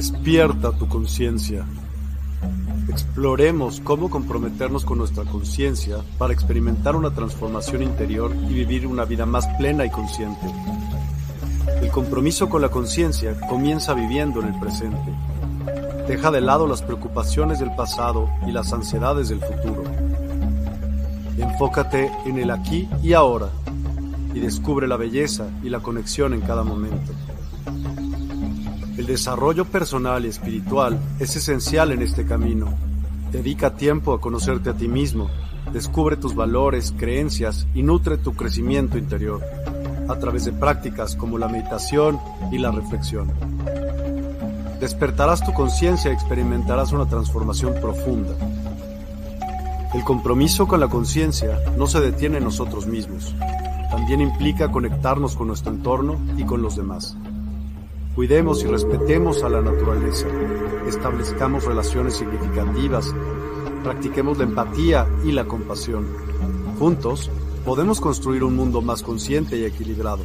Despierta tu conciencia. Exploremos cómo comprometernos con nuestra conciencia para experimentar una transformación interior y vivir una vida más plena y consciente. El compromiso con la conciencia comienza viviendo en el presente. Deja de lado las preocupaciones del pasado y las ansiedades del futuro. Enfócate en el aquí y ahora y descubre la belleza y la conexión en cada momento. El desarrollo personal y espiritual es esencial en este camino. Dedica tiempo a conocerte a ti mismo, descubre tus valores, creencias y nutre tu crecimiento interior a través de prácticas como la meditación y la reflexión. Despertarás tu conciencia y experimentarás una transformación profunda. El compromiso con la conciencia no se detiene en nosotros mismos. También implica conectarnos con nuestro entorno y con los demás. Cuidemos y respetemos a la naturaleza, establezcamos relaciones significativas, practiquemos la empatía y la compasión. Juntos, podemos construir un mundo más consciente y equilibrado.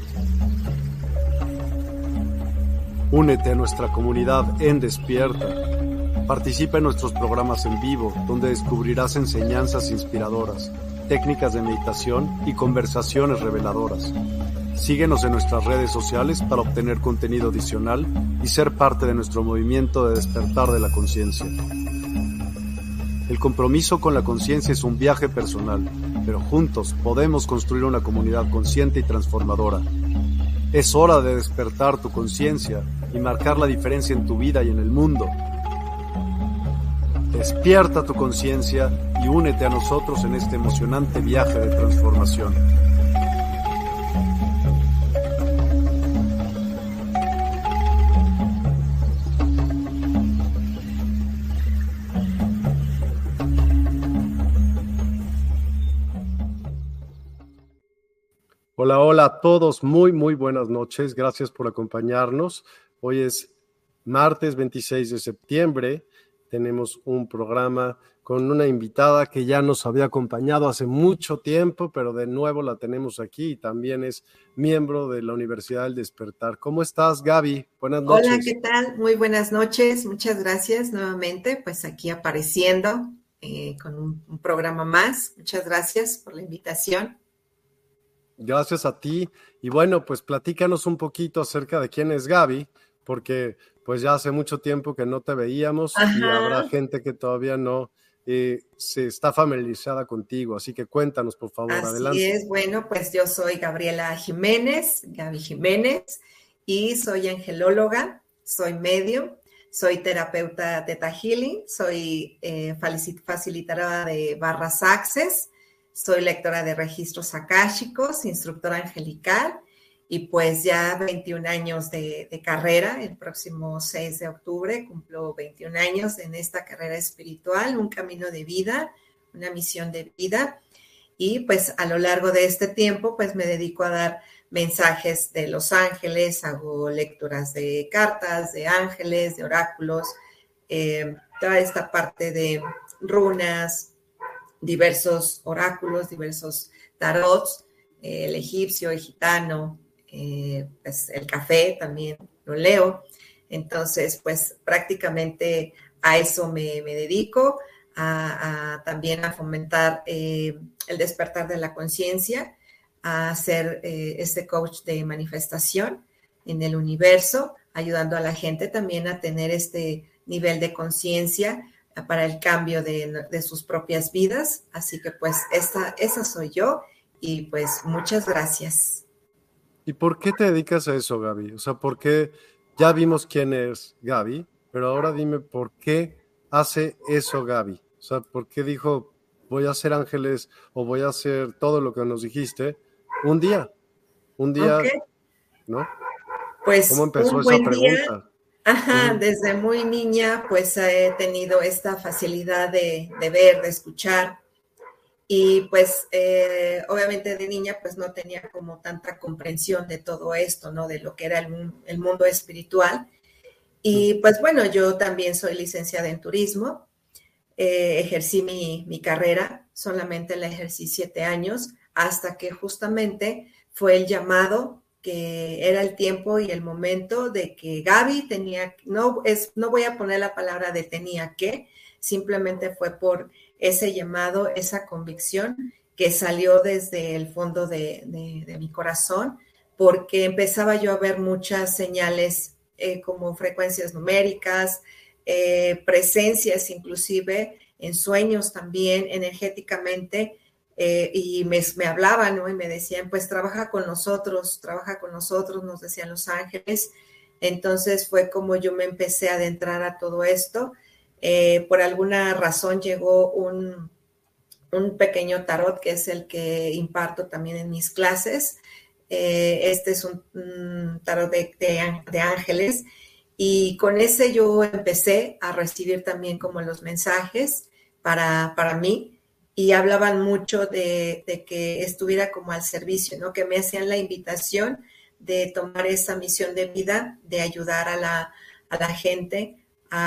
Únete a nuestra comunidad en Despierta. Participa en nuestros programas en vivo, donde descubrirás enseñanzas inspiradoras, técnicas de meditación y conversaciones reveladoras. Síguenos en nuestras redes sociales para obtener contenido adicional y ser parte de nuestro movimiento de despertar de la conciencia. El compromiso con la conciencia es un viaje personal, pero juntos podemos construir una comunidad consciente y transformadora. Es hora de despertar tu conciencia y marcar la diferencia en tu vida y en el mundo. Despierta tu conciencia y únete a nosotros en este emocionante viaje de transformación. Hola, hola a todos, muy buenas noches, gracias por acompañarnos. Hoy es martes 26 de septiembre, tenemos un programa con una invitada que ya nos había acompañado hace mucho tiempo, pero de nuevo la tenemos aquí y también es miembro de la Universidad del Despertar. ¿Cómo estás, Gaby? Buenas noches. Hola, ¿qué tal? Muy buenas noches, muchas gracias nuevamente, pues aquí apareciendo con un programa más. Muchas gracias por la invitación. Gracias a ti. Y bueno, pues platícanos un poquito acerca de quién es Gaby, porque pues ya hace mucho tiempo que no te veíamos. Ajá. Y habrá gente que todavía no se está familiarizada contigo. Así que cuéntanos, por favor, adelante. Así es, bueno, pues yo soy Gabriela Jiménez, Gaby Jiménez, y soy angelóloga, soy medium, soy terapeuta Theta Healing, soy facilitadora de barras Access, soy lectora de registros akáshicos, instructora angelical y pues ya 21 años de carrera. El próximo 6 de octubre cumplo 21 años en esta carrera espiritual, un camino de vida, una misión de vida. Y pues a lo largo de este tiempo pues me dedico a dar mensajes de los ángeles, hago lecturas de cartas, de ángeles, de oráculos, toda esta parte de runas, diversos oráculos, diversos tarots, el egipcio, el gitano, pues el café también lo leo. Entonces, pues prácticamente a eso me dedico, también a fomentar el despertar de la conciencia, a ser este coach de manifestación en el universo, ayudando a la gente también a tener este nivel de conciencia para el cambio de sus propias vidas. Así que pues esa soy yo y pues muchas gracias. ¿Y por qué te dedicas a eso, Gaby? O sea, ¿por qué? Ya vimos quién es Gaby, pero ahora dime por qué hace eso Gaby. O sea, ¿por qué dijo voy a hacer ángeles o voy a hacer todo lo que nos dijiste un día? Okay. ¿No? Pues ¿cómo empezó esa pregunta? Día. Ajá, desde muy niña pues he tenido esta facilidad de ver, de escuchar y pues obviamente de niña pues no tenía como tanta comprensión de todo esto, ¿no? De lo que era el mundo espiritual y pues bueno, yo también soy licenciada en turismo, ejercí mi carrera, solamente la ejercí 7 años hasta que justamente fue el llamado que era el tiempo y el momento de que Gaby no voy a poner la palabra de tenía que, simplemente fue por ese llamado, esa convicción que salió desde el fondo de mi corazón, porque empezaba yo a ver muchas señales como frecuencias numéricas, presencias inclusive en sueños también, energéticamente, y me hablaban, ¿no? Y me decían, pues trabaja con nosotros, nos decían los ángeles. Entonces fue como yo me empecé a adentrar a todo esto. Por alguna razón llegó un pequeño tarot, que es el que imparto también en mis clases. Este es un tarot de ángeles, y con ese yo empecé a recibir también como los mensajes para mí, y hablaban mucho de que estuviera como al servicio, ¿no? Que me hacían la invitación de tomar esa misión de vida, de ayudar a la gente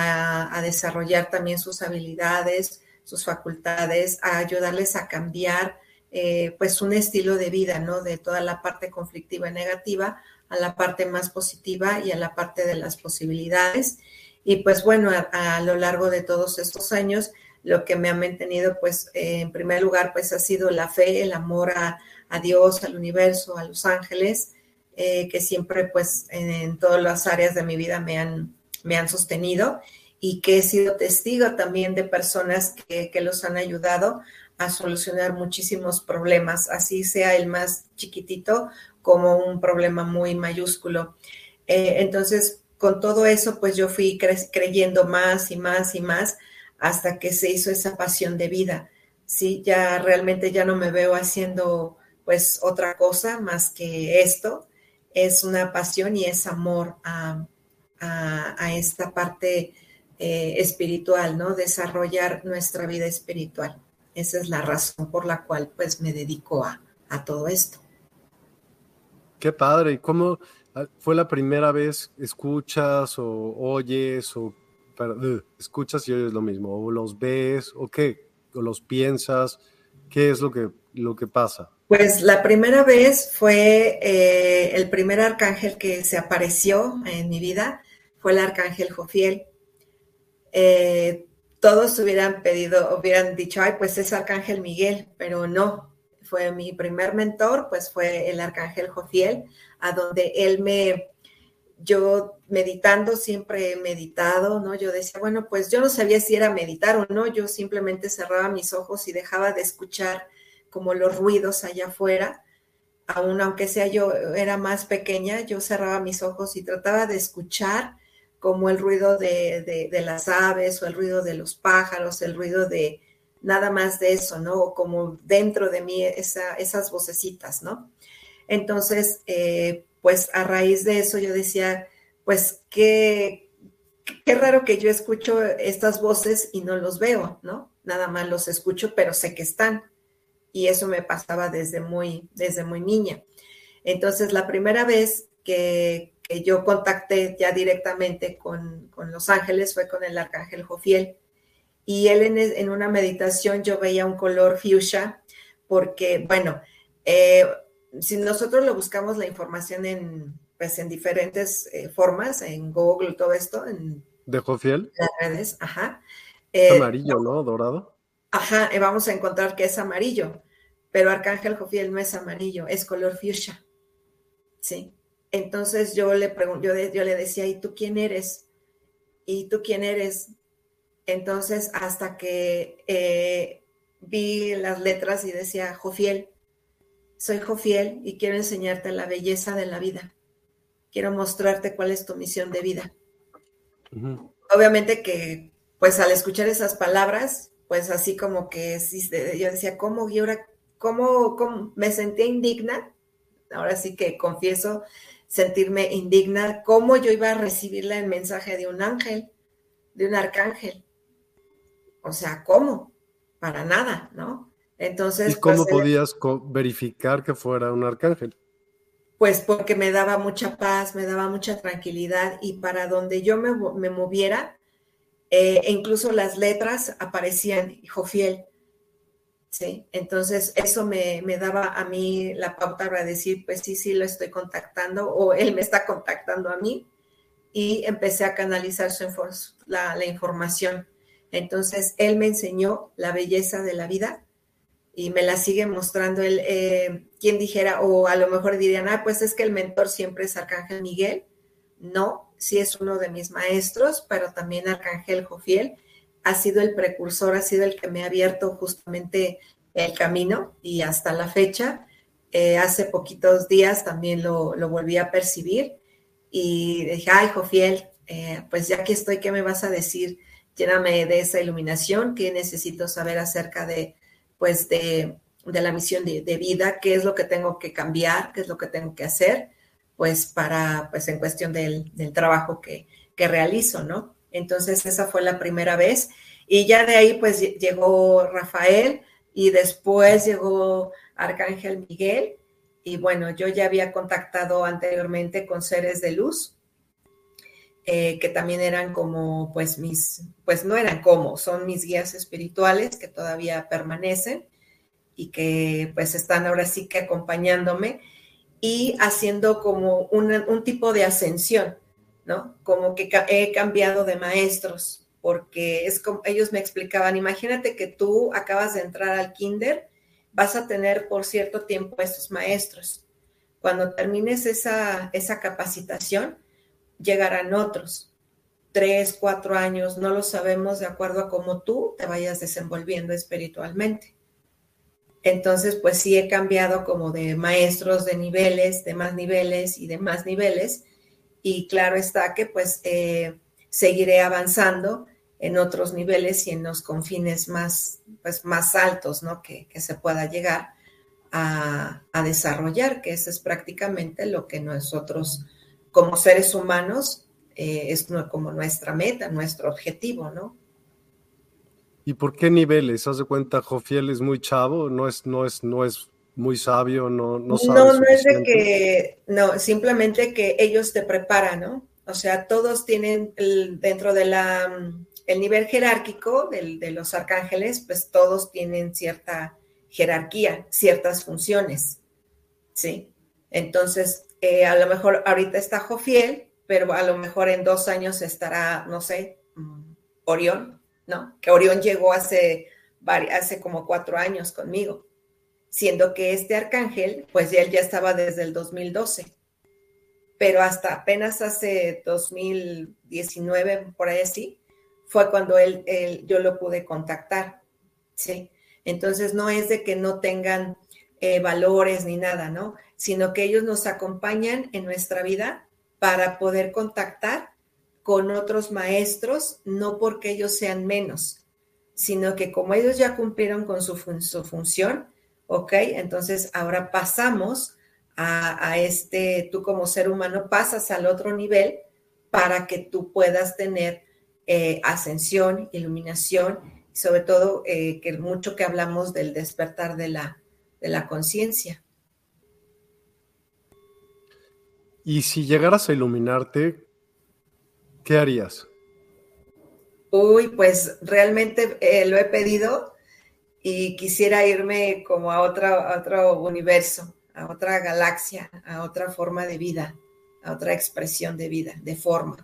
a desarrollar también sus habilidades, sus facultades, a ayudarles a cambiar pues un estilo de vida, ¿no? De toda la parte conflictiva y negativa a la parte más positiva y a la parte de las posibilidades. Y pues bueno, a lo largo de todos estos años, lo que me ha mantenido, pues, en primer lugar, pues ha sido la fe, el amor a Dios, al universo, a los ángeles, que siempre, pues, en todas las áreas de mi vida me han sostenido, y que he sido testigo también de personas que los han ayudado a solucionar muchísimos problemas, así sea el más chiquitito como un problema muy mayúsculo. Entonces, con todo eso, pues yo fui creyendo más y más y más, hasta que se hizo esa pasión de vida. Sí, ya realmente ya no me veo haciendo pues otra cosa más que esto. Es una pasión y es amor a esta parte espiritual, ¿no? Desarrollar nuestra vida espiritual. Esa es la razón por la cual pues me dedico a todo esto. Qué padre. ¿Y cómo fue la primera vez escuchas o oyes escuchas y oyes lo mismo? ¿O los ves o qué? ¿O los piensas? ¿Qué es lo que pasa? Pues la primera vez fue el primer arcángel que se apareció en mi vida, fue el arcángel Jofiel. Todos hubieran dicho, ay, pues es arcángel Miguel, pero no, fue mi primer mentor, pues fue el arcángel Jofiel, a donde yo meditando, siempre he meditado, ¿no? Yo decía, bueno, pues yo no sabía si era meditar o no, yo simplemente cerraba mis ojos y dejaba de escuchar como los ruidos allá afuera, aunque sea yo era más pequeña, yo cerraba mis ojos y trataba de escuchar como el ruido de las aves o el ruido de los pájaros, el ruido de nada más de eso, ¿no? O como dentro de mí esas vocecitas, ¿no? Entonces, pues a raíz de eso yo decía, pues qué raro que yo escucho estas voces y no los veo, ¿no? Nada más los escucho, pero sé que están. Y eso me pasaba desde muy niña. Entonces, la primera vez que yo contacté ya directamente con los ángeles fue con el arcángel Jofiel. Y él en una meditación yo veía un color fuchsia, porque, bueno, si nosotros lo buscamos la información en diferentes formas, en Google, todo esto, ¿De Jofiel? las redes, ajá. Amarillo, ¿no? Dorado. Ajá, vamos a encontrar que es amarillo, pero arcángel Jofiel no es amarillo, es color fuchsia, ¿sí? Entonces yo le decía, ¿y tú quién eres? ¿Y tú quién eres? Entonces, hasta que vi las letras y decía, Jofiel, soy Jofiel y quiero enseñarte la belleza de la vida. Quiero mostrarte cuál es tu misión de vida. Uh-huh. Obviamente que, pues al escuchar esas palabras, pues así como que yo decía, ¿cómo? Y ahora, ¿cómo? Me sentía indigna. Ahora sí que confieso sentirme indigna. ¿Cómo yo iba a recibir el mensaje de un ángel, de un arcángel? O sea, ¿cómo? Para nada, ¿no? Entonces, ¿y cómo podías verificar que fuera un arcángel? Pues porque me daba mucha paz, me daba mucha tranquilidad, y para donde yo me moviera, incluso las letras aparecían Jofiel. ¿sí? Entonces, eso me daba a mí la pauta para decir, pues sí, lo estoy contactando, o él me está contactando a mí, y empecé a canalizar la información. Entonces, él me enseñó la belleza de la vida y me la sigue mostrando. Él, quien dijera, o a lo mejor dirían, pues es que el mentor siempre es Arcángel Miguel. No, sí es uno de mis maestros, pero también Arcángel Jofiel ha sido el precursor, ha sido el que me ha abierto justamente el camino, y hasta la fecha, hace poquitos días también lo volví a percibir y dije, ay, Jofiel, pues ya que estoy, ¿qué me vas a decir? Lléname de esa iluminación, ¿qué necesito saber acerca de, pues, de la misión de vida? ¿Qué es lo que tengo que cambiar? ¿Qué es lo que tengo que hacer? Pues para, pues en cuestión del trabajo que realizo, ¿no? Entonces esa fue la primera vez, y ya de ahí pues llegó Rafael, y después llegó Arcángel Miguel, y bueno, yo ya había contactado anteriormente con seres de luz, que también eran como, pues no eran como, son mis guías espirituales que todavía permanecen y que pues están ahora sí que acompañándome y haciendo como un tipo de ascensión, ¿no? Como que he cambiado de maestros, porque es como ellos me explicaban, imagínate que tú acabas de entrar al kinder, vas a tener por cierto tiempo a estos maestros. Cuando termines esa capacitación, llegarán otros, 3, 4 años, no lo sabemos, de acuerdo a cómo tú te vayas desenvolviendo espiritualmente. Entonces, pues sí he cambiado como de maestros de niveles, de más niveles y de más niveles, y claro está que pues seguiré avanzando en otros niveles y en los confines más, pues, más altos, ¿no? Que se pueda llegar a desarrollar, que eso es prácticamente lo que nosotros como seres humanos es como nuestra meta, nuestro objetivo, ¿no? ¿Y por qué niveles? ¿Haz de cuenta, Jofiel es muy chavo, no es muy sabio, no sabe No es de suficiente? que, no, simplemente que ellos te preparan, ¿no? O sea, todos tienen dentro de el nivel jerárquico de los arcángeles, pues todos tienen cierta jerarquía, ciertas funciones, ¿sí? Entonces, a lo mejor ahorita está Jofiel, pero a lo mejor en 2 años estará, no sé, Orión, ¿no? Que Orión llegó hace como 4 años conmigo, siendo que este arcángel, pues él ya estaba desde el 2012, pero hasta apenas hace 2019, por ahí así, fue cuando yo lo pude contactar, ¿sí? Entonces no es de que no tengan valores ni nada, ¿no? Sino que ellos nos acompañan en nuestra vida para poder contactar con otros maestros, no porque ellos sean menos, sino que como ellos ya cumplieron con su función, ¿ok? Entonces ahora pasamos tú como ser humano pasas al otro nivel para que tú puedas tener ascensión, iluminación, y sobre todo que mucho que hablamos del despertar de la conciencia. Y si llegaras a iluminarte, ¿qué harías? Uy, pues realmente lo he pedido y quisiera irme como a otro universo, a otra galaxia, a otra forma de vida, a otra expresión de vida, de forma.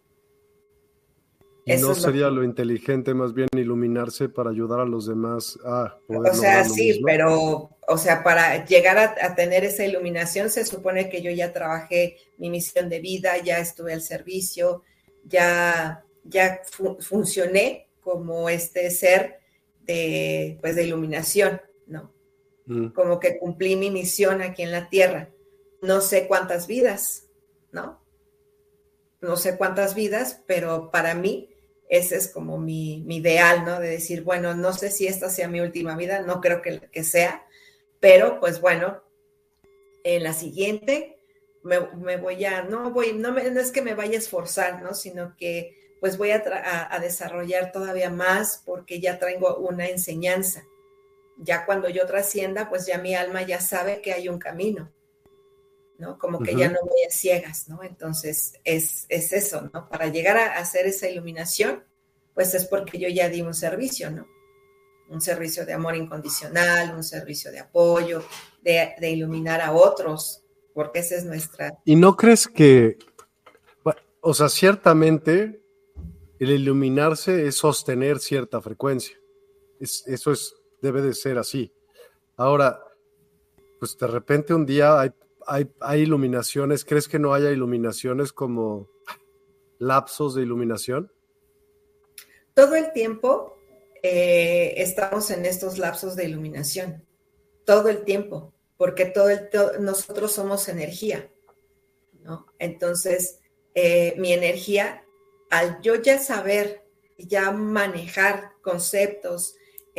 ¿Y Eso no es lo sería que... lo inteligente más bien iluminarse para ayudar a los demás a poder O sea, lograr lo sí, mismo? pero, o sea, para llegar a tener esa iluminación se supone que yo ya trabajé mi misión de vida, ya estuve al servicio, ya funcioné como este ser pues, de iluminación, ¿no? Como que cumplí mi misión aquí en la tierra. No sé cuántas vidas, ¿no? No sé cuántas vidas, pero para mí ese es como mi ideal, ¿no? De decir, bueno, no sé si esta sea mi última vida, no creo que sea, pero pues bueno, en la siguiente me voy a, no es que me vaya a esforzar, ¿no? Sino que pues voy a desarrollar todavía más porque ya traigo una enseñanza. Ya cuando yo trascienda, pues ya mi alma ya sabe que hay un camino, ¿no? Como que ya no voy a ciegas, ¿no? Entonces es eso, ¿no? Para llegar a hacer esa iluminación, pues es porque yo ya di un servicio, ¿no? un servicio de amor incondicional, un servicio de apoyo, de iluminar a otros, porque esa es nuestra... ¿Y no crees que, o sea, ciertamente el iluminarse es sostener cierta frecuencia? Debe de ser así. Ahora, pues de repente un día hay iluminaciones. ¿Crees que no haya iluminaciones como lapsos de iluminación? Todo el tiempo estamos en estos lapsos de iluminación, todo el tiempo, porque nosotros somos energía, ¿no? Entonces, mi energía, al yo ya saber, ya manejar conceptos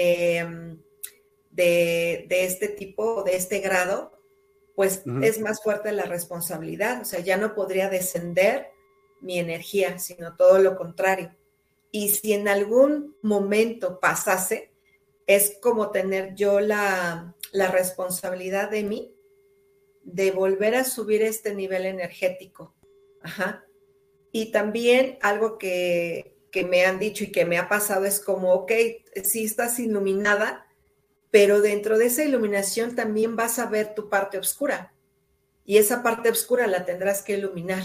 de este tipo, de este grado, pues es más fuerte la responsabilidad, o sea, ya no podría descender mi energía, sino todo lo contrario. Y si en algún momento pasase, es como tener yo la responsabilidad de mí de volver a subir este nivel energético. Ajá. Y también algo que me han dicho y que me ha pasado es como, ok, sí estás iluminada, pero dentro de esa iluminación también vas a ver tu parte oscura. Y esa parte oscura la tendrás que iluminar.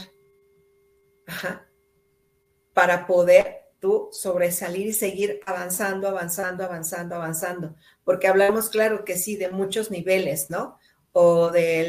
Ajá. Para poder tú sobresalir y seguir avanzando, avanzando, avanzando, avanzando. Porque hablamos, claro que sí, de muchos niveles, ¿no? O de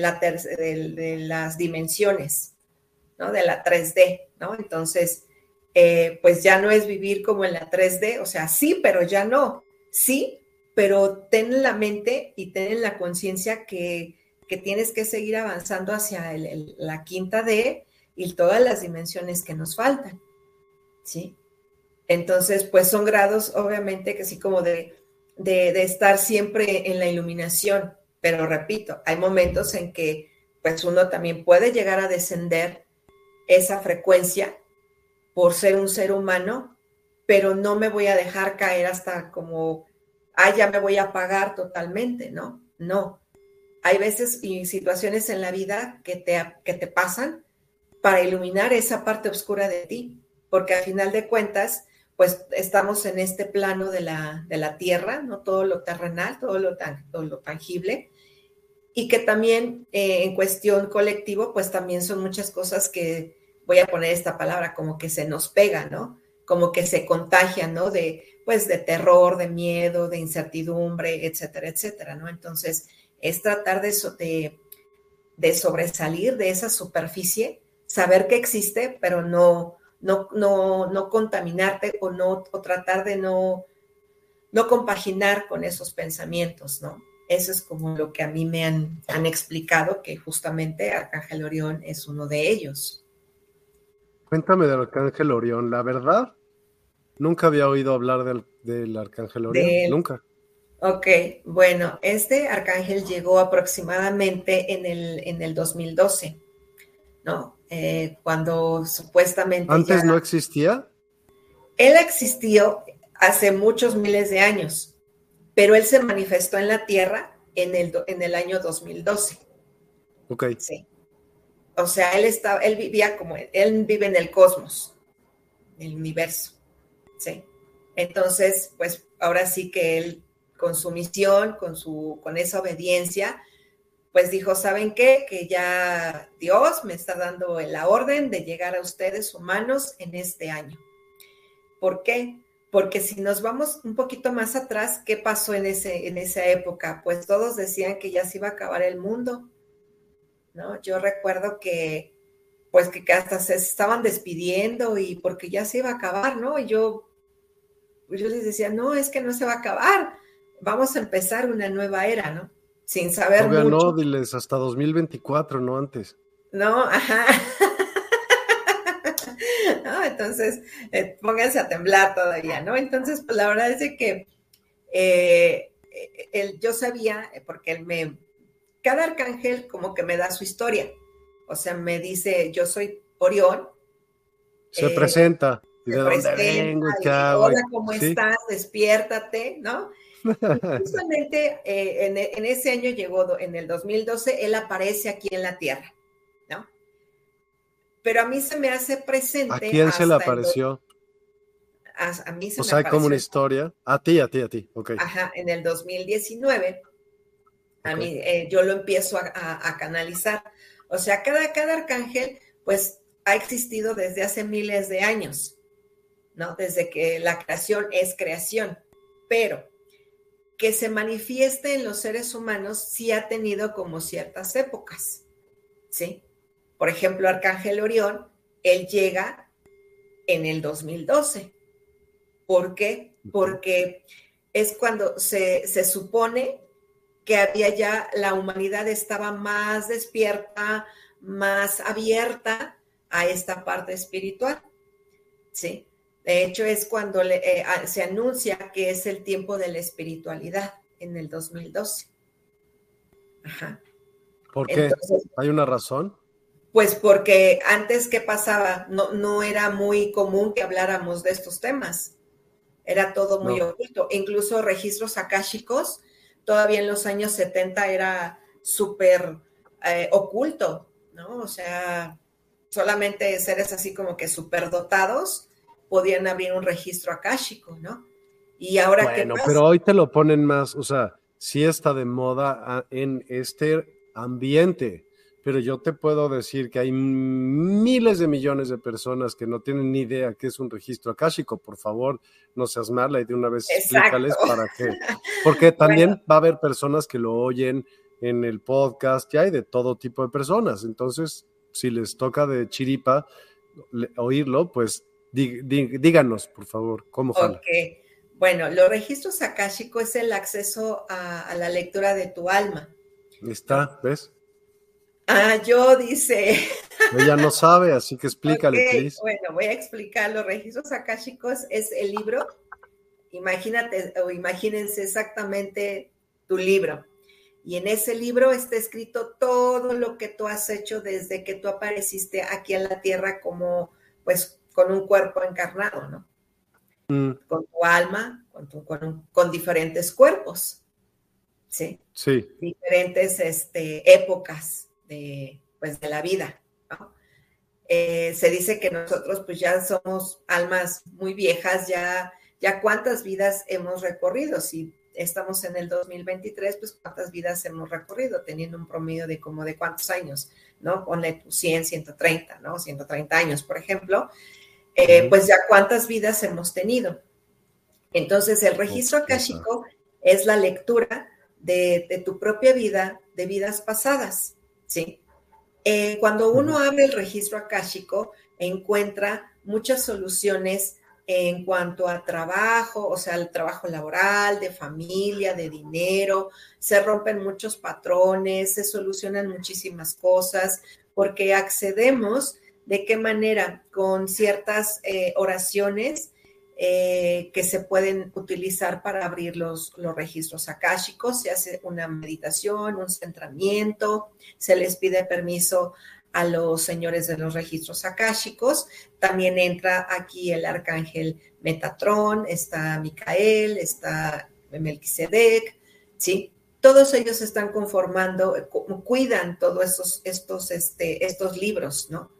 las dimensiones, ¿no? De la 3D, ¿no? Entonces, pues ya no es vivir como en la 3D, o sea, sí, pero ya no. Sí, pero ten en la mente y ten en la conciencia que tienes que seguir avanzando hacia la quinta D y todas las dimensiones que nos faltan. ¿Sí? Entonces, pues son grados, obviamente, que sí como de estar siempre en la iluminación, pero repito, hay momentos en que pues uno también puede llegar a descender esa frecuencia por ser un ser humano, pero no me voy a dejar caer hasta como, ya me voy a apagar totalmente, ¿no? No. Hay veces y situaciones en la vida que te pasan para iluminar esa parte oscura de ti, porque al final de cuentas, pues estamos en este plano de la tierra, ¿no? Todo lo terrenal, todo lo tangible, y que también en cuestión colectivo, pues también son muchas cosas que, voy a poner esta palabra, como que se nos pega, ¿no? Como que se contagian, ¿no? Pues de terror, de miedo, de incertidumbre, etcétera, etcétera, ¿no? Entonces, es tratar de sobresalir de esa superficie, saber que existe, pero no contaminarte o tratar de no compaginar con esos pensamientos, ¿no? Eso es como lo que a mí me han explicado, que justamente Arcángel Orión es uno de ellos. Cuéntame del Arcángel Orión. La verdad, nunca había oído hablar del Arcángel Orión, nunca. Ok, bueno, este arcángel llegó aproximadamente en el 2012, ¿no? Cuando supuestamente ¿Antes no existía? Él existió hace muchos miles de años, pero él se manifestó en la Tierra en el año 2012. Ok. Sí. O sea, él vivía él vive en el cosmos, en el universo. Sí. Entonces, pues ahora sí que él, con su misión, con esa obediencia, pues dijo, ¿saben qué? Que ya Dios me está dando la orden de llegar a ustedes humanos en este año. ¿Por qué? Porque si nos vamos un poquito más atrás, ¿qué pasó en esa época? Pues todos decían que ya se iba a acabar el mundo, ¿no? Yo recuerdo que hasta se estaban despidiendo y porque ya se iba a acabar, ¿no? Y yo les decía, no, es que no se va a acabar, vamos a empezar una nueva era, ¿no? Sin saber Todavía mucho. no, diles, hasta 2024, no antes. No, ajá. ¿No? Entonces, pónganse a temblar todavía, ¿no? Entonces, pues la verdad es de que yo sabía, porque cada arcángel como que me da su historia, o sea, me dice, yo soy Orión. Se presenta, y Se de dónde presenta, vengo, y qué y hago. hola, ¿cómo ¿Sí? estás? Despiértate, ¿no? Y justamente en ese año llegó, en el 2012, él aparece aquí en la Tierra, ¿no? Pero a mí se me hace ¿A presente quién se le apareció? a mí se O me sea, hay como apareció. una historia. A ti, ok. Ajá, en el 2019, a Okay. mí, yo lo empiezo a canalizar. O sea, cada arcángel, pues, ha existido desde hace miles de años, ¿no? Desde que la creación es creación. Pero que se manifieste en los seres humanos sí ha tenido como ciertas épocas, ¿sí? Por ejemplo, Arcángel Orión, él llega en el 2012. ¿Por qué? Porque es cuando se supone que había ya, la humanidad estaba más despierta, más abierta a esta parte espiritual, ¿sí? De hecho, es cuando se anuncia que es el tiempo de la espiritualidad en el 2012. Ajá. ¿Por qué? Entonces, ¿Hay una razón? pues porque antes, ¿qué pasaba? No era muy común que habláramos de estos temas. Era todo muy No. oculto. Incluso registros akáshicos, todavía en los años 70 era súper oculto, ¿no? O sea, solamente seres así como que superdotados podían abrir un registro akáshico, ¿no? Y ahora, ¿qué Bueno, pasa? pero hoy te lo ponen más, o sea, sí está de moda en este ambiente, pero yo te puedo decir que hay miles de millones de personas que no tienen ni idea qué es un registro akáshico. Por favor, no seas mala y de una vez Exacto. explícales para qué. Porque Bueno, también va a haber personas que lo oyen en el podcast, ya hay de todo tipo de personas. Entonces, si les toca de chiripa oírlo, pues díganos, por favor, cómo jala. ok. Bueno, los registros akáshicos es el acceso a la lectura de tu alma, ¿no? Está, ¿ves? Yo dice, Ella no sabe, así que ok, explícale, please. bueno, voy a explicar. Los registros akáshicos es el libro. Imagínate o imagínense exactamente tu libro. Y en ese libro está escrito todo lo que tú has hecho desde que tú apareciste aquí en la tierra como, pues, con un cuerpo encarnado, ¿no? Mm, Con tu alma, con diferentes cuerpos, ¿sí? sí, Diferentes épocas pues, de la vida, ¿no? Se dice que nosotros pues ya somos almas muy viejas, ya cuántas vidas hemos recorrido. Si estamos en el 2023, pues cuántas vidas hemos recorrido, teniendo un promedio de como de cuántos años, ¿no? Ponle 100, 130, ¿no? 130 años, por ejemplo, pues ya cuántas vidas hemos tenido. Entonces, el registro quién sabe. akáshico es la lectura de tu propia vida, de vidas pasadas, ¿sí? Cuando uno abre el registro akáshico, encuentra muchas soluciones en cuanto a trabajo, o sea, el trabajo laboral, de familia, de dinero, se rompen muchos patrones, se solucionan muchísimas cosas, porque accedemos de qué manera con ciertas oraciones que se pueden utilizar para abrir los registros akáshicos. Se hace una meditación, un centramiento, se les pide permiso a los señores de los registros akáshicos. También entra aquí el arcángel Metatrón, está Micael, está Melquisedec, ¿sí? Todos ellos están conformando, cuidan todos estos libros, ¿no?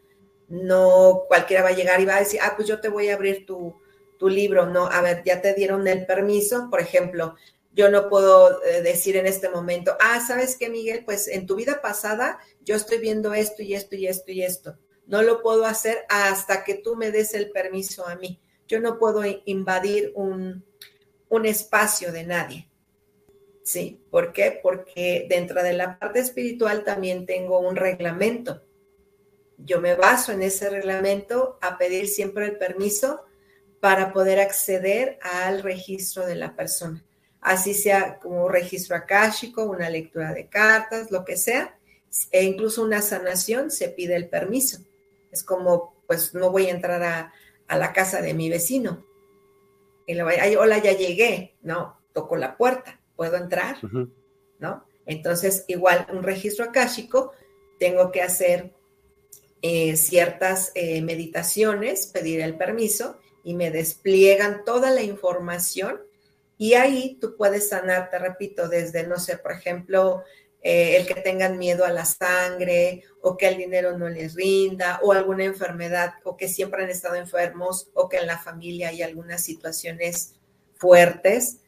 No cualquiera va a llegar y va a decir, pues yo te voy a abrir tu libro, no, a ver, ya te dieron el permiso, por ejemplo, yo no puedo decir en este momento, ¿sabes qué, Miguel? Pues en tu vida pasada yo estoy viendo esto y esto y esto y esto. No lo puedo hacer hasta que tú me des el permiso a mí. Yo no puedo invadir un espacio de nadie. ¿Sí? ¿Por qué? Porque dentro de la parte espiritual también tengo un reglamento. Yo me baso en ese reglamento a pedir siempre el permiso para poder acceder al registro de la persona. Así sea como un registro akáshico, una lectura de cartas, lo que sea, e incluso una sanación, se pide el permiso. Es como, pues no voy a entrar a la casa de mi vecino. Y le voy a, hola, ya llegué. No, toco la puerta, ¿puedo entrar? ¿No? Entonces, igual, un registro akáshico, tengo que hacer ciertas meditaciones, pedir el permiso y me despliegan toda la información y ahí tú puedes sanar, te repito, desde, no sé, por ejemplo, el que tengan miedo a la sangre, o que el dinero no les rinda, o alguna enfermedad, o que siempre han estado enfermos, o que en la familia hay algunas situaciones fuertes,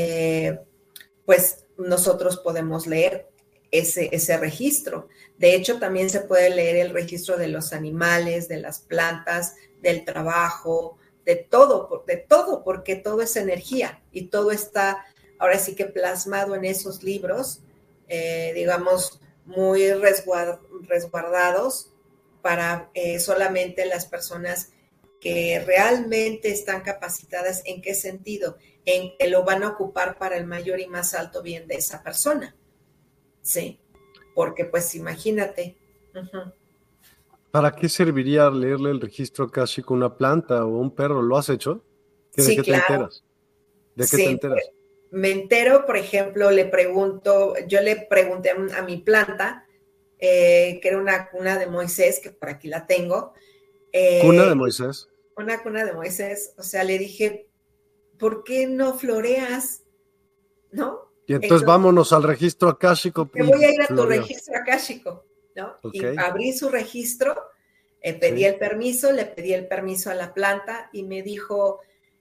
pues nosotros podemos leer ese registro. De hecho, también se puede leer el registro de los animales, de las plantas, del trabajo, de todo, porque todo es energía y todo está ahora sí que plasmado en esos libros, digamos, muy resguardados para solamente las personas que realmente están capacitadas. ¿En qué sentido? En que lo van a ocupar para el mayor y más alto bien de esa persona. Sí, porque pues imagínate. Uh-huh. ¿Para qué serviría leerle el registro akáshico a una planta o a un perro? ¿Lo has hecho? ¿De Sí, qué te claro. enteras? ¿De qué te enteras? Me entero, por ejemplo, yo le pregunté a mi planta, que era una cuna de Moisés, que por aquí la tengo. ¿Cuna de Moisés? Una cuna de Moisés, o sea, le dije, ¿por qué no floreas? ¿No? Y entonces vámonos al registro akáshico. Te voy a ir a tu registro akáshico, ¿no? Okay. Y abrí su registro, pedí el permiso, le pedí el permiso a la planta y me dijo,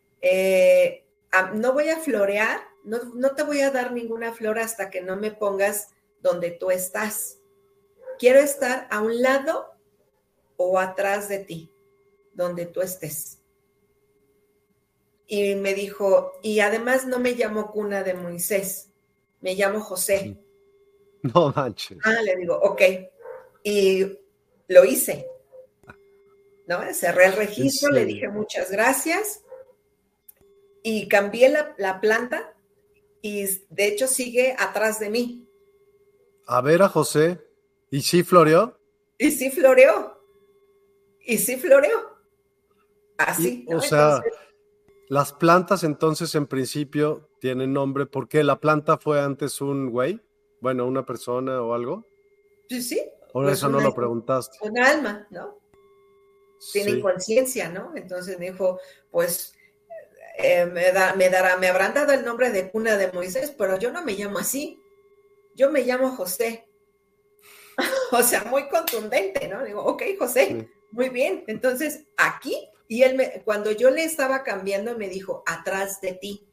no voy a florear, no te voy a dar ninguna flor hasta que no me pongas donde tú estás. Quiero estar a un lado o atrás de ti, donde tú estés. Y me dijo, y además no me llamo cuna de Moisés, me llamo José. No manches. Le digo, ok. Y lo hice, ¿no? Cerré el registro, le dije muchas gracias y cambié la planta y de hecho sigue atrás de mí. A ver a José, ¿y sí floreó? Y sí floreó. Y sí floreó. Así, ¿no? O sea, entonces, las plantas entonces en principio tienen nombre. ¿Por qué? ¿La planta fue antes un güey? Bueno, una persona o algo. Sí. Por pues eso no lo preguntaste. Una alma, ¿no? Tiene conciencia, ¿no? Entonces me dijo, pues me habrán dado el nombre de cuna de Moisés, pero yo no me llamo así. Yo me llamo José. O sea, muy contundente, ¿no? Digo, ok, José, muy bien. Entonces, aquí, y cuando yo le estaba cambiando, me dijo, atrás de ti.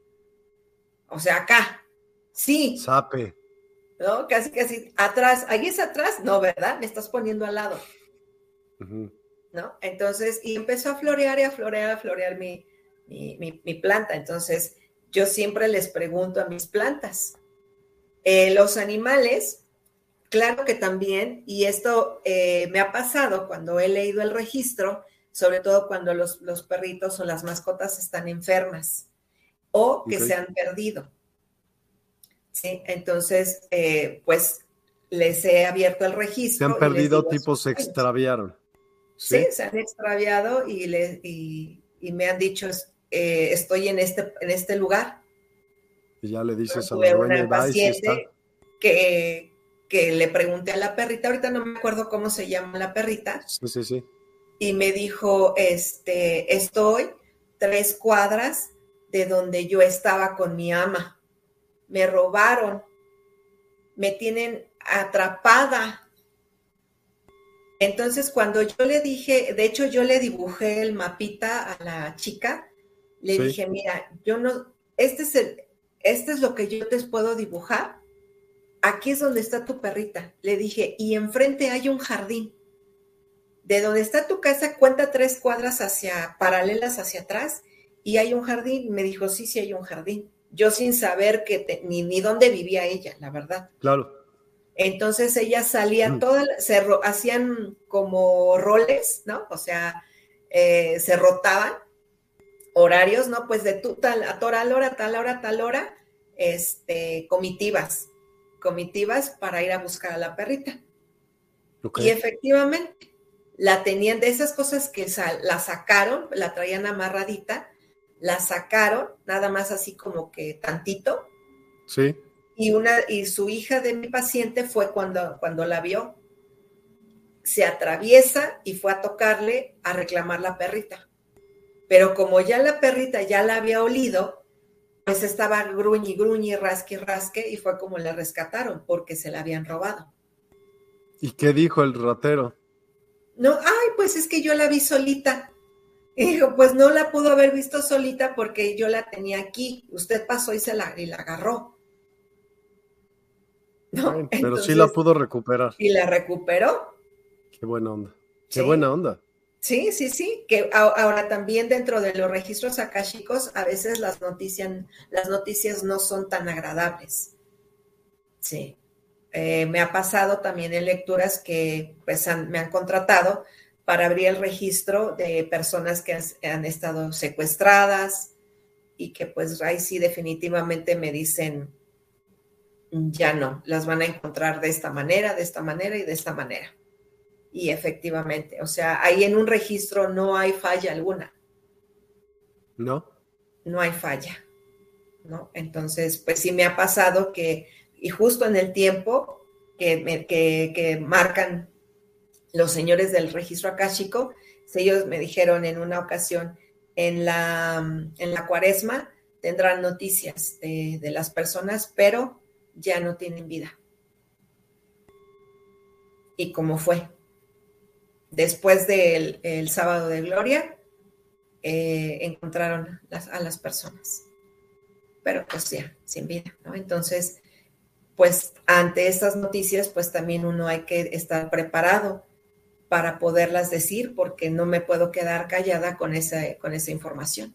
O sea, acá. Sí. Sape. ¿No? Casi, atrás. ¿Ahí es atrás? No, ¿verdad? Me estás poniendo al lado. Uh-huh. ¿No? Entonces, y empezó a florear y a florear mi planta. Entonces, yo siempre les pregunto a mis plantas. Los animales, claro que también, y esto me ha pasado cuando he leído el registro, sobre todo cuando los perritos o las mascotas están enfermas o que se han perdido. ¿Sí? Entonces, pues les he abierto el registro. Se han perdido, tipo se extraviaron. Sí, se han extraviado y me han dicho, estoy en este lugar. Y ya le dices a la dueña y va y sí está. Que le pregunté a la perrita, ahorita no me acuerdo cómo se llama la perrita. Sí. Y me dijo, estoy 3 cuadras de donde yo estaba con mi ama. Me robaron, me tienen atrapada. Entonces, cuando yo le dije, de hecho yo le dibujé el mapita a la chica, le dije, mira, yo no, este es lo que yo te puedo dibujar. Aquí es donde está tu perrita. Le dije, y enfrente hay un jardín. De donde está tu casa, cuenta 3 cuadras paralelas hacia atrás, y hay un jardín. Me dijo, sí hay un jardín. Yo sin saber ni dónde vivía ella, la verdad. Claro. Entonces ella salía hacían como roles, ¿no? O sea, se rotaban horarios, ¿no? Pues de a tal hora, comitivas para ir a buscar a la perrita. Okay. Y efectivamente, la tenían de esas cosas que la sacaron, la traían amarradita, la sacaron, nada más así como que tantito. Sí. Y su hija de mi paciente fue cuando la vio. Se atraviesa y fue a tocarle, a reclamar la perrita. Pero como ya la perrita ya la había olido, pues estaba gruñi, gruñi, rasque, rasque, y fue como la rescataron, porque se la habían robado. ¿Y qué dijo el ratero? No, ay, pues es que yo la vi solita. Y dijo, pues no la pudo haber visto solita porque yo la tenía aquí. Usted pasó y y la agarró, ¿no? Bueno, pero sí la Entonces, pudo recuperar. y la recuperó. Qué buena onda. Qué Sí, buena onda. sí, sí, sí. Que ahora también dentro de los registros akáshicos, a veces las noticias no son tan agradables. Sí. Me ha pasado también en lecturas que pues me han contratado para abrir el registro de personas que han estado secuestradas y que pues ahí sí definitivamente me dicen, ya no, las van a encontrar de esta manera y de esta manera. Y efectivamente, o sea, ahí en un registro no hay falla alguna. ¿No? No hay falla, ¿no? Entonces, pues sí me ha pasado que, y justo en el tiempo que marcan los señores del registro akáshico, ellos me dijeron en una ocasión, en la cuaresma tendrán noticias de las personas, pero ya no tienen vida. Y como fue, después del el sábado de gloria, encontraron a las personas, pero pues ya, sin vida, ¿no? Entonces, pues ante estas noticias, pues también uno hay que estar preparado para poderlas decir, porque no me puedo quedar callada con esa información.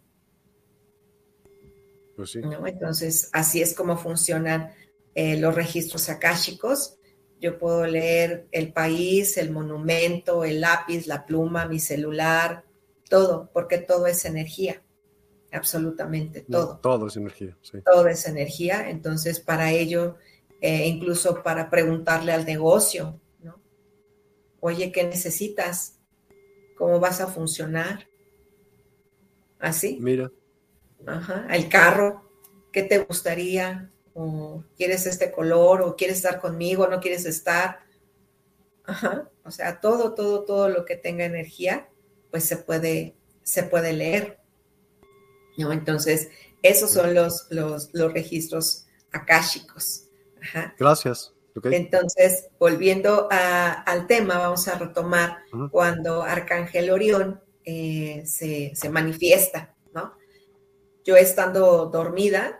Pues sí. ¿No? Entonces, así es como funcionan los registros akáshicos. Yo puedo leer el país, el monumento, el lápiz, la pluma, mi celular, todo, porque todo es energía, absolutamente todo. Todo es energía, sí. Todo es energía, entonces para ello, incluso para preguntarle al negocio, ¿no? Oye, ¿qué necesitas? ¿Cómo vas a funcionar? Así. Mira. Ajá. El carro, ¿qué te gustaría? ¿O quieres este color? ¿O quieres estar conmigo? ¿No quieres estar? Ajá. O sea, todo lo que tenga energía, pues se puede leer, ¿no? Entonces, esos son los registros akáshicos. Ajá. Gracias. Okay. Entonces, volviendo al tema, vamos a retomar cuando Arcángel Orión se manifiesta, ¿no? Yo estando dormida,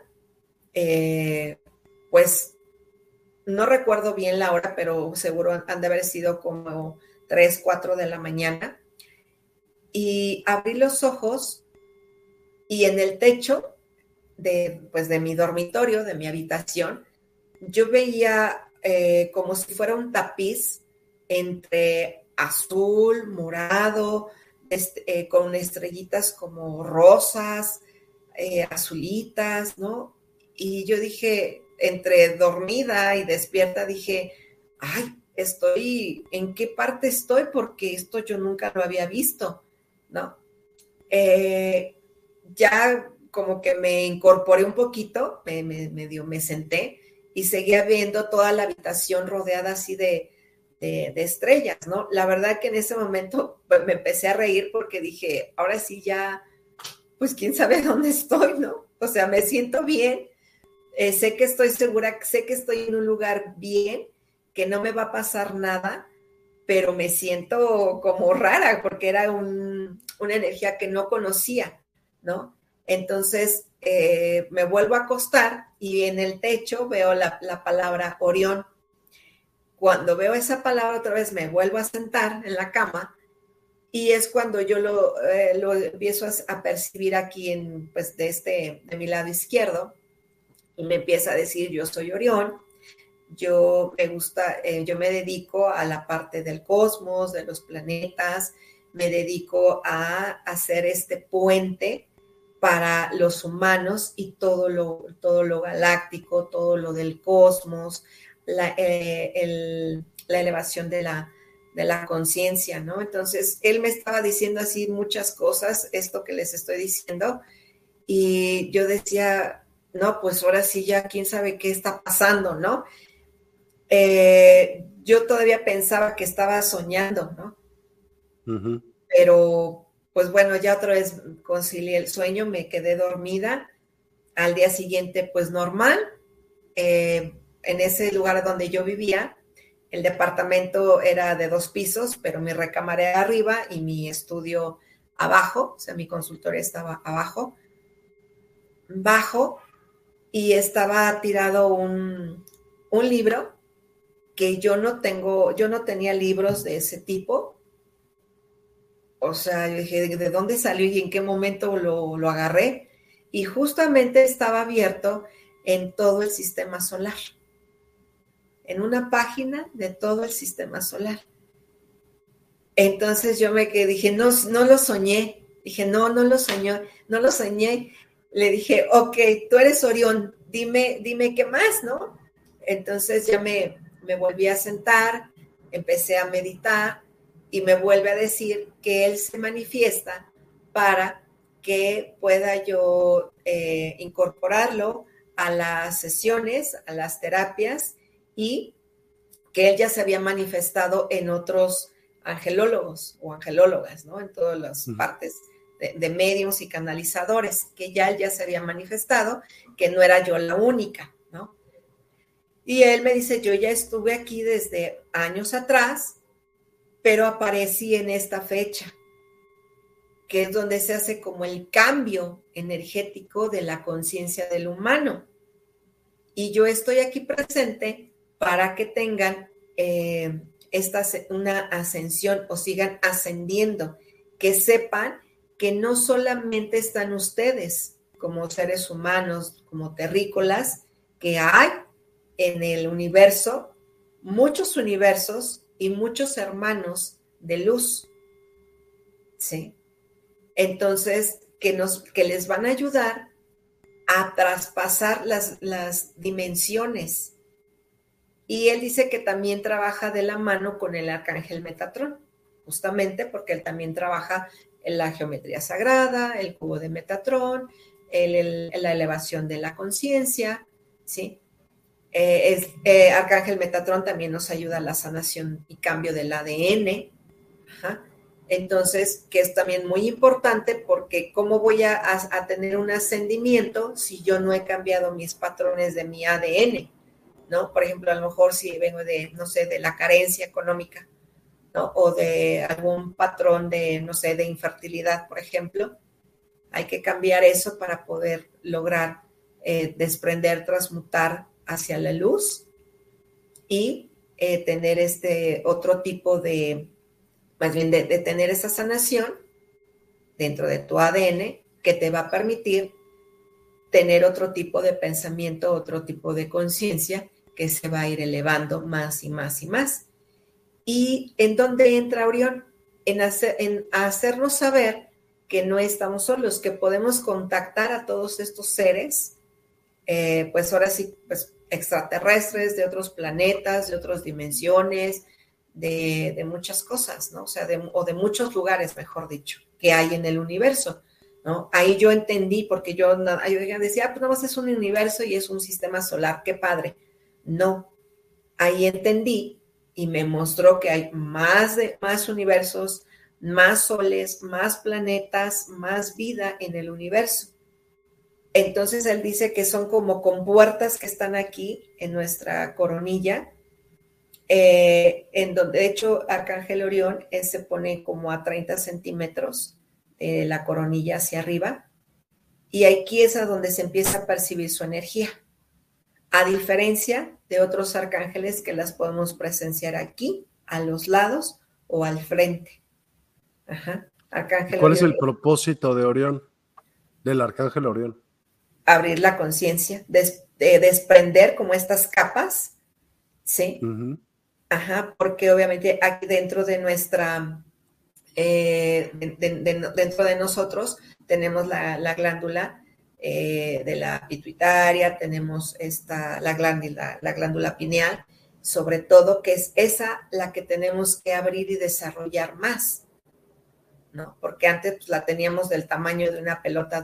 pues no recuerdo bien la hora, pero seguro han de haber sido como 3, 4 de la mañana, y abrí los ojos y en el techo de mi dormitorio, de mi habitación, yo veía como si fuera un tapiz entre azul, morado, con estrellitas como rosas, azulitas, ¿no? Y yo dije, entre dormida y despierta, dije, ay, ¿en qué parte estoy? Porque esto yo nunca lo había visto, ¿no? Ya como que me incorporé un poquito, me senté y seguía viendo toda la habitación rodeada así de estrellas, ¿no? La verdad que en ese momento pues, me empecé a reír porque dije, ahora sí ya, pues quién sabe dónde estoy, ¿no? O sea, me siento bien, sé que estoy segura, sé que estoy en un lugar bien, que no me va a pasar nada, pero me siento como rara porque era una energía que no conocía, ¿no? Entonces me vuelvo a acostar y en el techo veo la palabra Orión. Cuando veo esa palabra otra vez me vuelvo a sentar en la cama y es cuando yo lo empiezo a percibir aquí pues de mi lado izquierdo y me empieza a decir yo soy Orión. Yo me dedico a la parte del cosmos, de los planetas, me dedico a hacer este puente para los humanos y todo lo galáctico, todo lo del cosmos, la elevación de la conciencia, ¿no? Entonces, él me estaba diciendo así muchas cosas, esto que les estoy diciendo, y yo decía, no, pues ahora sí ya quién sabe qué está pasando, ¿no? Yo todavía pensaba que estaba soñando, ¿no? Uh-huh. Pero, pues bueno, ya otra vez concilié el sueño, me quedé dormida. al día siguiente, pues normal, en ese lugar donde yo vivía, el departamento era de 2 pisos, pero mi recámara era arriba y mi estudio abajo, o sea, mi consultorio estaba abajo, bajo, y estaba tirado un libro que yo no tenía libros de ese tipo. O sea, yo dije, ¿de dónde salió y en qué momento lo agarré? Y justamente estaba abierto en todo el sistema solar, en una página de todo el sistema solar. Entonces yo me quedé, dije, no, no lo soñé. Dije, no, no lo soñé, no lo soñé. Le dije, ok, tú eres Orión, dime qué más, ¿no? Entonces ya me volví a sentar, empecé a meditar y me vuelve a decir que él se manifiesta para que pueda yo incorporarlo a las sesiones, a las terapias, y que él ya se había manifestado en otros angelólogos o angelólogas, ¿no? En todas las partes de mediums y canalizadores, que ya él ya se había manifestado, que no era yo la única, ¿no? Y él me dice, yo ya estuve aquí desde años atrás, pero aparecí en esta fecha, que es donde se hace como el cambio energético de la conciencia del humano. Y yo estoy aquí presente para que tengan una ascensión o sigan ascendiendo, que sepan que no solamente están ustedes como seres humanos, como terrícolas, que hay en el universo muchos universos y muchos hermanos de luz, ¿sí? Entonces, que les van a ayudar a traspasar las dimensiones. Y él dice que también trabaja de la mano con el arcángel Metatrón, justamente porque él también trabaja en la geometría sagrada, el cubo de Metatrón, la elevación de la conciencia, ¿sí? Arcángel Metatrón también nos ayuda a la sanación y cambio del ADN. Ajá. Entonces, que es también muy importante, porque ¿cómo voy a tener un ascendimiento si yo no he cambiado mis patrones de mi ADN? ¿No? Por ejemplo, a lo mejor si vengo de, no sé, de la carencia económica, ¿no? O de algún patrón de, no sé, de infertilidad, por ejemplo, hay que cambiar eso para poder lograr desprender, transmutar hacia la luz y tener este otro tipo de, más bien de tener esa sanación dentro de tu ADN que te va a permitir tener otro tipo de pensamiento, otro tipo de conciencia que se va a ir elevando más y más y más. ¿Y en dónde entra Orión? En hacernos saber que no estamos solos, que podemos contactar a todos estos seres, pues ahora sí, pues extraterrestres, de otros planetas, de otras dimensiones, de muchas cosas, ¿no? O sea, o de muchos lugares, mejor dicho, que hay en el universo, ¿no? Ahí yo entendí, porque yo decía, pues nada más es un universo y es un sistema solar, qué padre. No, ahí entendí y me mostró que hay más universos, más soles, más planetas, más vida en el universo. Entonces él dice que son como compuertas que están aquí en nuestra coronilla, en donde de hecho Arcángel Orión se pone como a 30 centímetros de la coronilla hacia arriba, y aquí es a donde se empieza a percibir su energía, a diferencia de otros arcángeles que las podemos presenciar aquí, a los lados o al frente. Ajá. Arcángel ¿Cuál Orión, es el propósito de Orión, del arcángel Orión? abrir la conciencia, desprender como estas capas, ¿sí? Uh-huh. Ajá, porque obviamente aquí dentro de nuestra, dentro de nosotros tenemos la glándula de la pituitaria, tenemos la glándula pineal, sobre todo, que es esa la que tenemos que abrir y desarrollar más, ¿no? Porque antes pues, la teníamos del tamaño de una pelota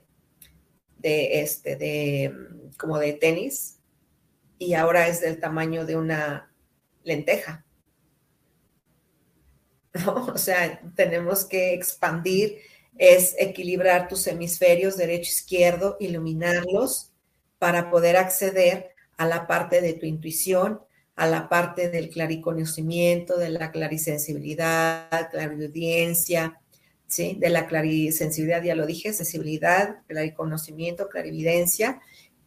como de tenis, y ahora es del tamaño de una lenteja, ¿no? O sea, tenemos que expandir es equilibrar tus hemisferios derecho-izquierdo, iluminarlos para poder acceder a la parte de tu intuición, a la parte del clariconocimiento, de la clarisensibilidad, clariaudiencia, ¿sí? De la clarisensibilidad, ya lo dije, sensibilidad, clariconocimiento, clarividencia,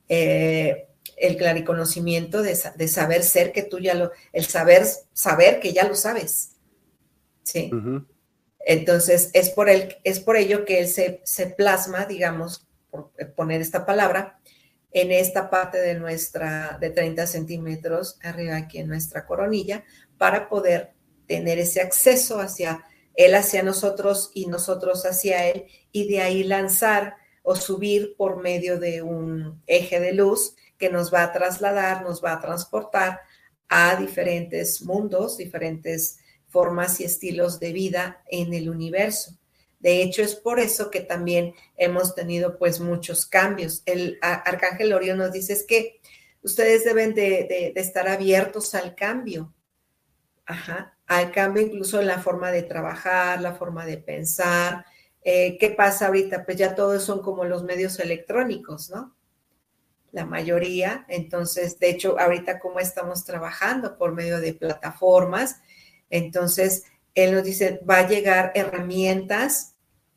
el clariconocimiento de saber ser que tú ya lo, el saber que ya lo sabes, ¿sí? Uh-huh. Entonces, es por ello que él se plasma, digamos, por poner esta palabra, en esta parte de 30 centímetros arriba aquí en nuestra coronilla, para poder tener ese acceso hacia él, hacia nosotros y nosotros hacia él, y de ahí lanzar o subir por medio de un eje de luz que nos va a trasladar, nos va a transportar a diferentes mundos, diferentes formas y estilos de vida en el universo. De hecho, es por eso que también hemos tenido pues muchos cambios. El Arcángel Orión nos dice es que ustedes deben de estar abiertos al cambio. Ajá, al cambio incluso en la forma de trabajar, la forma de pensar. ¿Qué pasa ahorita? Pues ya todos son como los medios electrónicos, ¿no? La mayoría. Entonces, de hecho, ahorita como estamos trabajando por medio de plataformas, entonces él nos dice, va a llegar herramientas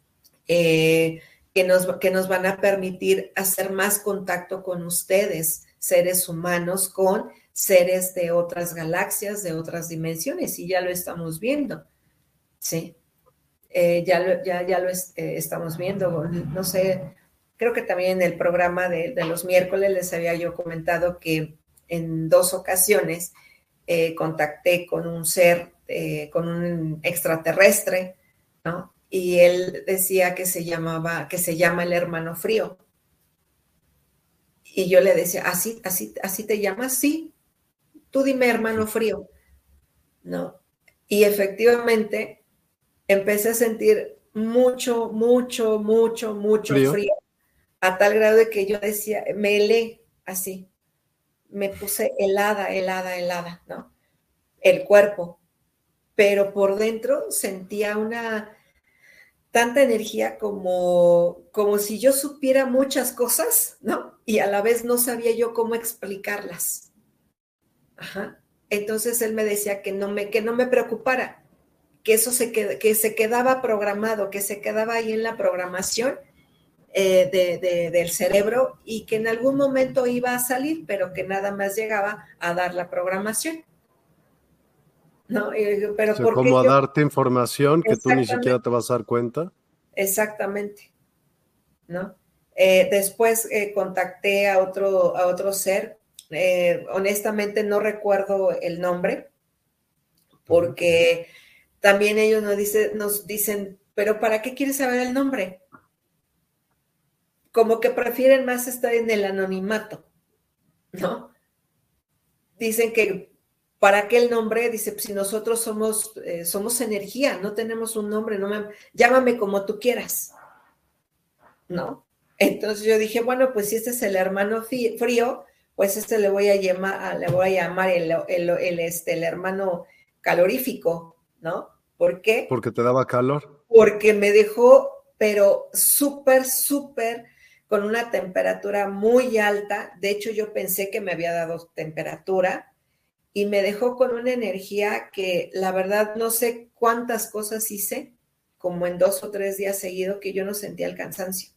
que nos van a permitir hacer más contacto con ustedes, seres humanos, con seres de otras galaxias, de otras dimensiones, y ya lo estamos viendo, ¿sí? Ya lo estamos viendo, no sé, creo que también en el programa de los miércoles les había yo comentado que en 2 ocasiones contacté con un ser, con un extraterrestre, ¿no? Y él decía que se llama el hermano frío. Y yo le decía, ¿así te llamas? Sí, tú dime hermano frío, ¿no? Y efectivamente empecé a sentir mucho frío, a tal grado de que yo decía, me helé así, me puse helada, ¿no? El cuerpo, pero por dentro sentía tanta energía como si yo supiera muchas cosas, ¿no? Y a la vez no sabía yo cómo explicarlas. Ajá. Entonces él me decía que no me preocupara, que eso que se quedaba programado, que se quedaba ahí en la programación del cerebro y que en algún momento iba a salir, pero que nada más llegaba a dar la programación. ¿No? Pero o sea, como a darte información que tú ni siquiera te vas a dar cuenta. Exactamente, ¿no? Después contacté a otro ser, honestamente no recuerdo el nombre, porque también ellos nos dicen, pero ¿para qué quieres saber el nombre? Como que prefieren más estar en el anonimato, ¿no? Dicen que ¿para qué el nombre? Dice, pues si nosotros somos energía, no tenemos un nombre, llámame como tú quieras, ¿no? Entonces yo dije, bueno, pues si este es el hermano frío, pues le voy a llamar el hermano calorífico, ¿no? ¿Por qué? Porque te daba calor. Porque me dejó, pero súper, con una temperatura muy alta. De hecho, yo pensé que me había dado temperatura y me dejó con una energía que la verdad no sé cuántas cosas hice, como en 2 o 3 días seguidos, que yo no sentía el cansancio.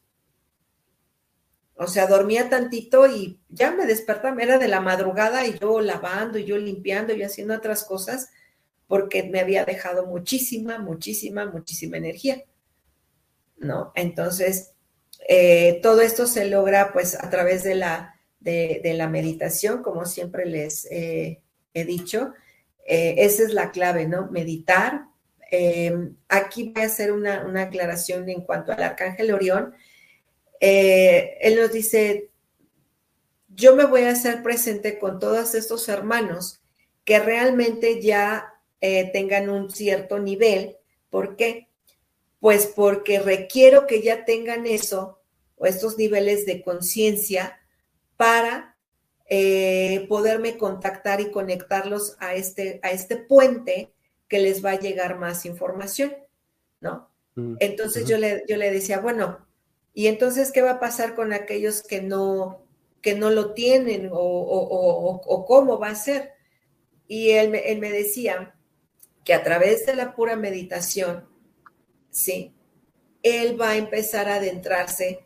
O sea, dormía tantito y ya me despertaba, era de la madrugada y yo lavando y yo limpiando y haciendo otras cosas porque me había dejado muchísima energía, ¿no? Entonces, todo esto se logra pues a través de la meditación, como siempre les he dicho. Esa es la clave, ¿no? Meditar. Aquí voy a hacer una aclaración en cuanto al Arcángel Orión. Él nos dice, yo me voy a hacer presente con todos estos hermanos que realmente ya tengan un cierto nivel. ¿Por qué? Pues porque requiero que ya tengan eso o estos niveles de conciencia para poderme contactar y conectarlos a este puente que les va a llegar más información, ¿no? Entonces yo le decía, bueno, ¿y entonces qué va a pasar con aquellos que no lo tienen o cómo va a ser? Y él me decía que a través de la pura meditación, sí, él va a empezar a adentrarse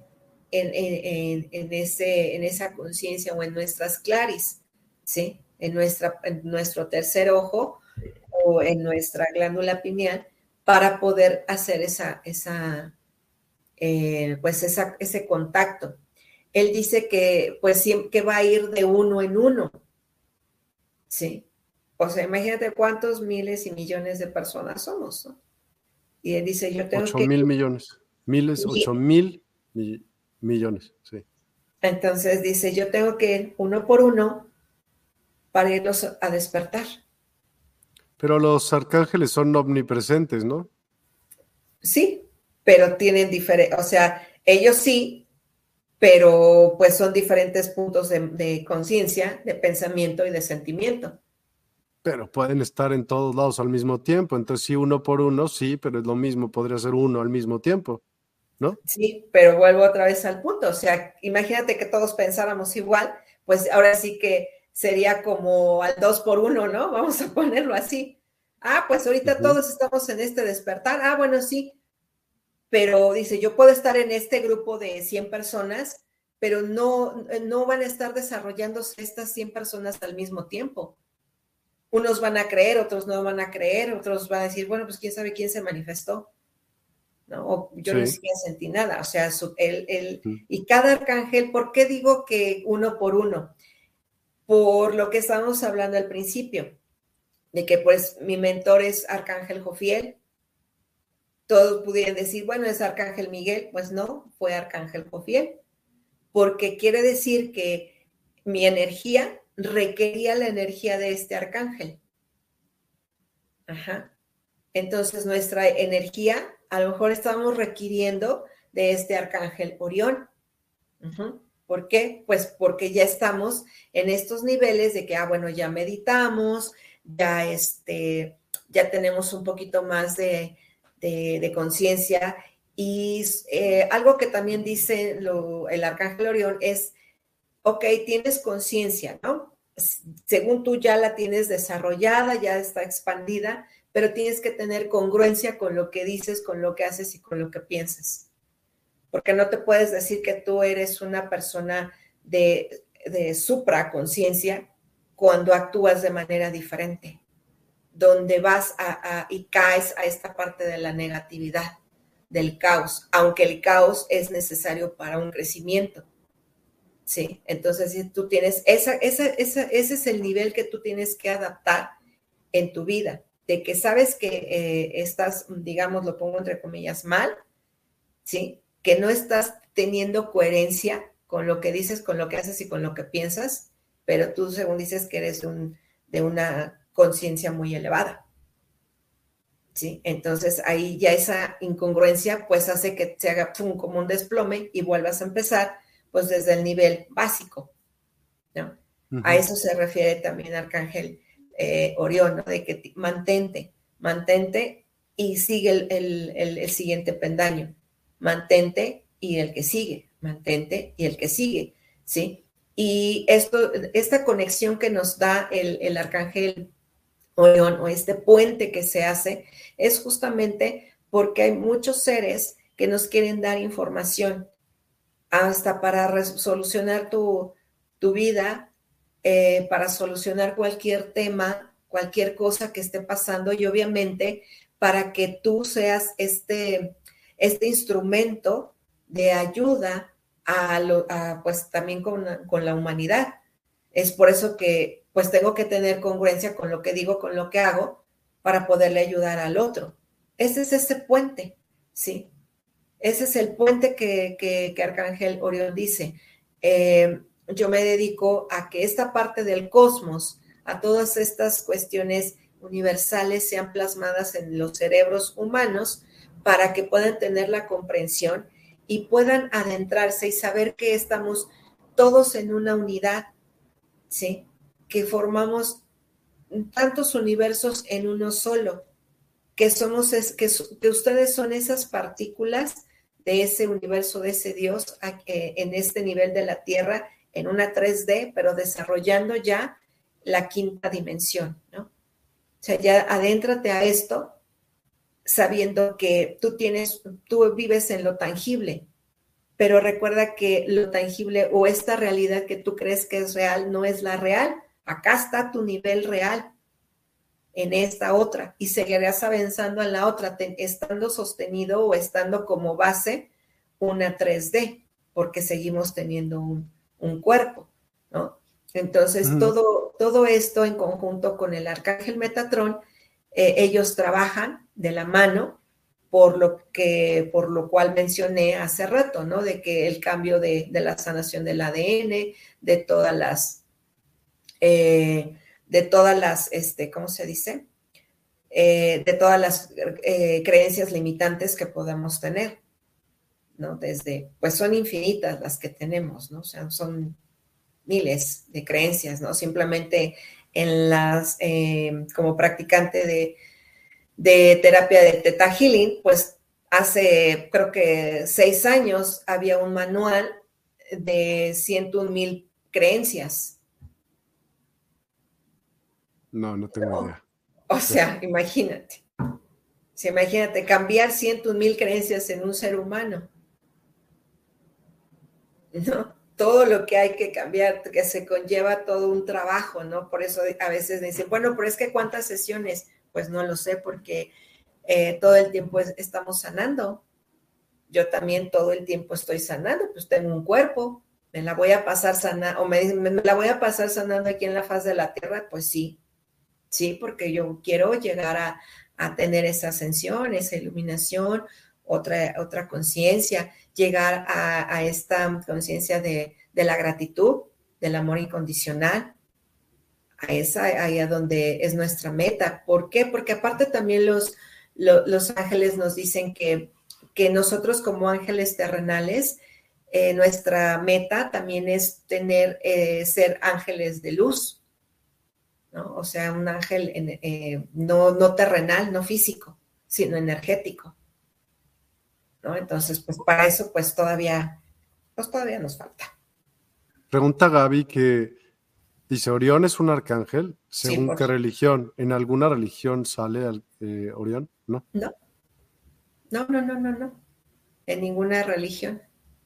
en esa conciencia o en nuestras claris, ¿sí? En nuestro tercer ojo o en nuestra glándula pineal para poder hacer ese contacto. Él dice que pues que va a ir de uno en uno, ¿sí? O sea, imagínate cuántos miles y millones de personas somos, ¿no? Y él dice, yo tengo 8,000 millones. Miles, 8,000 millones, sí. Entonces dice, yo tengo que ir uno por uno para irlos a despertar. Pero los arcángeles son omnipresentes, ¿no? Sí, pero tienen diferentes, o sea, ellos sí, pero pues son diferentes puntos de conciencia, de pensamiento y de sentimiento. Pero pueden estar en todos lados al mismo tiempo. Entonces, sí, uno por uno, sí, pero es lo mismo, podría ser uno al mismo tiempo, ¿no? Sí, pero vuelvo otra vez al punto. O sea, imagínate que todos pensáramos igual, pues ahora sí que sería como al 2 por 1, ¿no? Vamos a ponerlo así. Ah, pues ahorita todos estamos en este despertar. Ah, bueno, sí. Pero dice, yo puedo estar en este grupo de 100 personas, pero no van a estar desarrollándose estas 100 personas al mismo tiempo. Unos van a creer, otros no van a creer, otros van a decir, bueno, pues quién sabe quién se manifestó, ¿no? O yo ni siquiera sentí nada. O sea, y cada arcángel, ¿por qué digo que uno por uno? Por lo que estábamos hablando al principio, de que pues mi mentor es Arcángel Jofiel. Todos pudieran decir, bueno, es Arcángel Miguel. Pues no, fue Arcángel Jofiel, porque quiere decir que mi energía requería la energía de este arcángel. Ajá. Entonces nuestra energía, a lo mejor estamos requiriendo de este arcángel Orión. ¿Por qué? Pues porque ya estamos en estos niveles de que, bueno, ya meditamos, ya tenemos un poquito más de conciencia. Y algo que también dice el arcángel Orión es, ok, tienes conciencia, ¿no? Según tú ya la tienes desarrollada, ya está expandida, pero tienes que tener congruencia con lo que dices, con lo que haces y con lo que piensas. Porque no te puedes decir que tú eres una persona de supraconciencia cuando actúas de manera diferente, donde vas y caes a esta parte de la negatividad, del caos, aunque el caos es necesario para un crecimiento. Sí, entonces si tú tienes, ese es el nivel que tú tienes que adaptar en tu vida, de que sabes que estás, digamos, lo pongo entre comillas, mal, ¿sí? Que no estás teniendo coherencia con lo que dices, con lo que haces y con lo que piensas, pero tú según dices que eres de una conciencia muy elevada, ¿sí? Entonces ahí ya esa incongruencia pues hace que se haga como un desplome y vuelvas a empezar pues desde el nivel básico, ¿no? A eso se refiere también Arcángel Orión, ¿no? De que mantente y sigue el siguiente pendaño. Mantente y el que sigue, mantente y el que sigue, ¿sí? Y esta conexión que nos da el Arcángel Orión o este puente que se hace es justamente porque hay muchos seres que nos quieren dar información hasta para solucionar tu vida, para solucionar cualquier tema, cualquier cosa que esté pasando y obviamente para que tú seas este instrumento de ayuda pues también con la humanidad. Es por eso que pues tengo que tener congruencia con lo que digo, con lo que hago, para poderle ayudar al otro. Ese es ese puente, ¿sí? Ese es el puente que Arcángel Orión dice. Yo me dedico a que esta parte del cosmos, a todas estas cuestiones universales sean plasmadas en los cerebros humanos para que puedan tener la comprensión y puedan adentrarse y saber que estamos todos en una unidad, ¿sí? Que formamos tantos universos en uno solo, que somos, que ustedes son esas partículas de ese universo, de ese Dios, en este nivel de la Tierra, en una 3D, pero desarrollando ya la quinta dimensión, ¿no? O sea, ya adéntrate a esto, sabiendo que tú vives en lo tangible, pero recuerda que lo tangible o esta realidad que tú crees que es real no es la real. Acá está tu nivel real, en esta otra, y seguirás avanzando en la otra, estando sostenido o estando como base una 3D, porque seguimos teniendo un cuerpo, ¿no? Entonces, todo esto en conjunto con el arcángel Metatrón, ellos trabajan de la mano, por lo cual mencioné hace rato, ¿no? De que el cambio de la sanación del ADN, de todas las, ¿cómo se dice? De todas las creencias limitantes que podamos tener, ¿no? Pues son infinitas las que tenemos, ¿no? O sea, son miles de creencias, ¿no? Simplemente como practicante de terapia de Theta Healing, pues hace creo que 6 años había un manual de 101,000 creencias. No tengo idea. O sea, imagínate. Imagínate, cambiar 101,000 creencias en un ser humano. ¿No? Todo lo que hay que cambiar, que se conlleva todo un trabajo, ¿no? Por eso a veces dicen, bueno, pero es que ¿cuántas sesiones? Pues no lo sé, porque todo el tiempo estamos sanando. Yo también todo el tiempo estoy sanando, pues tengo un cuerpo, me la voy a pasar sanando, o me la voy a pasar sanando aquí en la faz de la tierra, pues sí, porque yo quiero llegar a tener esa ascensión, esa iluminación, otra conciencia, llegar a esta conciencia de la gratitud, del amor incondicional, ahí a donde es nuestra meta. ¿Por qué? Porque aparte también los ángeles nos dicen que nosotros como ángeles terrenales, nuestra meta también es ser ángeles de luz, ¿no? O sea, un ángel no terrenal, no físico, sino energético, ¿no? Entonces, pues para eso, pues todavía nos falta. Pregunta Gaby que dice, ¿Orión es un arcángel? ¿Según qué religión? ¿En alguna religión sale Orión? ¿No? No. En ninguna religión.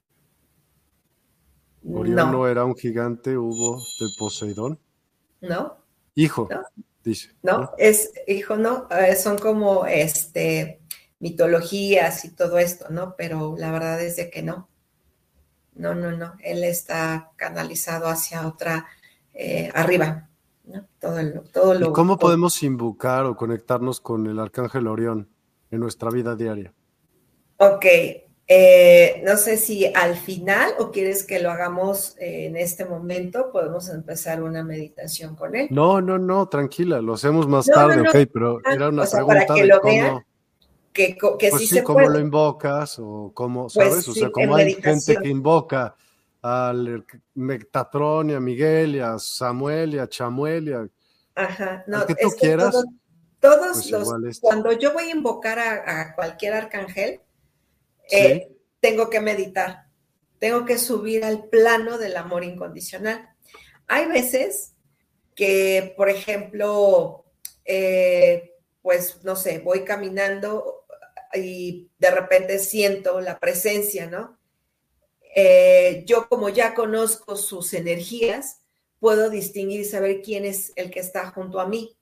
Orión no era un gigante, hubo de Poseidón. No. Hijo, no. Dice. No, es hijo, no, son como mitologías y todo esto, ¿no? Pero la verdad es de que no. No. Él está canalizado hacia otra, arriba, ¿no? Todo lo. ¿Y cómo podemos invocar o conectarnos con el arcángel Orión en nuestra vida diaria? Ok. No sé si al final o quieres que lo hagamos en este momento, podemos empezar una meditación con él. No, tranquila, lo hacemos más tarde, ok, pero era una pregunta para que de lo cómo... vean, que pues sí sí, se cómo puede. lo invocas o cómo, Pues ¿sabes? O sí, sea, como hay gente que invoca al Metatrón y a Miguel y a Samuel y a Chamuel y a... Ajá, no, al que tú es que quieras, todos pues los, igual cuando yo voy a invocar a cualquier arcángel, sí. Tengo que meditar, tengo que subir al plano del amor incondicional. Hay veces que, por ejemplo, pues no sé, voy caminando y de repente siento la presencia, ¿no? Yo como ya conozco sus energías, puedo distinguir y saber quién es el que está junto a mí.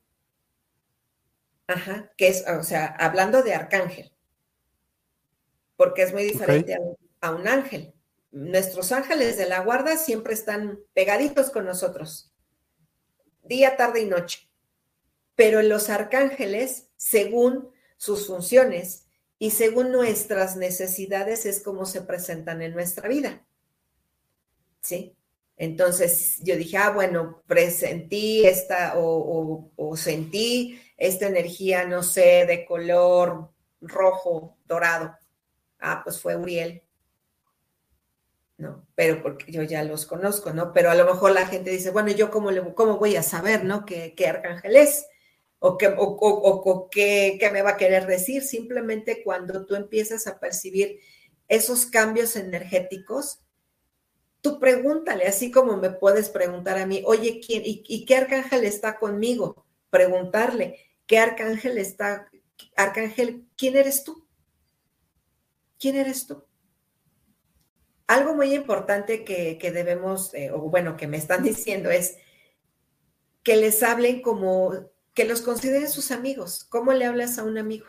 Ajá, que es, o sea, hablando de arcángel, porque es muy diferente a un ángel. Nuestros ángeles de la guarda siempre están pegaditos con nosotros, día, tarde y noche. Pero los arcángeles, según sus funciones y según nuestras necesidades, es como se presentan en nuestra vida. ¿Sí? Entonces yo dije, bueno, presentí esta o sentí esta energía, no sé, de color rojo, dorado. Pues fue Uriel, ¿no? Pero porque yo ya los conozco, ¿no? Pero a lo mejor la gente dice, bueno, ¿yo cómo voy a saber, ¿no? ¿Qué arcángel es? qué me va a querer decir. Simplemente cuando tú empiezas a percibir esos cambios energéticos, tú pregúntale, así como me puedes preguntar a mí, oye, ¿quién y qué arcángel está conmigo? Preguntarle, ¿qué arcángel está? Arcángel, ¿quién eres tú? ¿Quién eres tú? Algo muy importante que debemos, o bueno, que me están diciendo es que les hablen como, que los consideren sus amigos. ¿Cómo le hablas a un amigo?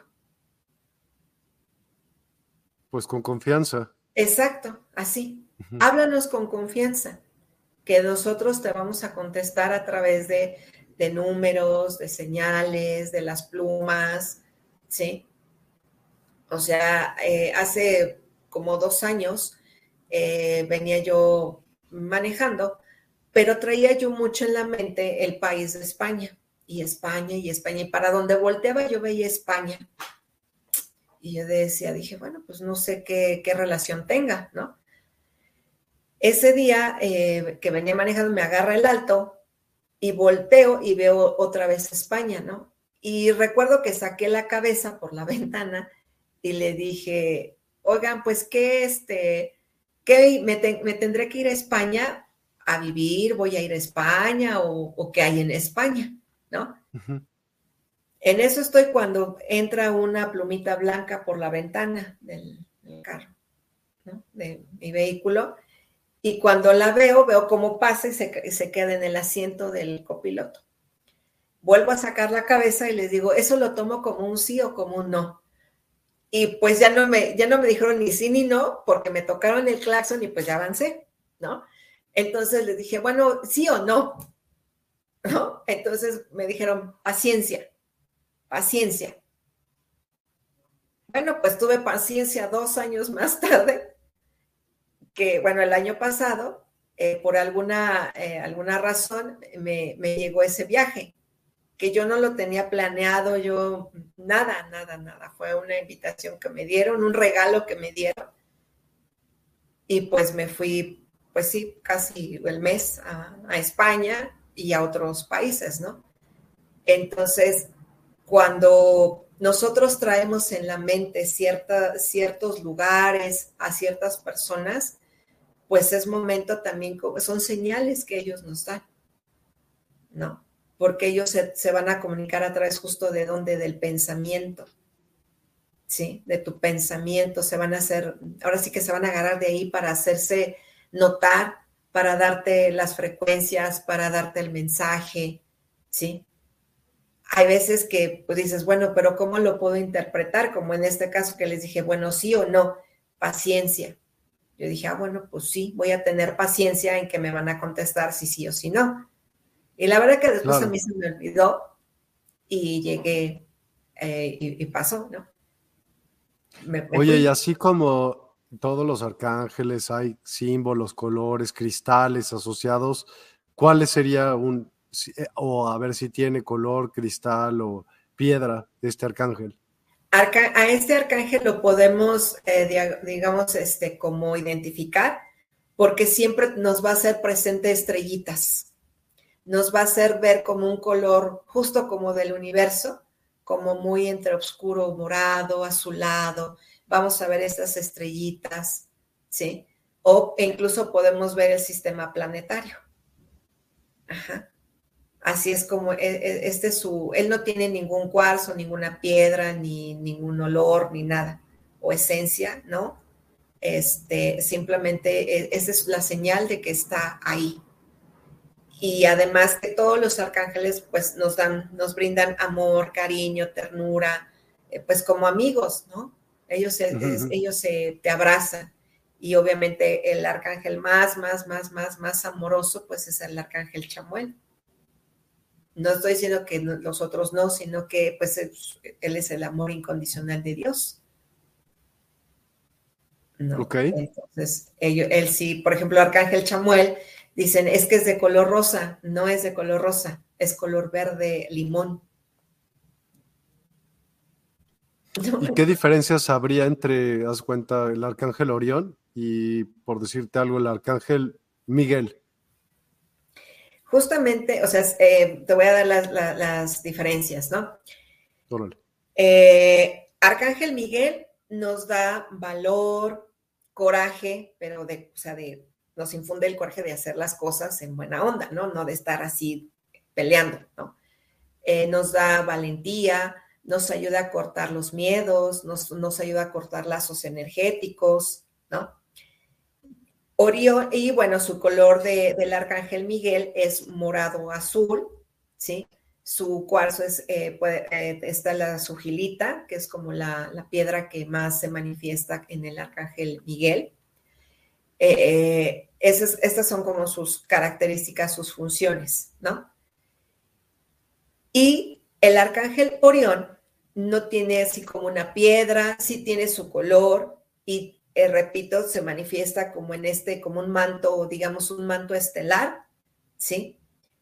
Pues con confianza. Exacto, así. Ujú. Háblanos con confianza, que nosotros te vamos a contestar a través de números, de señales, de las plumas, ¿sí? O sea, hace como 2 años venía yo manejando, pero traía yo mucho en la mente el país de España, y España, y España, y para donde volteaba yo veía España. Y yo dije, bueno, pues no sé qué relación tenga, ¿no? Ese día que venía manejando me agarra el alto y volteo y veo otra vez España, ¿no? Y recuerdo que saqué la cabeza por la ventana y le dije, oigan, pues ¿qué me tendré que ir a España a vivir? ¿Voy a ir a España o qué hay en España? ¿No? Ujú. En eso estoy cuando entra una plumita blanca por la ventana del carro, ¿no? De mi vehículo. Y cuando la veo cómo pasa y se queda en el asiento del copiloto. Vuelvo a sacar la cabeza y les digo, ¿eso lo tomo como un sí o como un no? Y pues ya no me dijeron ni sí ni no, porque me tocaron el claxon y pues ya avancé, ¿no? Entonces les dije, bueno, sí o no, ¿no? Entonces me dijeron, paciencia, paciencia. Bueno, pues tuve paciencia 2 años más tarde, que bueno, el año pasado, por alguna razón, me llegó ese viaje, que yo no lo tenía planeado, yo nada, nada, nada. Fue una invitación que me dieron, un regalo que me dieron. Y pues me fui, pues sí, casi el mes a España y a otros países, ¿no? Entonces, cuando nosotros traemos en la mente ciertos lugares, a ciertas personas, pues es momento también, son señales que ellos nos dan, ¿no? Porque ellos se van a comunicar a través justo de dónde, del pensamiento, ¿sí? De tu pensamiento, se van a hacer, ahora sí que se van a agarrar de ahí para hacerse notar, para darte las frecuencias, para darte el mensaje, ¿sí? Hay veces que pues, dices, bueno, pero ¿cómo lo puedo interpretar? Como en este caso que les dije, bueno, sí o no, paciencia. Yo dije, bueno, pues sí, voy a tener paciencia en que me van a contestar si sí o si no. Y la verdad que después a Claro. mí se me olvidó y llegué y pasó, ¿no? Me Oye, y fui. así como todos los arcángeles, hay símbolos, colores, cristales asociados, ¿cuál sería o a ver si tiene color, cristal o piedra este arcángel? A este arcángel lo podemos, digamos, como identificar, porque siempre nos va a hacer presente estrellitas. Nos va a hacer ver como un color justo como del universo, como muy entre oscuro, morado, azulado. Vamos a ver estas estrellitas, ¿sí? E incluso podemos ver el sistema planetario. Ajá. Así es como él no tiene ningún cuarzo, ninguna piedra, ni ningún olor, ni nada, o esencia, ¿no? Simplemente esa es la señal de que está ahí. Y además que todos los arcángeles pues nos brindan amor, cariño, ternura, pues como amigos, ¿no? Ellos, Ujú. ellos te abrazan. Y obviamente el arcángel más amoroso pues es el arcángel Chamuel. No estoy diciendo que los otros no, sino que pues él es el amor incondicional de Dios, ¿no? Ok. Entonces, él sí, por ejemplo, Arcángel Chamuel, dicen, es que es de color rosa, no es de color rosa, es color verde limón. ¿Y qué diferencias habría entre, haz cuenta, el arcángel Orión y, por decirte algo, el arcángel Miguel? Justamente, o sea, te voy a dar las diferencias, ¿no? Órale. Arcángel Miguel nos da valor, coraje, pero nos infunde el coraje de hacer las cosas en buena onda, ¿no? No de estar así peleando, ¿no? Nos da valentía, nos ayuda a cortar los miedos, nos ayuda a cortar lazos energéticos, ¿no? Orión, y bueno, su color del Arcángel Miguel es morado azul, ¿sí? Su cuarzo está la sugilita, que es como la piedra que más se manifiesta en el Arcángel Miguel. Estas son como sus características, sus funciones, ¿no? Y el Arcángel Orión no tiene así como una piedra, sí tiene su color y repito, se manifiesta como como un manto, digamos un manto estelar, ¿sí?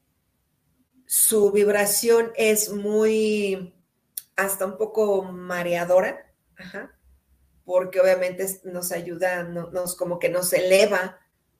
Su vibración es muy, hasta un poco mareadora, ajá, porque obviamente nos ayuda, como que nos eleva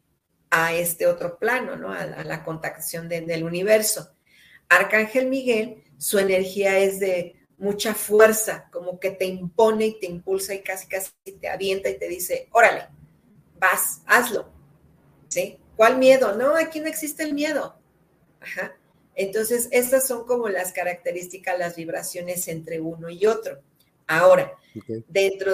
a este otro plano, ¿no? A la contactación del universo. Arcángel Miguel, su energía es de mucha fuerza, como que te impone y te impulsa y casi te avienta y te dice, órale, vas, hazlo, ¿sí? ¿Cuál miedo? No, aquí no existe el miedo. Ajá. Entonces, estas son como las características, las vibraciones entre uno y otro. Ahora, dentro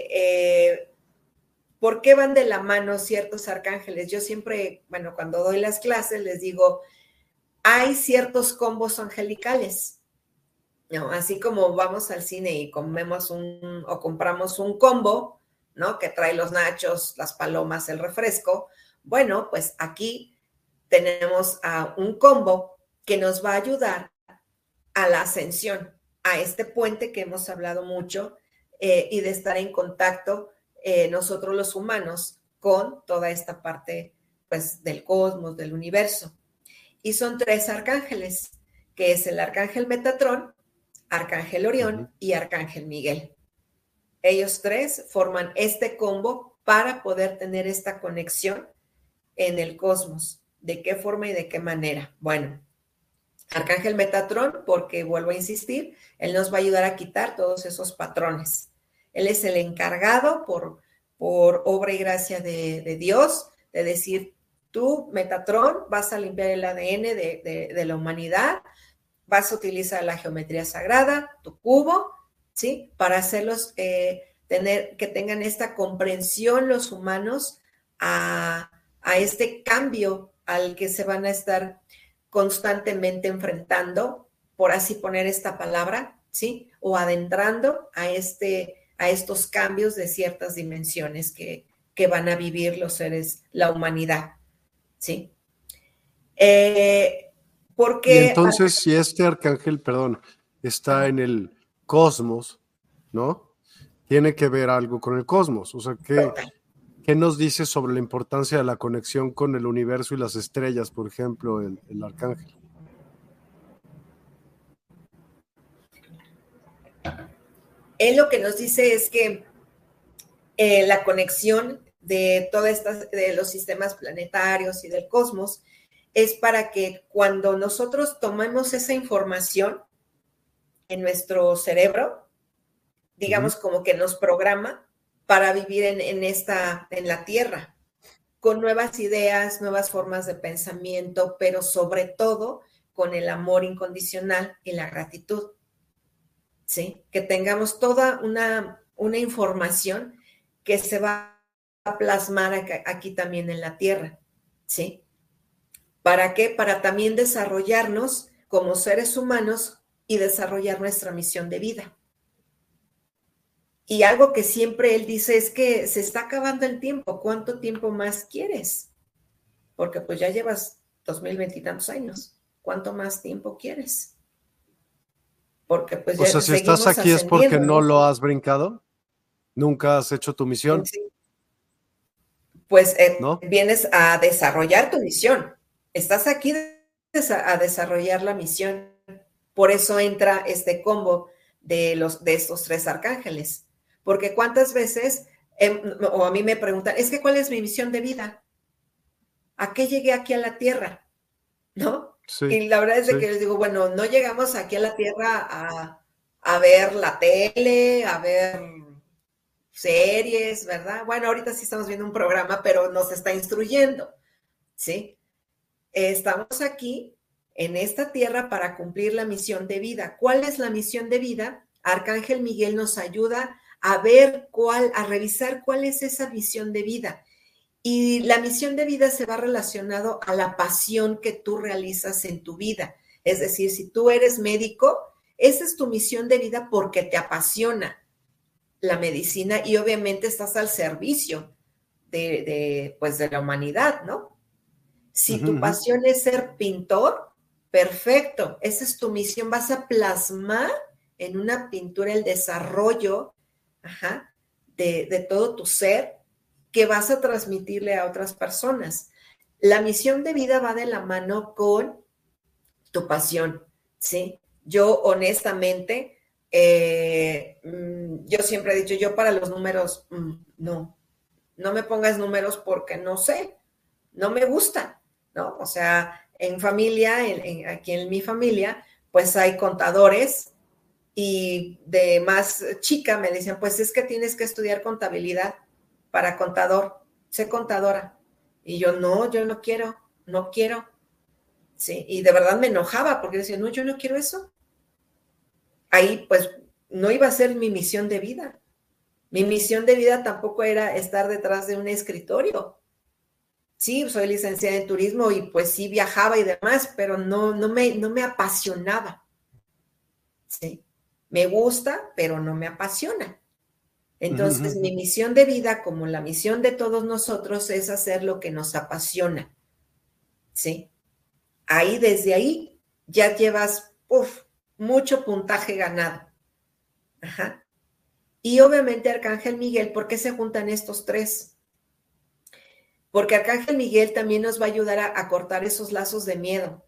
de ¿por qué van de la mano ciertos arcángeles? Yo siempre, bueno, cuando doy las clases les digo, hay ciertos combos angelicales. ¿No? Así como vamos al cine y comemos o compramos un combo, ¿no? Que trae los nachos, las palomas, el refresco. Bueno, pues aquí tenemos un combo que nos va a ayudar a la ascensión, a este puente que hemos hablado mucho y de estar en contacto nosotros los humanos con toda esta parte pues del cosmos, del universo. Y son 3 arcángeles, que es el arcángel Metatrón, Arcángel Orión y Arcángel Miguel. Ellos 3 forman este combo para poder tener esta conexión en el cosmos. ¿De qué forma y de qué manera? Bueno, Arcángel Metatrón, porque vuelvo a insistir, él nos va a ayudar a quitar todos esos patrones. Él es el encargado por obra y gracia de Dios de decir, tú, Metatrón, vas a limpiar el ADN de la humanidad, vas a utilizar la geometría sagrada, tu cubo, ¿sí? Para hacerlos que tengan esta comprensión los humanos a este cambio al que se van a estar constantemente enfrentando, por así poner esta palabra, ¿sí? O adentrando a estos cambios de ciertas dimensiones que van a vivir los seres, la humanidad, ¿sí? Y entonces, si este arcángel, perdón, está en el cosmos, ¿no? Tiene que ver algo con el cosmos. O sea, ¿qué nos dice sobre la importancia de la conexión con el universo y las estrellas, por ejemplo, el arcángel? Él lo que nos dice es que la conexión de de los sistemas planetarios y del cosmos es para que cuando nosotros tomemos esa información en nuestro cerebro, digamos como que nos programa para vivir en la Tierra, con nuevas ideas, nuevas formas de pensamiento, pero sobre todo con el amor incondicional y la gratitud, ¿sí? Que tengamos toda una información que se va a plasmar aquí también en la Tierra, ¿sí? ¿Para qué? Para también desarrollarnos como seres humanos y desarrollar nuestra misión de vida. Y algo que siempre él dice es que se está acabando el tiempo. ¿Cuánto tiempo más quieres? Porque pues ya llevas 2020 y tantos años. ¿Cuánto más tiempo quieres? Porque pues ya si estás aquí es porque no lo has brincado. ¿Nunca has hecho tu misión? Sí. Pues ¿no? Vienes a desarrollar tu misión. Estás aquí a desarrollar la misión. Por eso entra este combo de estos 3 arcángeles. Porque cuántas veces, o a mí me preguntan, es que ¿cuál es mi misión de vida? ¿A qué llegué aquí a la Tierra? ¿no? Sí, Y la verdad es de sí. que les digo, bueno, no llegamos aquí a la Tierra a ver la tele, a ver series, ¿verdad? Bueno, ahorita sí estamos viendo un programa, pero nos está instruyendo, ¿sí? Estamos aquí en esta tierra para cumplir la misión de vida. ¿Cuál es la misión de vida? Arcángel Miguel nos ayuda a ver a revisar cuál es esa misión de vida. Y la misión de vida se va relacionado a la pasión que tú realizas en tu vida. Es decir, si tú eres médico, esa es tu misión de vida porque te apasiona la medicina y obviamente estás al servicio pues de la humanidad, ¿no? Si Ujú, tu ujú. pasión es ser pintor, perfecto, esa es tu misión, vas a plasmar en una pintura el desarrollo, ajá, de todo tu ser que vas a transmitirle a otras personas. La misión de vida va de la mano con tu pasión, ¿sí? Yo honestamente, yo siempre he dicho, yo para los números, no, no me pongas números porque no sé, no me gusta, ¿no? O sea, en familia, aquí en mi familia, pues hay contadores y de más chica me decían, pues es que tienes que estudiar contabilidad para contador, sé contadora. Y yo, no, yo no quiero, no quiero, ¿sí? Y de verdad me enojaba porque decía, no, yo no quiero eso. Ahí pues no iba a ser mi misión de vida. Mi misión de vida tampoco era estar detrás de un escritorio. Sí, soy licenciada en turismo y pues sí viajaba y demás, pero no me apasionaba. Sí, me gusta, pero no me apasiona. Ujú, Entonces, ujú. mi misión de vida, como la misión de todos nosotros, es hacer lo que nos apasiona. Sí, ahí desde ahí ya llevas mucho puntaje ganado. Ajá. Y obviamente Arcángel Miguel, ¿por qué se juntan estos tres? Porque Arcángel Miguel también nos va a ayudar a cortar esos lazos de miedo,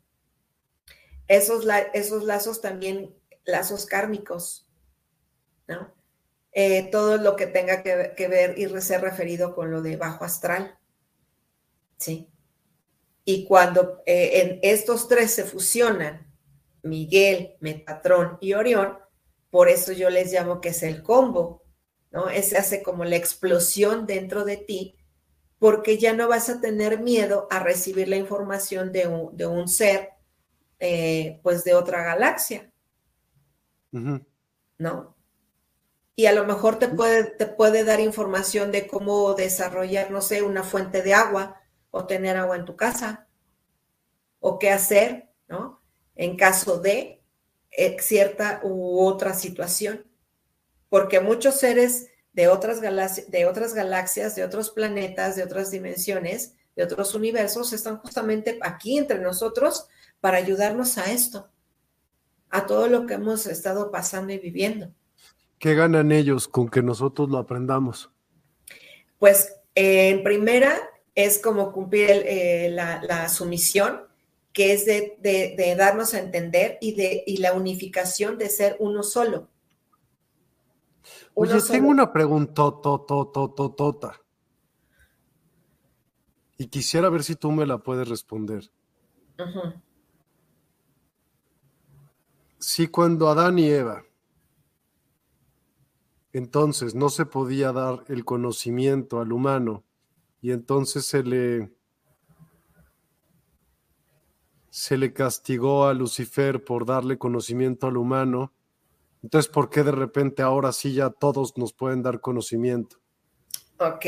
esos lazos también, lazos kármicos, ¿no? Todo lo que tenga que ver y ser referido con lo de bajo astral, ¿sí? Y cuando en estos tres se fusionan, Miguel, Metatrón y Orión, por eso yo les llamo que es el combo, ¿no? Ese hace como la explosión dentro de ti, porque ya no vas a tener miedo a recibir la información de un ser, pues de otra galaxia, Ujú. ¿no? Y a lo mejor te puede dar información de cómo desarrollar, no sé, una fuente de agua o tener agua en tu casa o qué hacer, ¿no? En caso de cierta u otra situación. Porque muchos seres de otras galaxias, de otros planetas, de otras dimensiones, de otros universos, están justamente aquí entre nosotros para ayudarnos a esto, a todo lo que hemos estado pasando y viviendo. ¿Qué ganan ellos con que nosotros lo aprendamos? Pues en primera es como cumplir la sumisión, que es de darnos a entender y la unificación de ser uno solo. Uno Oye, tengo solo. una pregunta, tota, y quisiera ver si tú me la puedes responder. Uh-huh. Si cuando Adán y Eva, entonces no se podía dar el conocimiento al humano, y entonces se le castigó a Lucifer por darle conocimiento al humano, entonces, ¿por qué de repente ahora sí ya todos nos pueden dar conocimiento? Ok.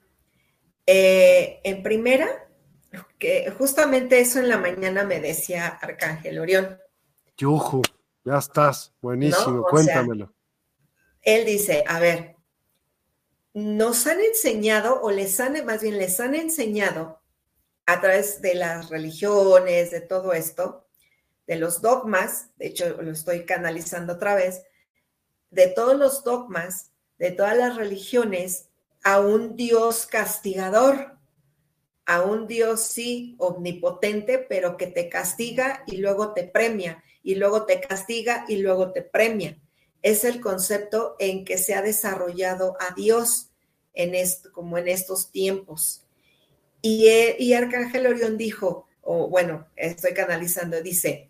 En primera, que justamente eso en la mañana me decía Arcángel Orión, Yuju, ya estás, ¿no? buenísimo, O sea, cuéntamelo. él dice, a ver, nos han enseñado, o más bien les han enseñado a través de las religiones, de todo esto, de los dogmas, de hecho lo estoy canalizando otra vez, de todos los dogmas, de todas las religiones, a un Dios castigador, a un Dios sí omnipotente, pero que te castiga y luego te premia, y luego te castiga y luego te premia. Es el concepto en que se ha desarrollado a Dios como en estos tiempos. Y Arcángel Orión dijo, o bueno, estoy canalizando, dice,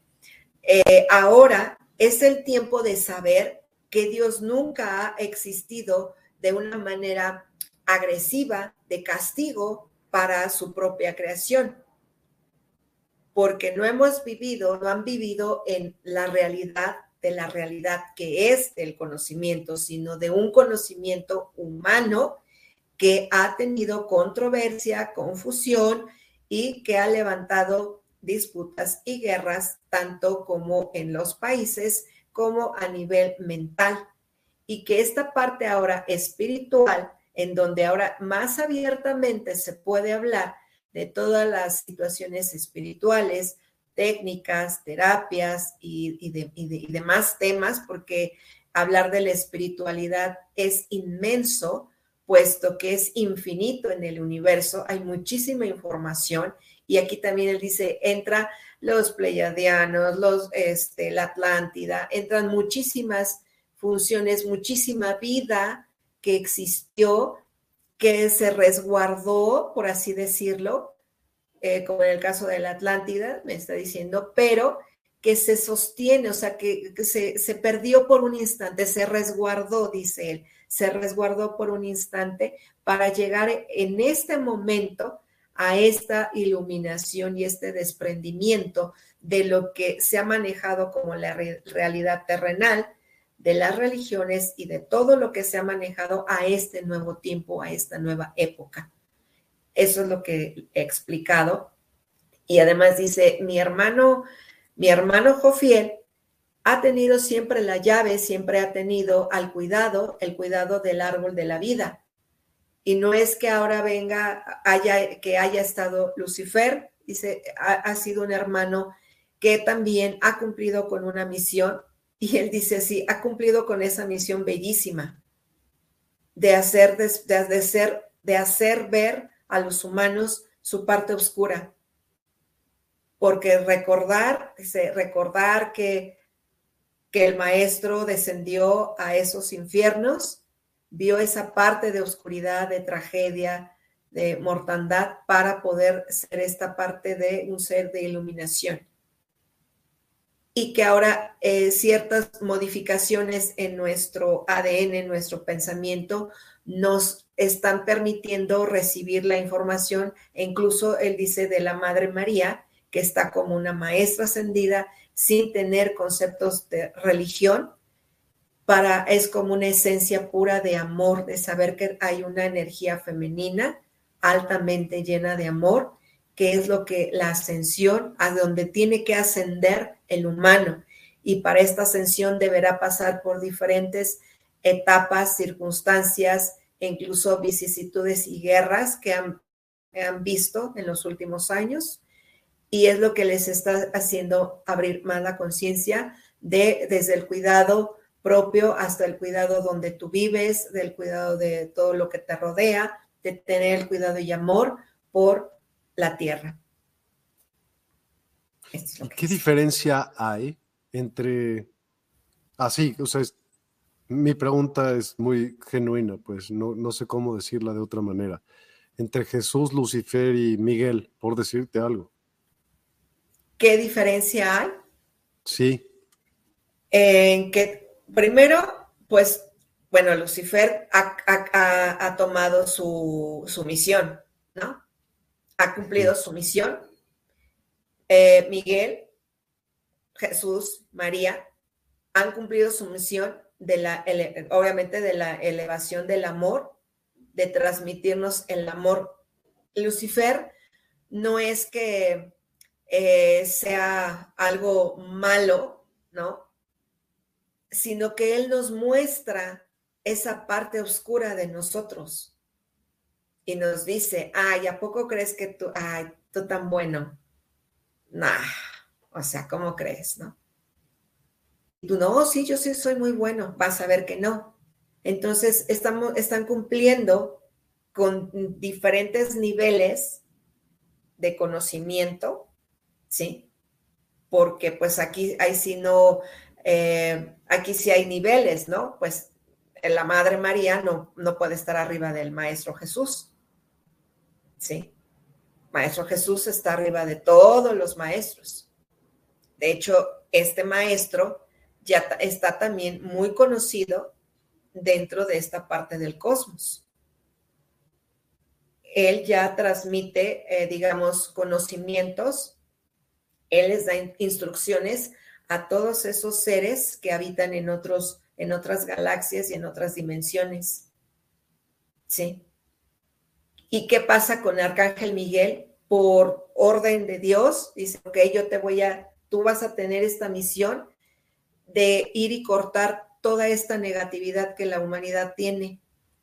ahora es el tiempo de saber que Dios nunca ha existido de una manera agresiva, de castigo para su propia creación, porque no han vivido en la realidad de la realidad que es el conocimiento, sino de un conocimiento humano que ha tenido controversia, confusión y que ha levantado disputas y guerras, tanto como en los países como a nivel mental. Y que esta parte ahora espiritual, en donde ahora más abiertamente se puede hablar de todas las situaciones espirituales, técnicas, terapias y demás temas, porque hablar de la espiritualidad es inmenso, puesto que es infinito en el universo, hay muchísima información, y aquí también él dice, entra los pleiadianos, la Atlántida, entran muchísimas funciones, muchísima vida que existió, que se resguardó, por así decirlo, como en el caso de la Atlántida, me está diciendo, pero que se sostiene, o sea, que se perdió por un instante, se resguardó, dice él, se resguardó por un instante para llegar en este momento a esta iluminación y este desprendimiento de lo que se ha manejado como la realidad terrenal, de las religiones y de todo lo que se ha manejado a este nuevo tiempo, a esta nueva época. Eso es lo que he explicado. Y además dice, mi hermano Jofiel ha tenido siempre la llave, siempre ha tenido el cuidado del árbol de la vida. Y no es que ahora que haya estado Lucifer, dice, ha sido un hermano que también ha cumplido con una misión. Y él dice, sí, ha cumplido con esa misión bellísima de hacer ver a los humanos su parte oscura. Porque recordar que el maestro descendió a esos infiernos, vio esa parte de oscuridad, de tragedia, de mortandad, para poder ser esta parte de un ser de iluminación. Y que ahora ciertas modificaciones en nuestro ADN, en nuestro pensamiento, nos están permitiendo recibir la información. E incluso él dice de la Madre María, que está como una maestra ascendida, sin tener conceptos de religión, es como una esencia pura de amor, de saber que hay una energía femenina altamente llena de amor, que es lo que la ascensión, a donde tiene que ascender el humano. Y para esta ascensión deberá pasar por diferentes etapas, circunstancias, e incluso vicisitudes y guerras que han visto en los últimos años. Y es lo que les está haciendo abrir más la conciencia desde el cuidado propio hasta el cuidado donde tú vives, del cuidado de todo lo que te rodea, de tener el cuidado y amor por la tierra. Es ¿Qué diferencia hay entre así? O sea, mi pregunta es muy genuina, pues no sé cómo decirla de otra manera. Entre Jesús, Lucifer y Miguel, por decirte algo. ¿Qué diferencia hay? Sí. En que primero, pues, bueno, Lucifer ha tomado su misión, ¿no? Ha cumplido su misión. Miguel, Jesús, María han cumplido su misión obviamente de la elevación del amor, de transmitirnos el amor. Lucifer no es que sea algo malo, ¿no? Sino que él nos muestra esa parte oscura de nosotros y nos dice, ay, ¿a poco crees que tú tan bueno? Nah, o sea, ¿cómo crees, no? Y tú, no, sí, yo sí soy muy bueno, vas a ver que no. Entonces, están cumpliendo con diferentes niveles de conocimiento, ¿sí? Porque pues aquí sí hay niveles, ¿no? Pues la Madre María no puede estar arriba del Maestro Jesús, ¿sí? Maestro Jesús está arriba de todos los maestros. De hecho, este maestro ya está también muy conocido dentro de esta parte del cosmos. Él ya transmite, digamos, conocimientos, él les da instrucciones a todos esos seres que habitan en otras galaxias y en otras dimensiones. ¿Sí? ¿Y qué pasa con Arcángel Miguel? Por orden de Dios, dice, ok, tú vas a tener esta misión de ir y cortar toda esta negatividad que la humanidad tiene.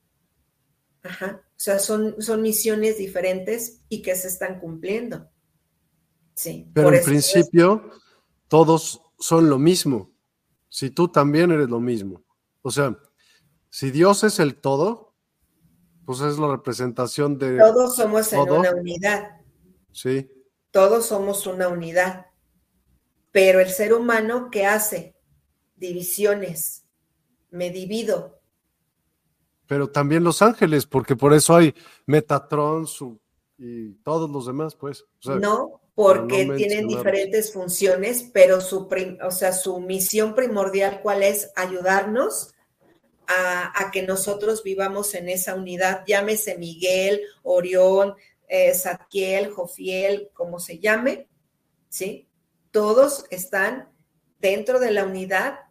Ajá. O sea, son misiones diferentes y que se están cumpliendo. Sí. Pero en principio, todos son lo mismo. Si tú también eres lo mismo. O sea, si Dios es el todo, pues es la representación de todos somos todo. En una unidad. Sí. Todos somos una unidad. Pero el ser humano, ¿qué hace? Divisiones. Me divido. Pero también los ángeles, porque por eso hay Metatron y todos los demás, pues. O sea, no, porque no tienen diferentes funciones, pero su misión primordial, ¿cuál es? Ayudarnos a que nosotros vivamos en esa unidad. Llámese Miguel, Orión, Zadkiel, Jofiel, como se llame, ¿sí? Todos están dentro de la unidad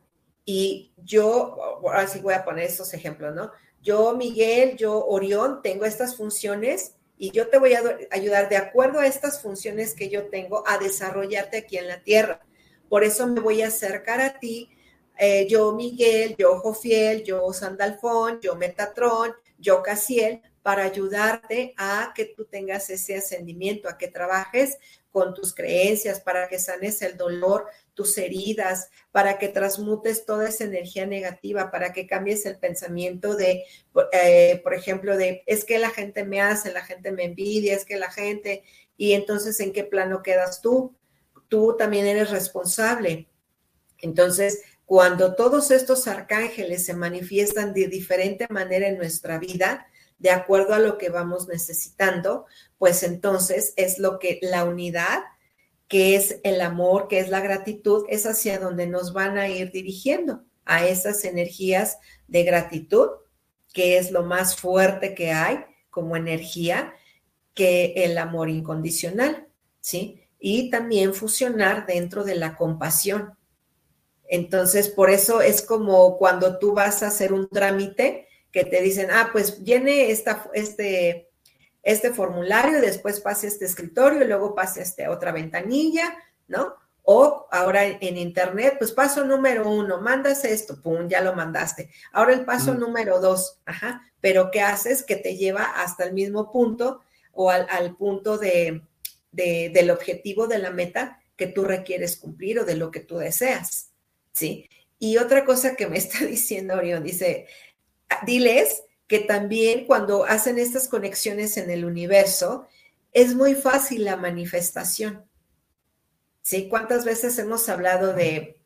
y yo, ahora sí voy a poner estos ejemplos, ¿no? Yo, Miguel, yo, Orión, tengo estas funciones y yo te voy a ayudar de acuerdo a estas funciones que yo tengo a desarrollarte aquí en la Tierra. Por eso me voy a acercar a ti, yo, Miguel, yo, Jofiel, yo, Sandalfón, yo, Metatron, yo, Casiel, para ayudarte a que tú tengas ese ascendimiento, a que trabajes con tus creencias, para que sanes el dolor, tus heridas, para que transmutes toda esa energía negativa, para que cambies el pensamiento de, por ejemplo, de es que la gente me hace, la gente me envidia, es que la gente, y entonces ¿en qué plano quedas tú? Tú también eres responsable. Entonces, cuando todos estos arcángeles se manifiestan de diferente manera en nuestra vida, de acuerdo a lo que vamos necesitando, pues entonces es lo que la unidad, que es el amor, que es la gratitud, es hacia donde nos van a ir dirigiendo, a esas energías de gratitud, que es lo más fuerte que hay como energía, que el amor incondicional, ¿sí? Y también fusionar dentro de la compasión. Entonces, por eso es como cuando tú vas a hacer un trámite, que te dicen, pues llene este formulario y después pase a este escritorio y luego pase a otra ventanilla, ¿no? O ahora en internet, pues paso número 1, mandas esto, pum, ya lo mandaste. Ahora el paso número 2, pero ¿qué haces? Que te lleva hasta el mismo punto o al punto del objetivo de la meta que tú requieres cumplir o de lo que tú deseas, ¿sí? Y otra cosa que me está diciendo Orión, dice, diles que también cuando hacen estas conexiones en el universo, es muy fácil la manifestación. ¿Sí? ¿Cuántas veces hemos hablado de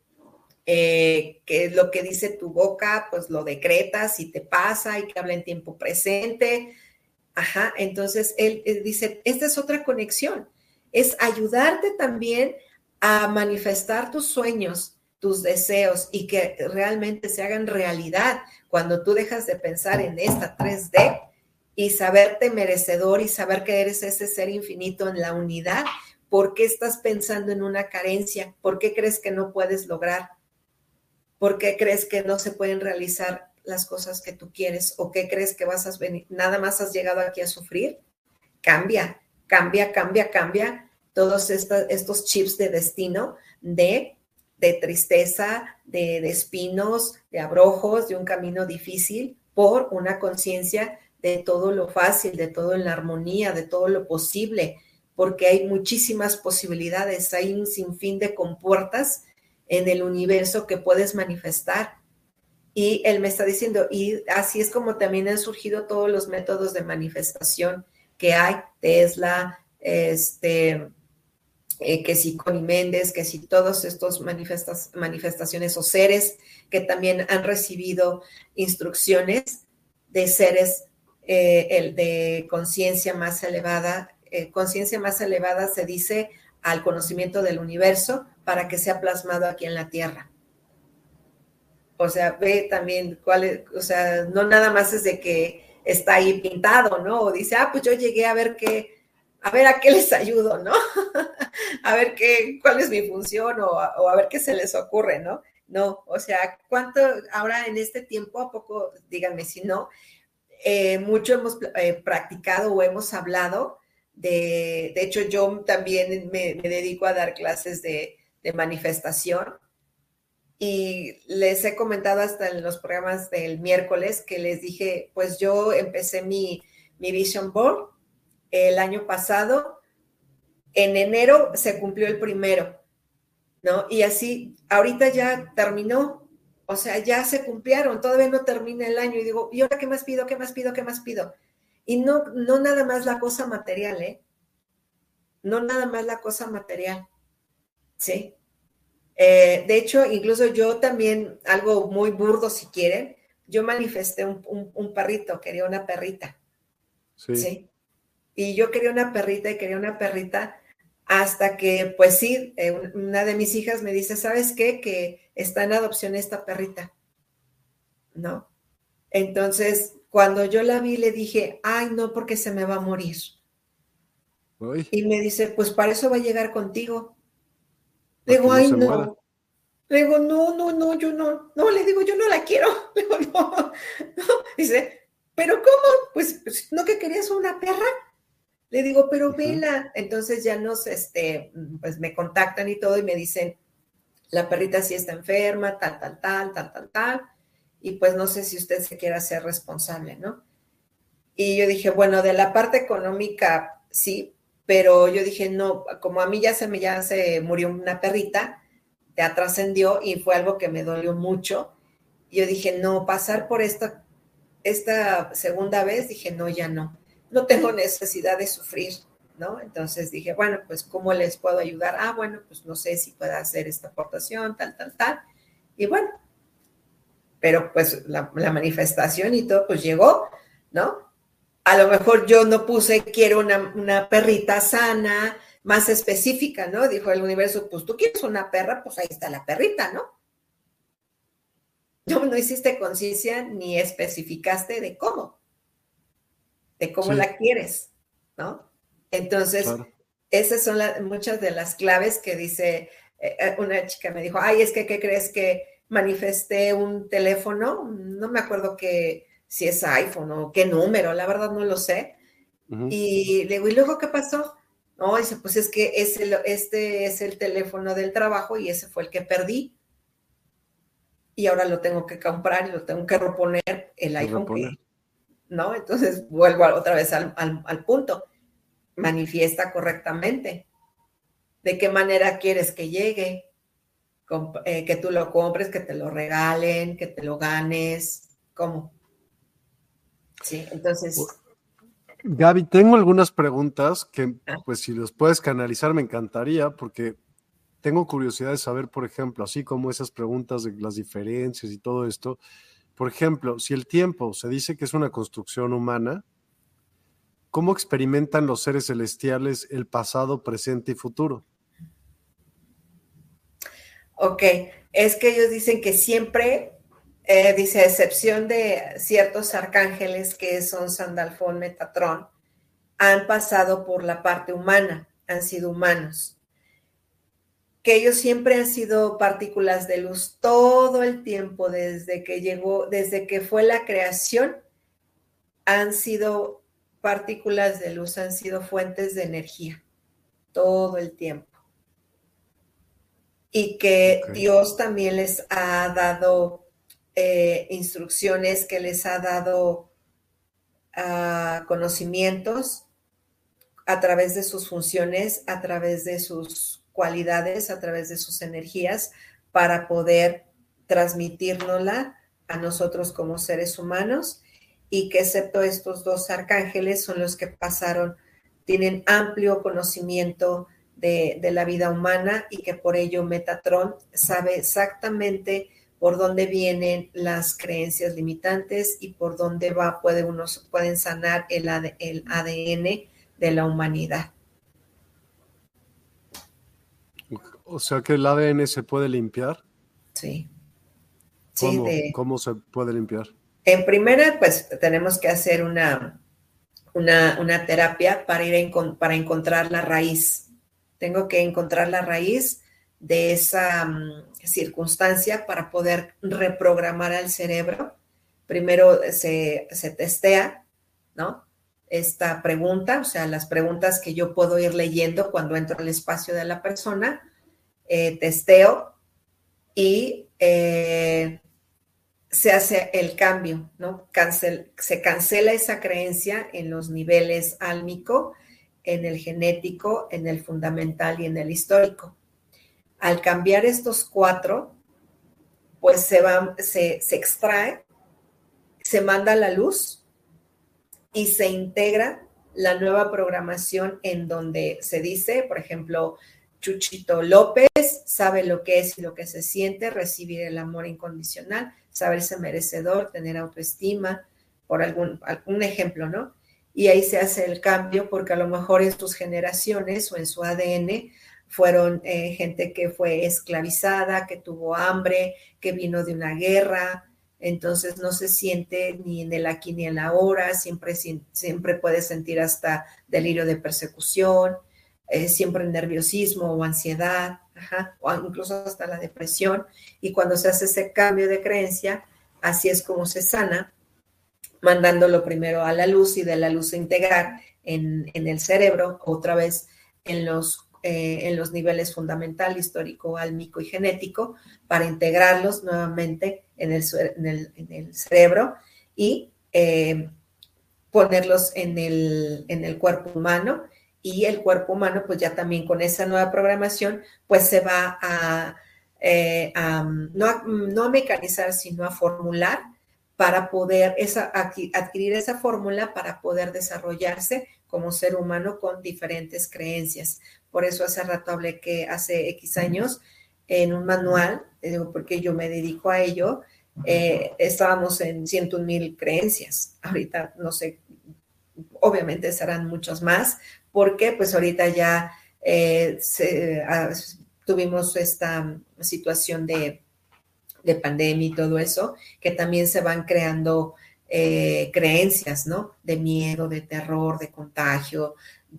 que lo que dice tu boca, pues lo decretas y te pasa y que habla en tiempo presente? Entonces él dice, esta es otra conexión, es ayudarte también a manifestar tus sueños, tus deseos y que realmente se hagan realidad cuando tú dejas de pensar en esta 3D y saberte merecedor y saber que eres ese ser infinito en la unidad. ¿Por qué estás pensando en una carencia? ¿Por qué crees que no puedes lograr? ¿Por qué crees que no se pueden realizar las cosas que tú quieres? ¿O qué crees que vas a venir? ¿Nada más has llegado aquí a sufrir? Cambia todos estos chips de destino de tristeza, de espinos, de abrojos, de un camino difícil, por una conciencia de todo lo fácil, de todo en la armonía, de todo lo posible, porque hay muchísimas posibilidades, hay un sinfín de compuertas en el universo que puedes manifestar. Y él me está diciendo, y así es como también han surgido todos los métodos de manifestación que hay, Tesla, que si Connie Méndez, que si todos estos manifestaciones o seres que también han recibido instrucciones de seres de conciencia más elevada, conciencia más elevada se dice al conocimiento del universo para que sea plasmado aquí en la Tierra. O sea, ve también cuál es, o sea, no nada más es de que está ahí pintado, ¿no? O dice, pues yo llegué a ver a qué les ayudo, ¿no? A ver cuál es mi función o a ver qué se les ocurre, ¿no? No, o sea, ¿cuánto ahora en este tiempo, a poco, díganme si no, mucho hemos practicado o hemos hablado de hecho yo también me dedico a dar clases de manifestación y les he comentado hasta en los programas del miércoles que les dije, pues yo empecé mi Vision Board el año pasado, en enero se cumplió el primero, ¿no? Y así, ahorita ya terminó, o sea, ya se cumplieron, todavía no termina el año y digo, ¿y ahora qué más pido? ¿Qué más pido? ¿Qué más pido? Y no nada más la cosa material, ¿eh? No nada más la cosa material, ¿sí? De hecho, incluso yo también, algo muy burdo si quieren, yo manifesté un perrito, quería una perrita, ¿sí? Y yo quería una perrita y quería una perrita hasta que, pues sí, una de mis hijas me dice, ¿sabes qué? Que está en adopción esta perrita, ¿no? Entonces, cuando yo la vi, le dije, ay, no, porque se me va a morir. Uy. Y me dice, pues para eso va a llegar contigo. Le digo, ay, no. Le digo, no, yo no, le digo, yo no la quiero. Le digo, no. Dice, ¿pero cómo? Pues, ¿no que querías una perra? Le digo, pero vela. Entonces ya pues me contactan y todo y me dicen, la perrita sí está enferma, tal. Y pues no sé si usted se quiera hacer responsable, ¿no? Y yo dije, bueno, de la parte económica sí, pero yo dije, no, como a mí ya se murió una perrita, ya trascendió y fue algo que me dolió mucho. Y yo dije, no, pasar por esta segunda vez, dije, no, ya no tengo necesidad de sufrir, ¿no? Entonces dije, bueno, pues, ¿cómo les puedo ayudar? Bueno, pues no sé si pueda hacer esta aportación, tal. Y bueno, pero pues la manifestación y todo, pues llegó, ¿no? A lo mejor yo no puse, quiero una perrita sana, más específica, ¿no? Dijo el universo, pues tú quieres una perra, pues ahí está la perrita, ¿no? No hiciste conciencia ni especificaste de cómo la quieres, ¿no? Entonces, claro. Esas son muchas de las claves que dice, una chica me dijo, ay, es que, ¿qué crees? Que manifesté un teléfono, no me acuerdo si es iPhone o qué número, la verdad no lo sé. Y le digo, ¿y luego qué pasó? No, dice, pues es que este es el teléfono del trabajo y ese fue el que perdí. Y ahora lo tengo que comprar y lo tengo que reponer el iPhone que... ¿no? Entonces vuelvo otra vez al punto. Manifiesta correctamente. ¿De qué manera quieres que llegue? Que tú lo compres, que te lo regalen, que te lo ganes. ¿Cómo? Sí, entonces... Gaby, tengo algunas preguntas que, pues, si los puedes canalizar, me encantaría, porque tengo curiosidad de saber, por ejemplo, así como esas preguntas de las diferencias y todo esto. Por ejemplo, si el tiempo se dice que es una construcción humana, ¿cómo experimentan los seres celestiales el pasado, presente y futuro? Ok, es que ellos dicen que siempre, dice, a excepción de ciertos arcángeles que son Sandalfón, Metatrón, han pasado por la parte humana, han sido humanos. Que ellos siempre han sido partículas de luz todo el tiempo, desde que fue la creación, han sido partículas de luz, han sido fuentes de energía todo el tiempo. Y que Dios también les ha dado instrucciones, que les ha dado conocimientos a través de sus funciones, a través de sus cualidades, a través de sus energías, para poder transmitírnosla a nosotros como seres humanos, y que excepto estos dos arcángeles son los que pasaron, tienen amplio conocimiento de la vida humana, y que por ello Metatrón sabe exactamente por dónde vienen las creencias limitantes y por dónde pueden sanar el ADN de la humanidad. O sea que el ADN se puede limpiar. Sí. ¿Cómo, Sí, cómo se puede limpiar? en primera, pues tenemos que hacer una terapia para encontrar la raíz. Tengo que encontrar la raíz de esa circunstancia para poder reprogramar al cerebro. Primero se testea, ¿no? Esta pregunta, o sea, las preguntas que yo puedo ir leyendo cuando entro al espacio de la persona, testeo y se hace el cambio, ¿no? Se cancela esa creencia en los niveles álmico, en el genético, en el fundamental y en el histórico. Al cambiar estos 4, pues se extrae, se manda a la luz y se integra la nueva programación en donde se dice, por ejemplo, Chuchito López sabe lo que es y lo que se siente, recibir el amor incondicional, saberse merecedor, tener autoestima, por algún ejemplo, ¿no? Y ahí se hace el cambio porque a lo mejor en sus generaciones o en su ADN fueron gente que fue esclavizada, que tuvo hambre, que vino de una guerra, entonces no se siente ni en el aquí ni en la ahora, siempre puede sentir hasta delirio de persecución, siempre nerviosismo o ansiedad, o incluso hasta la depresión, y cuando se hace ese cambio de creencia, así es como se sana, mandándolo primero a la luz y de la luz a integrar en el cerebro, otra vez en los niveles fundamental, histórico, álmico y genético, para integrarlos nuevamente en el cerebro y ponerlos en el cuerpo humano, y el cuerpo humano, pues ya también con esa nueva programación, pues se va no a mecanizar, sino a formular para poder adquirir esa fórmula para poder desarrollarse como ser humano con diferentes creencias. Por eso hace rato hablé que hace X años en un manual, porque yo me dedico a ello, estábamos en 101,000 creencias. Ahorita no sé, obviamente serán muchos más, porque pues ahorita ya tuvimos esta situación de pandemia y todo eso, que también se van creando creencias, ¿no? De miedo, de terror, de contagio,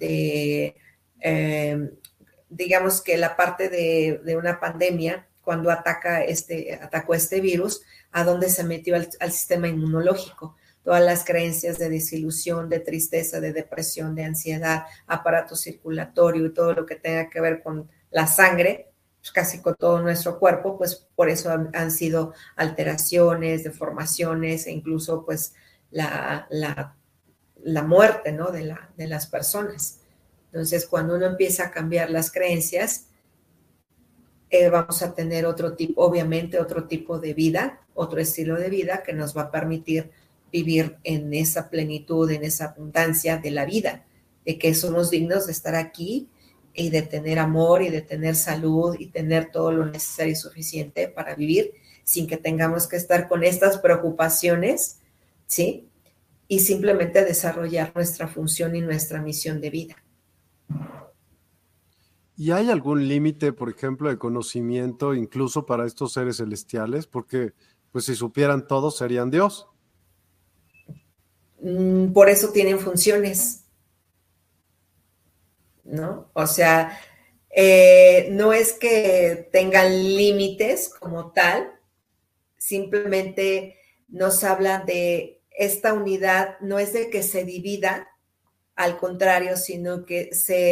digamos que la parte de una pandemia, cuando atacó este virus, a dónde se metió al sistema inmunológico. Todas las creencias de desilusión, de tristeza, de depresión, de ansiedad, aparato circulatorio y todo lo que tenga que ver con la sangre, pues casi con todo nuestro cuerpo, pues por eso han sido alteraciones, deformaciones e incluso pues la muerte, ¿no? de las personas. Entonces, cuando uno empieza a cambiar las creencias, vamos a tener obviamente otro tipo de vida, otro estilo de vida que nos va a permitir vivir en esa plenitud, en esa abundancia de la vida, de que somos dignos de estar aquí y de tener amor y de tener salud y tener todo lo necesario y suficiente para vivir sin que tengamos que estar con estas preocupaciones, ¿sí? Y simplemente desarrollar nuestra función y nuestra misión de vida. ¿Y hay algún límite, por ejemplo, de conocimiento incluso para estos seres celestiales? Porque, pues, si supieran todo, serían Dios. Por eso tienen funciones, ¿no? O sea, no es que tengan límites como tal, simplemente nos habla de esta unidad, no es de que se divida, al contrario, sino que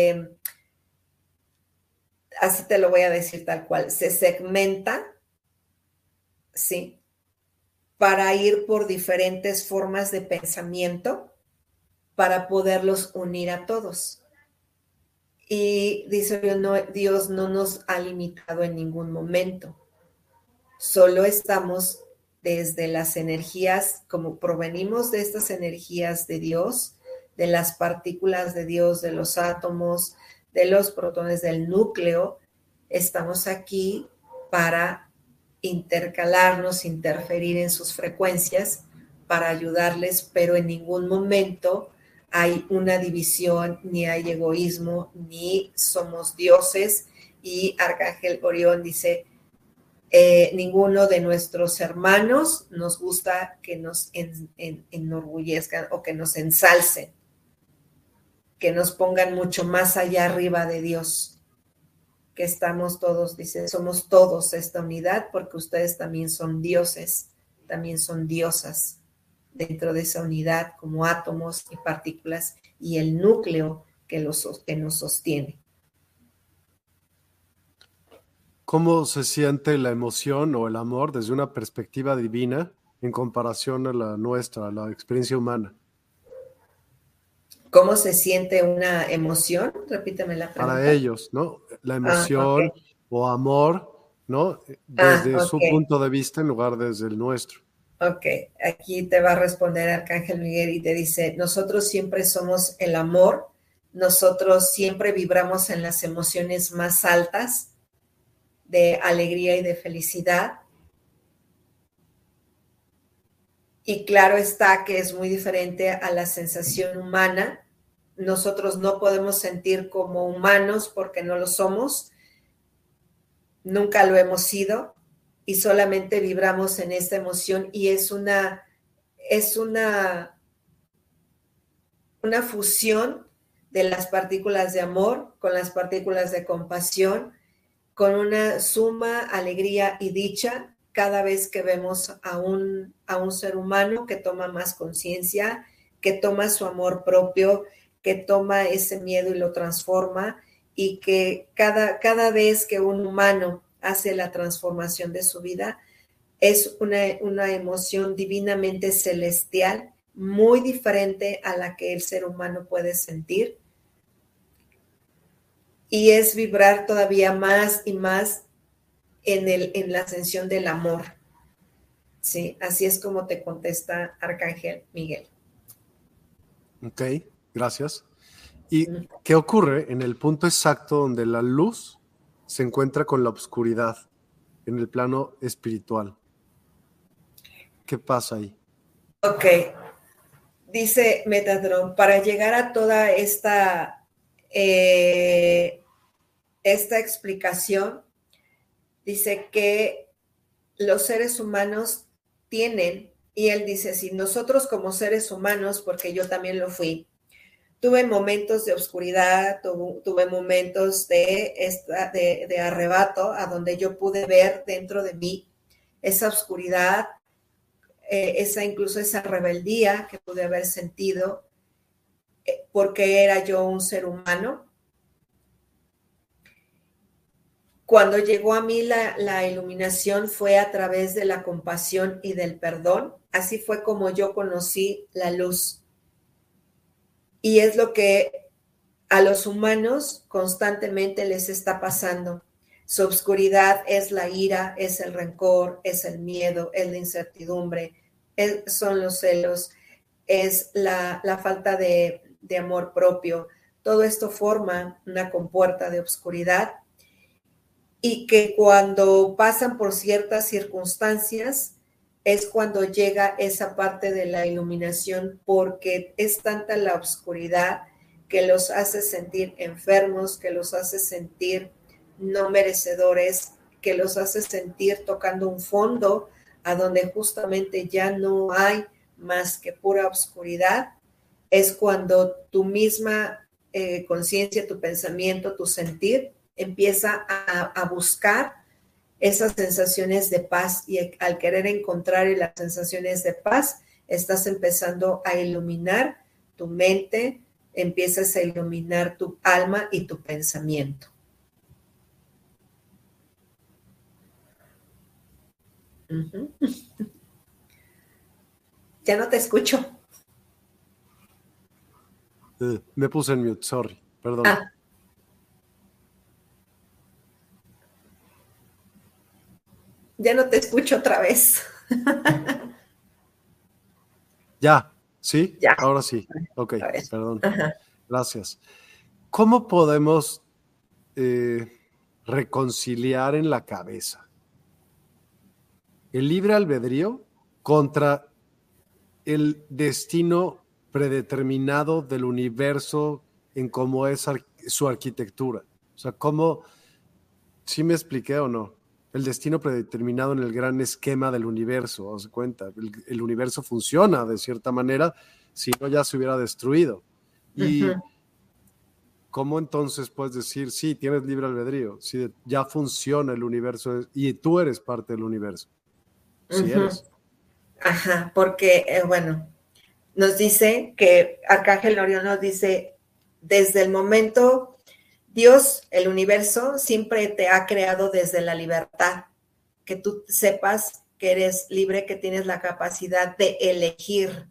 así te lo voy a decir tal cual, se segmenta, ¿sí? Para ir por diferentes formas de pensamiento para poderlos unir a todos. Y dice Dios no nos ha limitado en ningún momento. Solo estamos desde las energías, como provenimos de estas energías de Dios, de las partículas de Dios, de los átomos, de los protones del núcleo, estamos aquí para intercalarnos, interferir en sus frecuencias para ayudarles, pero en ningún momento hay una división, ni hay egoísmo, ni somos dioses. Y Arcángel Orión dice, ninguno de nuestros hermanos nos gusta que nos enorgullezcan o que nos ensalcen, que nos pongan mucho más allá arriba de Dios, que estamos todos, dice, somos todos esta unidad porque ustedes también son dioses, también son diosas dentro de esa unidad como átomos y partículas y el núcleo que nos sostiene. ¿Cómo se siente la emoción o el amor desde una perspectiva divina en comparación a la nuestra, a la experiencia humana? ¿Cómo se siente una emoción? Repíteme la pregunta. Para ellos, ¿no? La emoción okay. o amor, ¿no? Desde Okay. su punto de vista en lugar desde el nuestro. Ok, aquí te va a responder Arcángel Miguel y te dice, nosotros siempre somos el amor, nosotros siempre vibramos en las emociones más altas de alegría y de felicidad. Y claro está que es muy diferente a la sensación humana. Nosotros no podemos sentir como humanos porque no lo somos, nunca lo hemos sido y solamente vibramos en esta emoción y es una fusión de las partículas de amor con las partículas de compasión, con una suma alegría y dicha cada vez que vemos a un ser humano que toma más conciencia, que toma su amor propio, que toma ese miedo y lo transforma, y que cada vez que un humano hace la transformación de su vida, es una emoción divinamente celestial, muy diferente a la que el ser humano puede sentir. Y es vibrar todavía más y más en la ascensión del amor. Sí, así es como te contesta Arcángel Miguel. Ok, gracias. ¿Y qué ocurre en el punto exacto donde la luz se encuentra con la oscuridad en el plano espiritual? ¿Qué pasa ahí? Ok, dice Metatron, para llegar a toda esta explicación, dice que los seres humanos tienen, y él dice, si nosotros como seres humanos, porque yo también lo fui, tuve momentos de oscuridad, tuve momentos de arrebato, a donde yo pude ver dentro de mí esa oscuridad, incluso esa rebeldía que pude haber sentido, porque era yo un ser humano. Cuando llegó a mí la iluminación fue a través de la compasión y del perdón. Así fue como yo conocí la luz. Y es lo que a los humanos constantemente les está pasando. Su oscuridad es la ira, es el rencor, es el miedo, es la incertidumbre, son los celos, es la falta de amor propio. Todo esto forma una compuerta de oscuridad y que cuando pasan por ciertas circunstancias es cuando llega esa parte de la iluminación, porque es tanta la oscuridad que los hace sentir enfermos, que los hace sentir no merecedores, que los hace sentir tocando un fondo a donde justamente ya no hay más que pura oscuridad. Es cuando tu misma conciencia, tu pensamiento, tu sentir empieza a buscar esas sensaciones de paz, y al querer encontrar las sensaciones de paz, estás empezando a iluminar tu mente, empiezas a iluminar tu alma y tu pensamiento. Uh-huh. Ya no te escucho. Me puse en mute, sorry, perdón. Ya no te escucho otra vez. Ya, ¿sí? Ya. Ahora sí. Ok, perdón. Ajá. Gracias. ¿Cómo podemos reconciliar en la cabeza el libre albedrío contra el destino predeterminado del universo en cómo es su arquitectura. O sea, cómo, ¿sí me expliqué o no? El destino predeterminado en el gran esquema del universo, ¿os cuenta? El universo funciona de cierta manera, si no ya se hubiera destruido. Y ¿cómo entonces puedes decir, sí, tienes libre albedrío? Si ya funciona el universo y tú eres parte del universo. Sí eres. Ajá, porque, bueno, nos dice que Arcángel Orión nos dice, desde el momento, Dios, el universo, siempre te ha creado desde la libertad, que tú sepas que eres libre, que tienes la capacidad de elegir,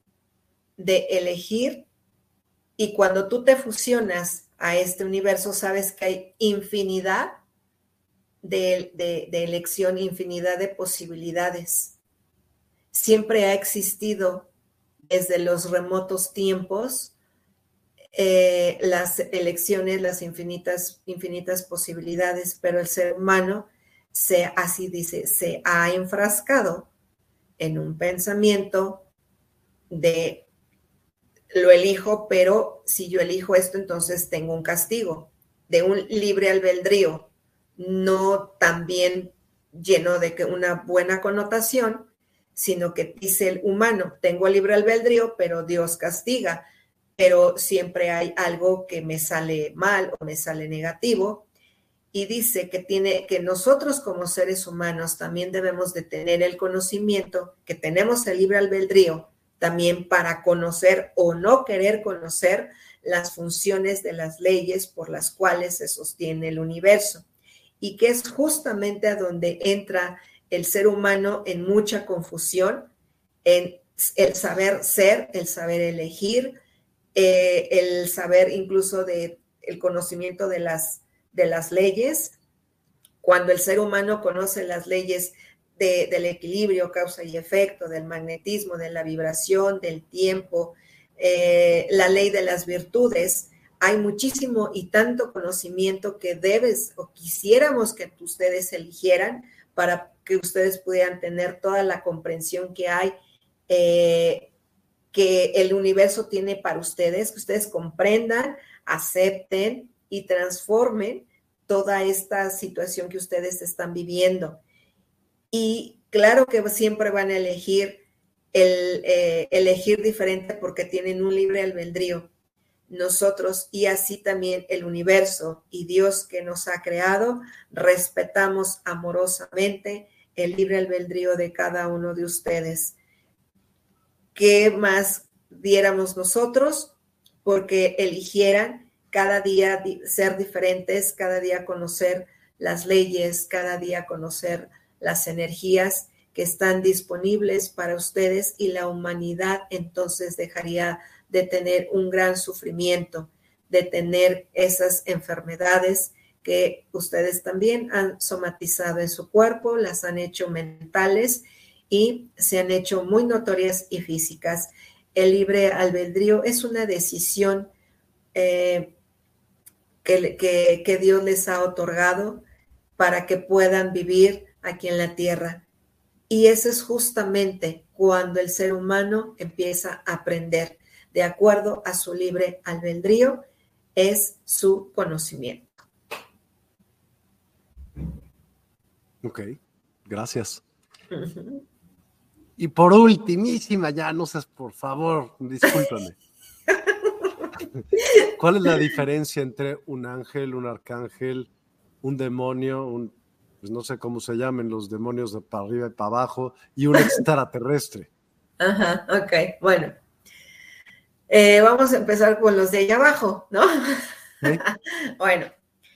y cuando tú te fusionas a este universo, sabes que hay infinidad de elección, infinidad de posibilidades. Siempre ha existido desde los remotos tiempos las elecciones, las infinitas posibilidades, pero el ser humano se ha enfrascado en un pensamiento de lo elijo, pero si yo elijo esto, entonces tengo un castigo, de un libre albedrío, no también lleno de una buena connotación, sino que dice el humano, tengo libre albedrío, pero Dios castiga, pero siempre hay algo que me sale mal o me sale negativo, y dice que nosotros como seres humanos también debemos de tener el conocimiento, que tenemos el libre albedrío, también para conocer o no querer conocer las funciones de las leyes por las cuales se sostiene el universo, y que es justamente a donde entra el ser humano en mucha confusión, en el saber ser, el saber elegir, el saber incluso el conocimiento de las leyes. Cuando el ser humano conoce las leyes del equilibrio, causa y efecto, del magnetismo, de la vibración, del tiempo, la ley de las virtudes, hay muchísimo y tanto conocimiento que debes o quisiéramos que ustedes eligieran para que ustedes pudieran tener toda la comprensión que hay, que el universo tiene para ustedes, que ustedes comprendan, acepten y transformen toda esta situación que ustedes están viviendo. Y claro que siempre van a elegir elegir diferente porque tienen un libre albedrío. Nosotros y así también el universo y Dios que nos ha creado, respetamos amorosamente el libre albedrío de cada uno de ustedes. ¿Qué más diéramos nosotros? Porque eligieran cada día ser diferentes, cada día conocer las leyes, cada día conocer las energías que están disponibles para ustedes, y la humanidad entonces dejaría de tener un gran sufrimiento, de tener esas enfermedades que ustedes también han somatizado en su cuerpo, las han hecho mentales y se han hecho muy notorias y físicas. El libre albedrío es una decisión que Dios les ha otorgado para que puedan vivir aquí en la tierra. Y eso es justamente cuando el ser humano empieza a aprender de acuerdo a su libre albedrío, es su conocimiento. Ok, gracias. Y por ultimísima, ya no seas, por favor, discúlpame. ¿Cuál es la diferencia entre un ángel, un arcángel, un demonio, pues no sé cómo se llamen los demonios de para arriba y para abajo, y un extraterrestre? Ajá, ok, bueno. Vamos a empezar con los de allá abajo, ¿no? ¿Sí? Bueno,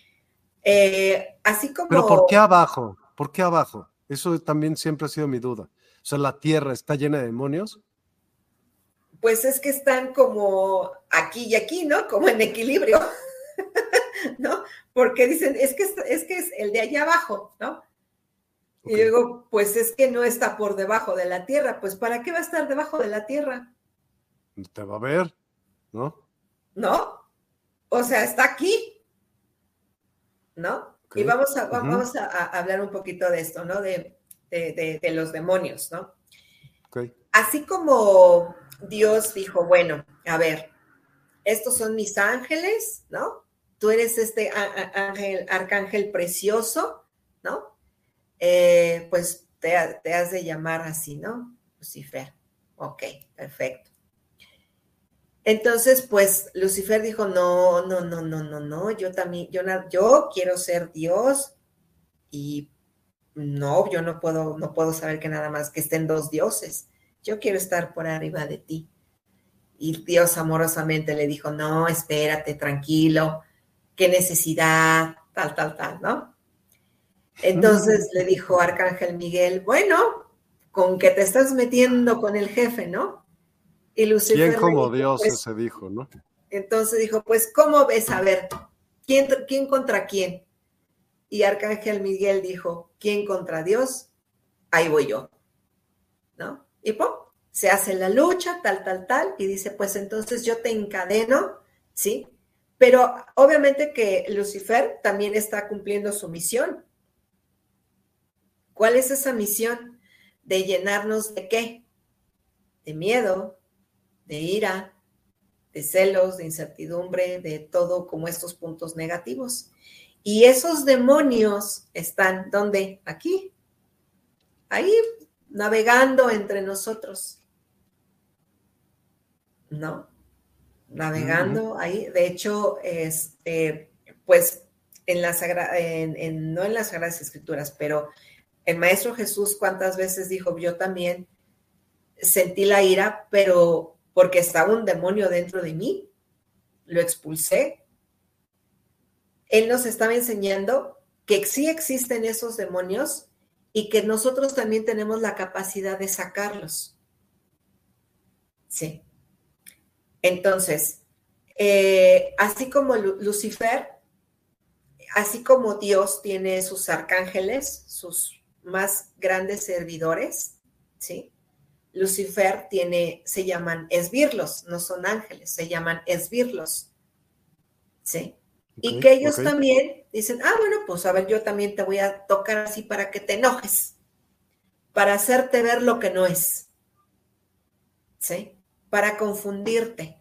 así como... ¿Pero por qué abajo? ¿Por qué abajo? Eso también siempre ha sido mi duda. O sea, ¿la Tierra está llena de demonios? Pues es que están como aquí y aquí, ¿no? Como en equilibrio, ¿no? Porque dicen, es que es el de allá abajo, ¿no? Okay. Y digo, pues es que no está por debajo de la Tierra. Pues ¿para qué va a estar debajo de la Tierra? Te va a ver, ¿no? ¿No? O sea, está aquí, ¿no? Okay. Y vamos a hablar un poquito de esto, ¿no? De los demonios, ¿no? Okay. Así como Dios dijo, bueno, a ver, estos son mis ángeles, ¿no? Tú eres este ángel, arcángel precioso, ¿no? Pues te has de llamar así, ¿no? Lucifer. Ok, perfecto. Entonces, pues Lucifer dijo, no, yo también, yo quiero ser Dios y no, yo no puedo saber que nada más que estén dos dioses. Yo quiero estar por arriba de ti. Y Dios amorosamente le dijo, no, espérate, tranquilo, qué necesidad, tal, ¿no? Entonces le dijo Arcángel Miguel, bueno, con que te estás metiendo con el jefe, ¿no? Y ¿Quién Lucifer le como dijo, Dios? pues, Se dijo, ¿no? entonces dijo, pues, ¿cómo ves? A ver, ¿quién contra quién? Y Arcángel Miguel dijo, ¿quién contra Dios? Ahí voy yo, ¿no? Y ¡pum! Se hace la lucha, tal, y dice, pues entonces yo te encadeno, ¿sí? Pero obviamente que Lucifer también está cumpliendo su misión. ¿Cuál es esa misión? De llenarnos de qué? De miedo, de ira, de celos, de incertidumbre, de todo como estos puntos negativos. Y esos demonios están, ¿dónde? Aquí, ahí, navegando entre nosotros, ¿no? Navegando ahí. De hecho, pues, no en las Sagradas Escrituras, pero el Maestro Jesús, ¿cuántas veces dijo? Yo también sentí la ira, pero porque estaba un demonio dentro de mí, lo expulsé. Él nos estaba enseñando que sí existen esos demonios y que nosotros también tenemos la capacidad de sacarlos. Sí. Entonces, así como Lucifer, así como Dios tiene sus arcángeles, sus más grandes servidores, ¿sí? Lucifer se llaman esbirlos, no son ángeles, se llaman esbirlos, ¿sí? Y Okay, que ellos okay. también dicen, bueno, pues a ver, yo también te voy a tocar así para que te enojes, para hacerte ver lo que no es, ¿sí? Para confundirte.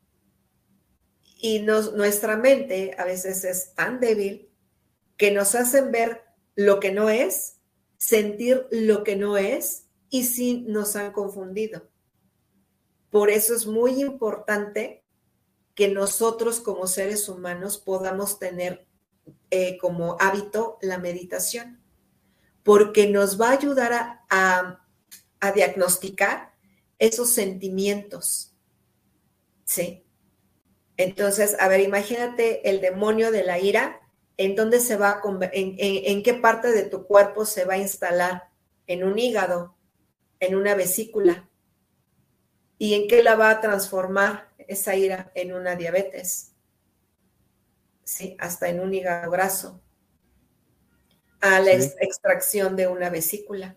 Y nuestra mente a veces es tan débil que nos hacen ver lo que no es, sentir lo que no es, y sí nos han confundido. Por eso es muy importante que nosotros como seres humanos podamos tener como hábito la meditación, porque nos va a ayudar a diagnosticar esos sentimientos, ¿sí? Entonces, a ver, imagínate el demonio de la ira, ¿en dónde se va a en qué parte de tu cuerpo se va a instalar? En un hígado, en una vesícula. ¿Y en qué la va a transformar esa ira? En una diabetes, ¿sí? Hasta en un hígado graso, a la Sí. extracción de una vesícula.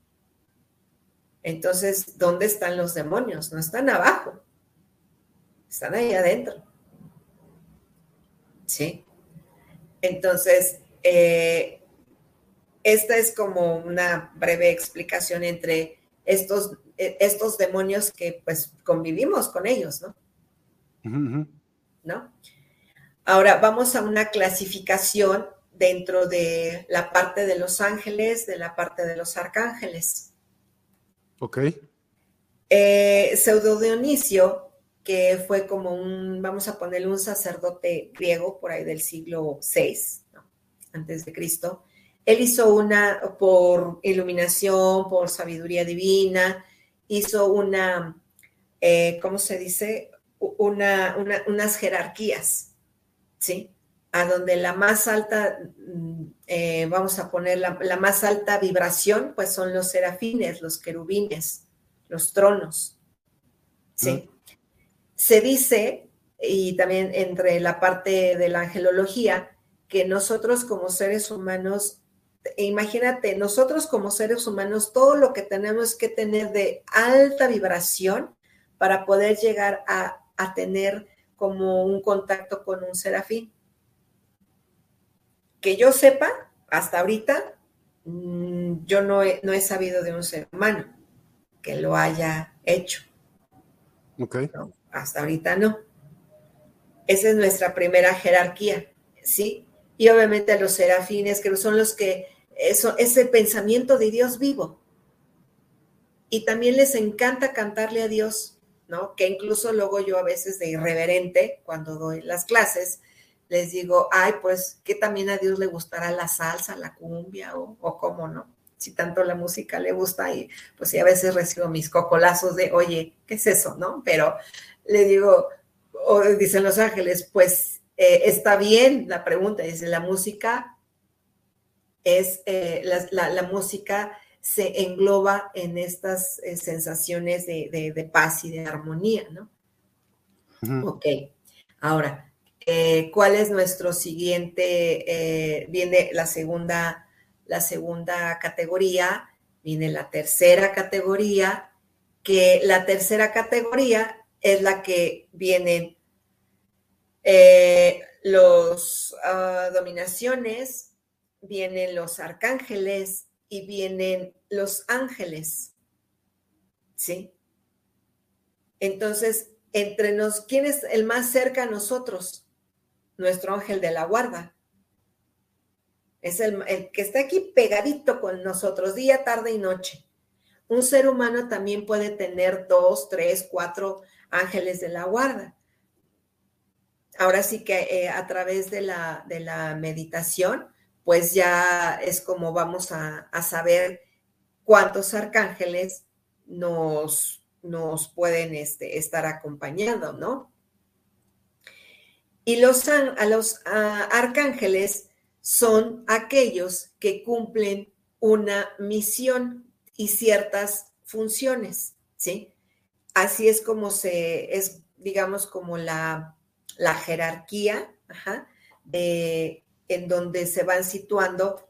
Entonces, ¿dónde están los demonios? No están abajo, están ahí adentro, ¿sí? Entonces, esta es como una breve explicación entre estos demonios que pues convivimos con ellos, ¿no? ¿No? Ahora vamos a una clasificación dentro de la parte de los ángeles, de la parte de los arcángeles. Ok. Pseudo Dionisio, que fue como vamos a ponerle un sacerdote griego por ahí del siglo VI, ¿no? Antes de Cristo. Él hizo por iluminación, por sabiduría divina, hizo ¿cómo se dice? Unas jerarquías, ¿sí? A donde la más alta, vamos a poner la más alta vibración, pues son los serafines, los querubines, los tronos, ¿sí? Se dice, y también entre la parte de la angelología, que nosotros como seres humanos, imagínate, nosotros como seres humanos, todo lo que tenemos que tener de alta vibración para poder llegar a tener como un contacto con un serafín. Que yo sepa, hasta ahorita, yo no he sabido de un ser humano que lo haya hecho. Ok. ¿no? Hasta ahorita no. Esa es nuestra primera jerarquía, ¿sí? Y obviamente los serafines, que son los que, eso es el pensamiento de Dios vivo. Y también les encanta cantarle a Dios, ¿no? Que incluso luego yo a veces de irreverente, cuando doy las clases, les digo, ay, pues que también a Dios le gustará la salsa, la cumbia o cómo, ¿no? Si tanto la música le gusta y pues sí, a veces recibo mis cocolazos de, oye, ¿qué es eso, no? Pero le digo, o dicen los ángeles, pues está bien la pregunta, dice, la música es, la música se engloba en estas sensaciones de paz y de armonía, ¿no? Ujú. Ok, ahora, ¿cuál es nuestro siguiente? Viene la segunda categoría, viene la tercera categoría, que la tercera categoría es la que vienen los dominaciones, vienen los arcángeles y vienen los ángeles, ¿sí? Entonces, ¿quién es el más cerca a nosotros? Nuestro ángel de la guarda. Es el que está aquí pegadito con nosotros, día, tarde y noche. Un ser humano también puede tener 2, 3, 4 ángeles de la guarda. Ahora sí que a través de la meditación, pues ya es como vamos a saber cuántos arcángeles nos pueden estar acompañando, ¿no? Y los arcángeles son aquellos que cumplen una misión y ciertas funciones, ¿sí? Así es como es, digamos, como la jerarquía, ajá, en donde se van situando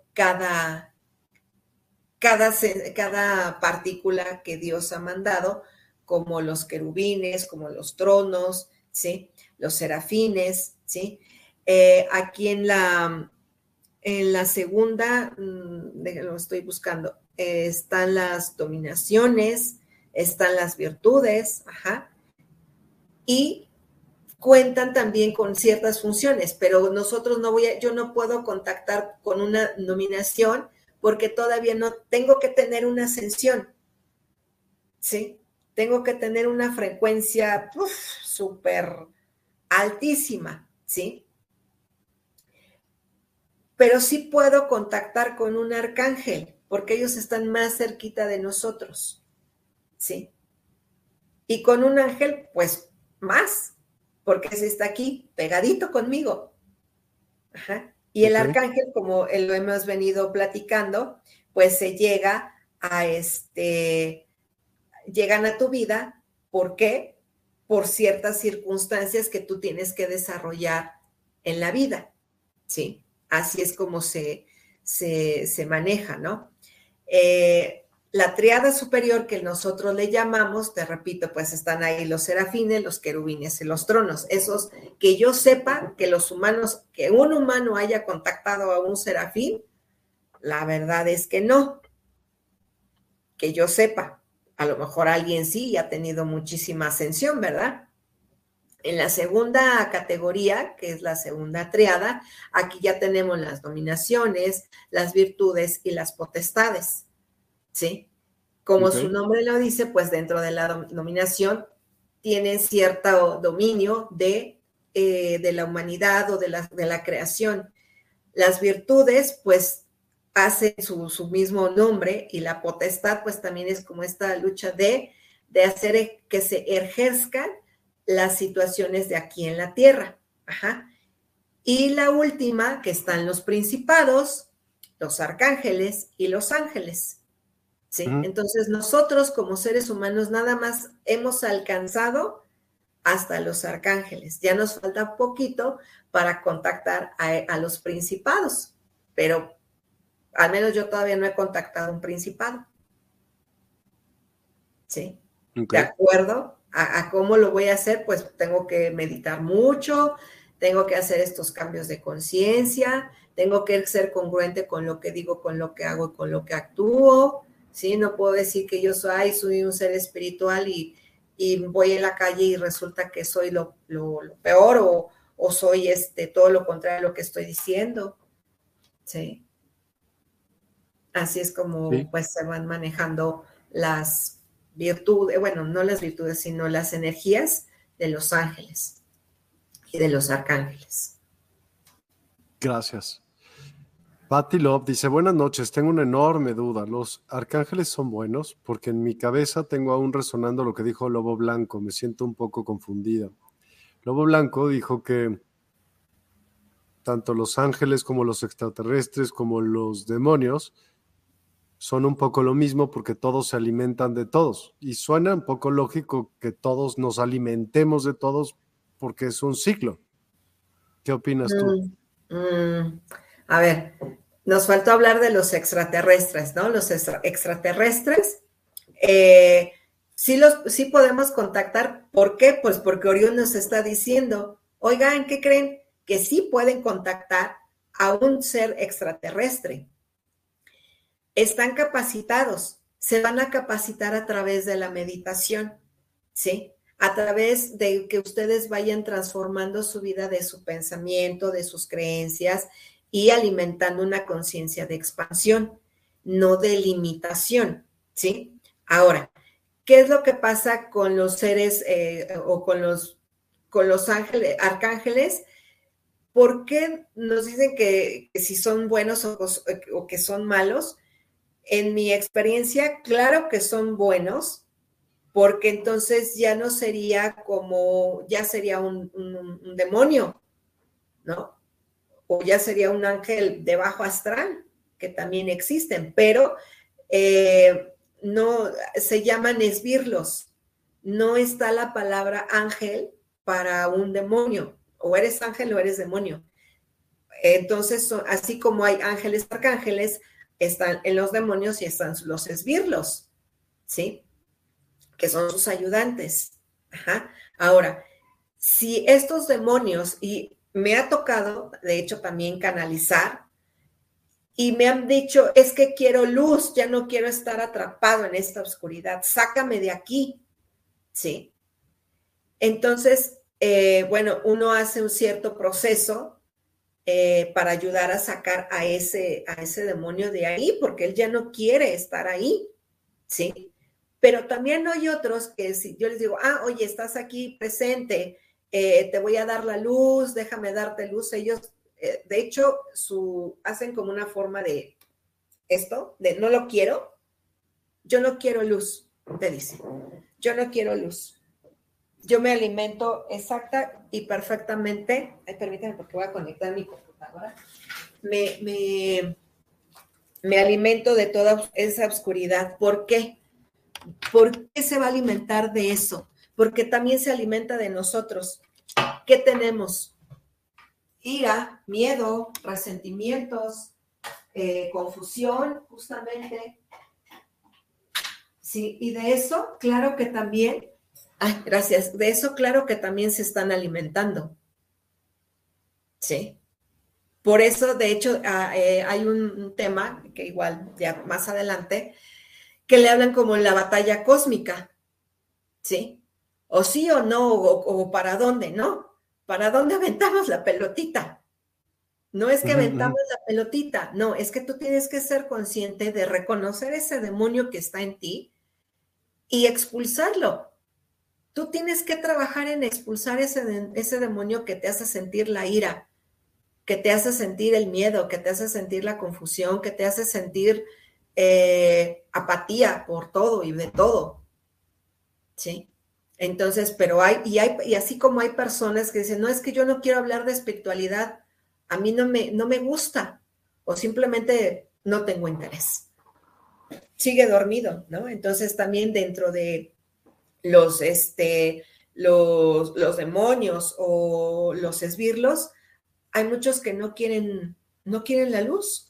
cada partícula que Dios ha mandado, como los querubines, como los tronos, ¿sí? Los serafines, ¿sí? Aquí en la segunda, lo estoy buscando, están las dominaciones, están las virtudes, ajá, y cuentan también con ciertas funciones, pero yo no puedo contactar con una nominación porque todavía no tengo que tener una ascensión, ¿sí? Tengo que tener una frecuencia súper altísima, ¿sí? Pero sí puedo contactar con un arcángel porque ellos están más cerquita de nosotros, ¿sí? Y con un ángel, pues más, porque ese está aquí pegadito conmigo. Ajá. Y el Ok. arcángel, como lo hemos venido platicando, pues se llega llegan a tu vida. ¿Por qué? Por ciertas circunstancias que tú tienes que desarrollar en la vida, ¿sí? Así es como se maneja, ¿no? La triada superior que nosotros le llamamos, te repito, pues están ahí los serafines, los querubines y los tronos. Esos que yo sepa que que un humano haya contactado a un serafín, la verdad es que no, que yo sepa. A lo mejor alguien sí y ha tenido muchísima ascensión, ¿verdad? En la segunda categoría, que es la segunda triada, aquí ya tenemos las dominaciones, las virtudes y las potestades, ¿sí? Como Ok. su nombre lo dice, pues dentro de la dominación tienen cierto dominio de la humanidad o de la creación. Las virtudes, pues, hacen su mismo nombre y la potestad, pues, también es como esta lucha de hacer que se ejerzcan las situaciones de aquí en la tierra. Ajá. Y la última, que están los principados, los arcángeles y los ángeles. ¿Sí? Ujú. Entonces nosotros como seres humanos nada más hemos alcanzado hasta los arcángeles. Ya nos falta poquito para contactar a los principados, pero al menos yo todavía no he contactado a un principado. ¿Sí? Ok. De acuerdo a cómo lo voy a hacer, pues tengo que meditar mucho, tengo que hacer estos cambios de conciencia, tengo que ser congruente con lo que digo, con lo que hago y con lo que actúo, ¿sí? No puedo decir que yo soy un ser espiritual y voy en la calle y resulta que soy lo peor o soy todo lo contrario a lo que estoy diciendo. Sí. Así es como Sí, pues se van manejando las virtudes, bueno, no las virtudes, sino las energías de los ángeles y de los arcángeles. gracias. Patty Love dice, buenas noches, tengo una enorme duda. ¿Los arcángeles son buenos? Porque en mi cabeza tengo aún resonando lo que dijo Lobo Blanco. Me siento un poco confundida. Lobo Blanco dijo que tanto los ángeles como los extraterrestres como los demonios son un poco lo mismo porque todos se alimentan de todos. Y suena un poco lógico que todos nos alimentemos de todos porque es un ciclo. ¿Qué opinas tú? A ver, nos faltó hablar de los extraterrestres, ¿no? Los extraterrestres, sí podemos contactar. ¿Por qué? Pues porque Orión nos está diciendo, oigan, ¿qué creen? Que sí pueden contactar a un ser extraterrestre. Están capacitados, se van a capacitar a través de la meditación, ¿sí? A través de que ustedes vayan transformando su vida de su pensamiento, de sus creencias y alimentando una conciencia de expansión, no de limitación, ¿sí? Ahora, ¿qué es lo que pasa con los seres o con los ángeles, arcángeles? ¿Por qué nos dicen que si son buenos o que son malos? En mi experiencia, claro que son buenos, porque entonces ya no sería ya sería un demonio, ¿no? O ya sería un ángel de bajo astral, que también existen, pero no, se llaman esbirlos. No está la palabra ángel para un demonio, o eres ángel o eres demonio. Entonces, así como hay ángeles, arcángeles, están en los demonios y están los esbirlos, ¿sí? Que son sus ayudantes. Ajá. Ahora, si estos demonios, y me ha tocado, de hecho, también canalizar, y me han dicho, es que quiero luz, ya no quiero estar atrapado en esta oscuridad, sácame de aquí, ¿sí? Entonces, bueno, uno hace un cierto proceso para ayudar a sacar a ese demonio de ahí, porque él ya no quiere estar ahí, ¿sí? Pero también hay otros que si yo les digo, oye, estás aquí presente, te voy a dar la luz, déjame darte luz, ellos, de hecho, hacen como una forma de esto, de no lo quiero, yo no quiero luz, te dice, yo no quiero luz. Yo me alimento exacta y perfectamente, permítame porque voy a conectar mi computadora, me alimento de toda esa oscuridad. ¿Por qué? ¿Por qué se va a alimentar de eso? Porque también se alimenta de nosotros. ¿Qué tenemos? Ira, miedo, resentimientos, confusión, justamente. Sí, y de eso, claro que también, gracias, de eso, claro que también se están alimentando. Sí. Por eso, de hecho, hay un tema que igual ya más adelante, que le hablan como la batalla cósmica, ¿sí? O sí o no, o para dónde, ¿no? ¿Para dónde aventamos la pelotita? No es que aventamos la pelotita, no, es que tú tienes que ser consciente de reconocer ese demonio que está en ti y expulsarlo. Tú tienes que trabajar en expulsar ese demonio que te hace sentir la ira, que te hace sentir el miedo, que te hace sentir la confusión, que te hace sentir apatía por todo y de todo, ¿sí? Entonces, pero y así como hay personas que dicen, no, es que yo no quiero hablar de espiritualidad, a mí no me gusta, o simplemente no tengo interés. Sigue dormido, ¿no? Entonces también dentro de los demonios o los esbirlos, hay muchos que no quieren la luz,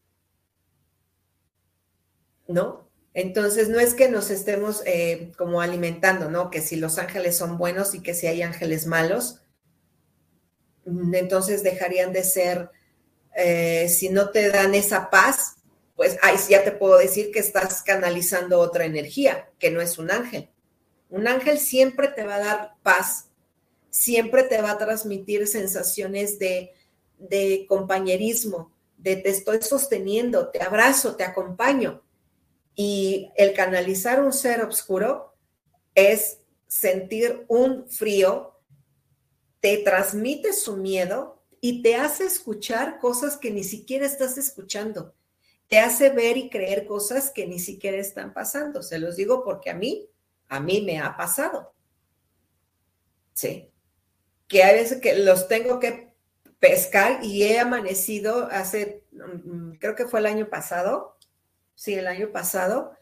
¿no? Entonces, no es que nos estemos como alimentando, ¿no? Que si los ángeles son buenos y que si hay ángeles malos, entonces dejarían de ser, si no te dan esa paz, pues ahí ya te puedo decir que estás canalizando otra energía, que no es un ángel, Un ángel siempre te va a dar paz, siempre te va a transmitir sensaciones de compañerismo, de te estoy sosteniendo, te abrazo, te acompaño. Y el canalizar un ser oscuro es sentir un frío, te transmite su miedo y te hace escuchar cosas que ni siquiera estás escuchando. Te hace ver y creer cosas que ni siquiera están pasando. Se los digo porque a mí me ha pasado. Sí. Que hay veces que los tengo que pescar y he amanecido creo que fue el año pasado. Sí, el año pasado.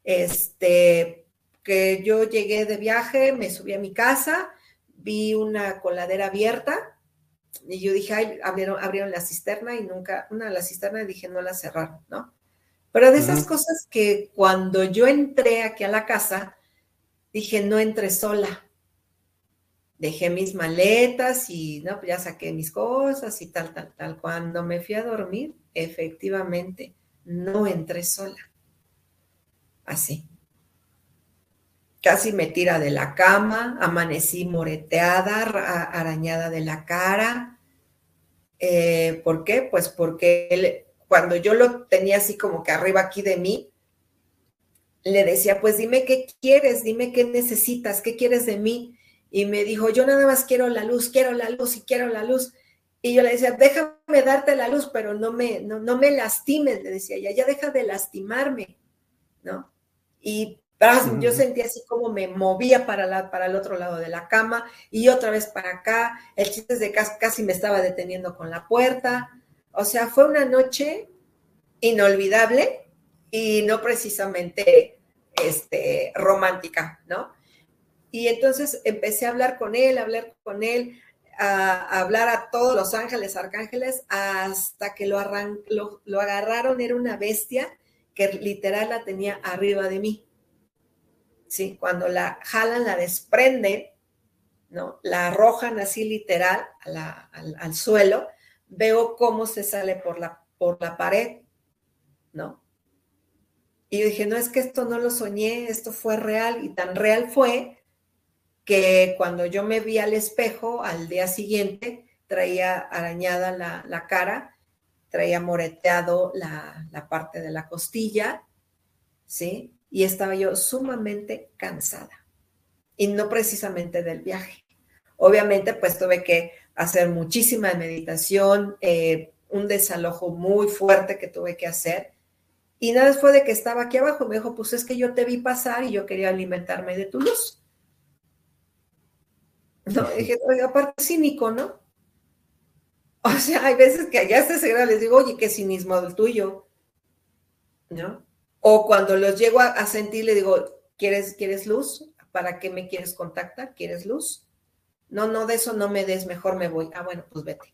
Que yo llegué de viaje, me subí a mi casa, vi una coladera abierta y yo dije, ay, abrieron la cisterna y nunca, una de las cisternas dije, no la cerraron, ¿no? Pero de esas cosas que cuando yo entré aquí a la casa, dije, no entré sola. Dejé mis maletas y no, pues ya saqué mis cosas y tal. Cuando me fui a dormir, efectivamente, no entré sola. Así. Casi me tira de la cama, amanecí moreteada, arañada de la cara. ¿Por qué? Pues porque cuando yo lo tenía así como que arriba aquí de mí, le decía, pues dime qué quieres, dime qué necesitas, qué quieres de mí. Y me dijo, yo nada más quiero la luz y quiero la luz. Y yo le decía, déjame darte la luz, pero no me lastimes, le decía, ya deja de lastimarme, ¿no? Y yo sentía así como me movía para el otro lado de la cama y otra vez para acá. El chiste es de casi me estaba deteniendo con la puerta. O sea, fue una noche inolvidable y no precisamente romántica, ¿no? Y entonces empecé a hablar con él, a hablar a todos los ángeles, arcángeles, hasta que lo agarraron. Era una bestia que literal la tenía arriba de mí. Sí, cuando la jalan, la desprenden, ¿no? La arrojan así literal al suelo, veo cómo se sale por la pared, ¿no? Y yo dije, no, es que esto no lo soñé, esto fue real, y tan real fue que cuando yo me vi al espejo, al día siguiente, traía arañada la cara, traía moreteado la parte de la costilla, ¿sí? Y estaba yo sumamente cansada. Y no precisamente del viaje. Obviamente, pues tuve que hacer muchísima meditación, un desalojo muy fuerte que tuve que hacer. Y nada fue de que estaba aquí abajo. Me dijo, pues es que yo te vi pasar y yo quería alimentarme de tu luz. No, dije, oiga, aparte cínico, ¿no? O sea, hay veces que allá se grado les digo, oye, qué cinismo el tuyo, ¿no? O cuando los llego a sentir, le digo, ¿quieres luz? ¿Para qué me quieres contactar? ¿Quieres luz? No, de eso no me des, mejor me voy. Ah, bueno, pues vete.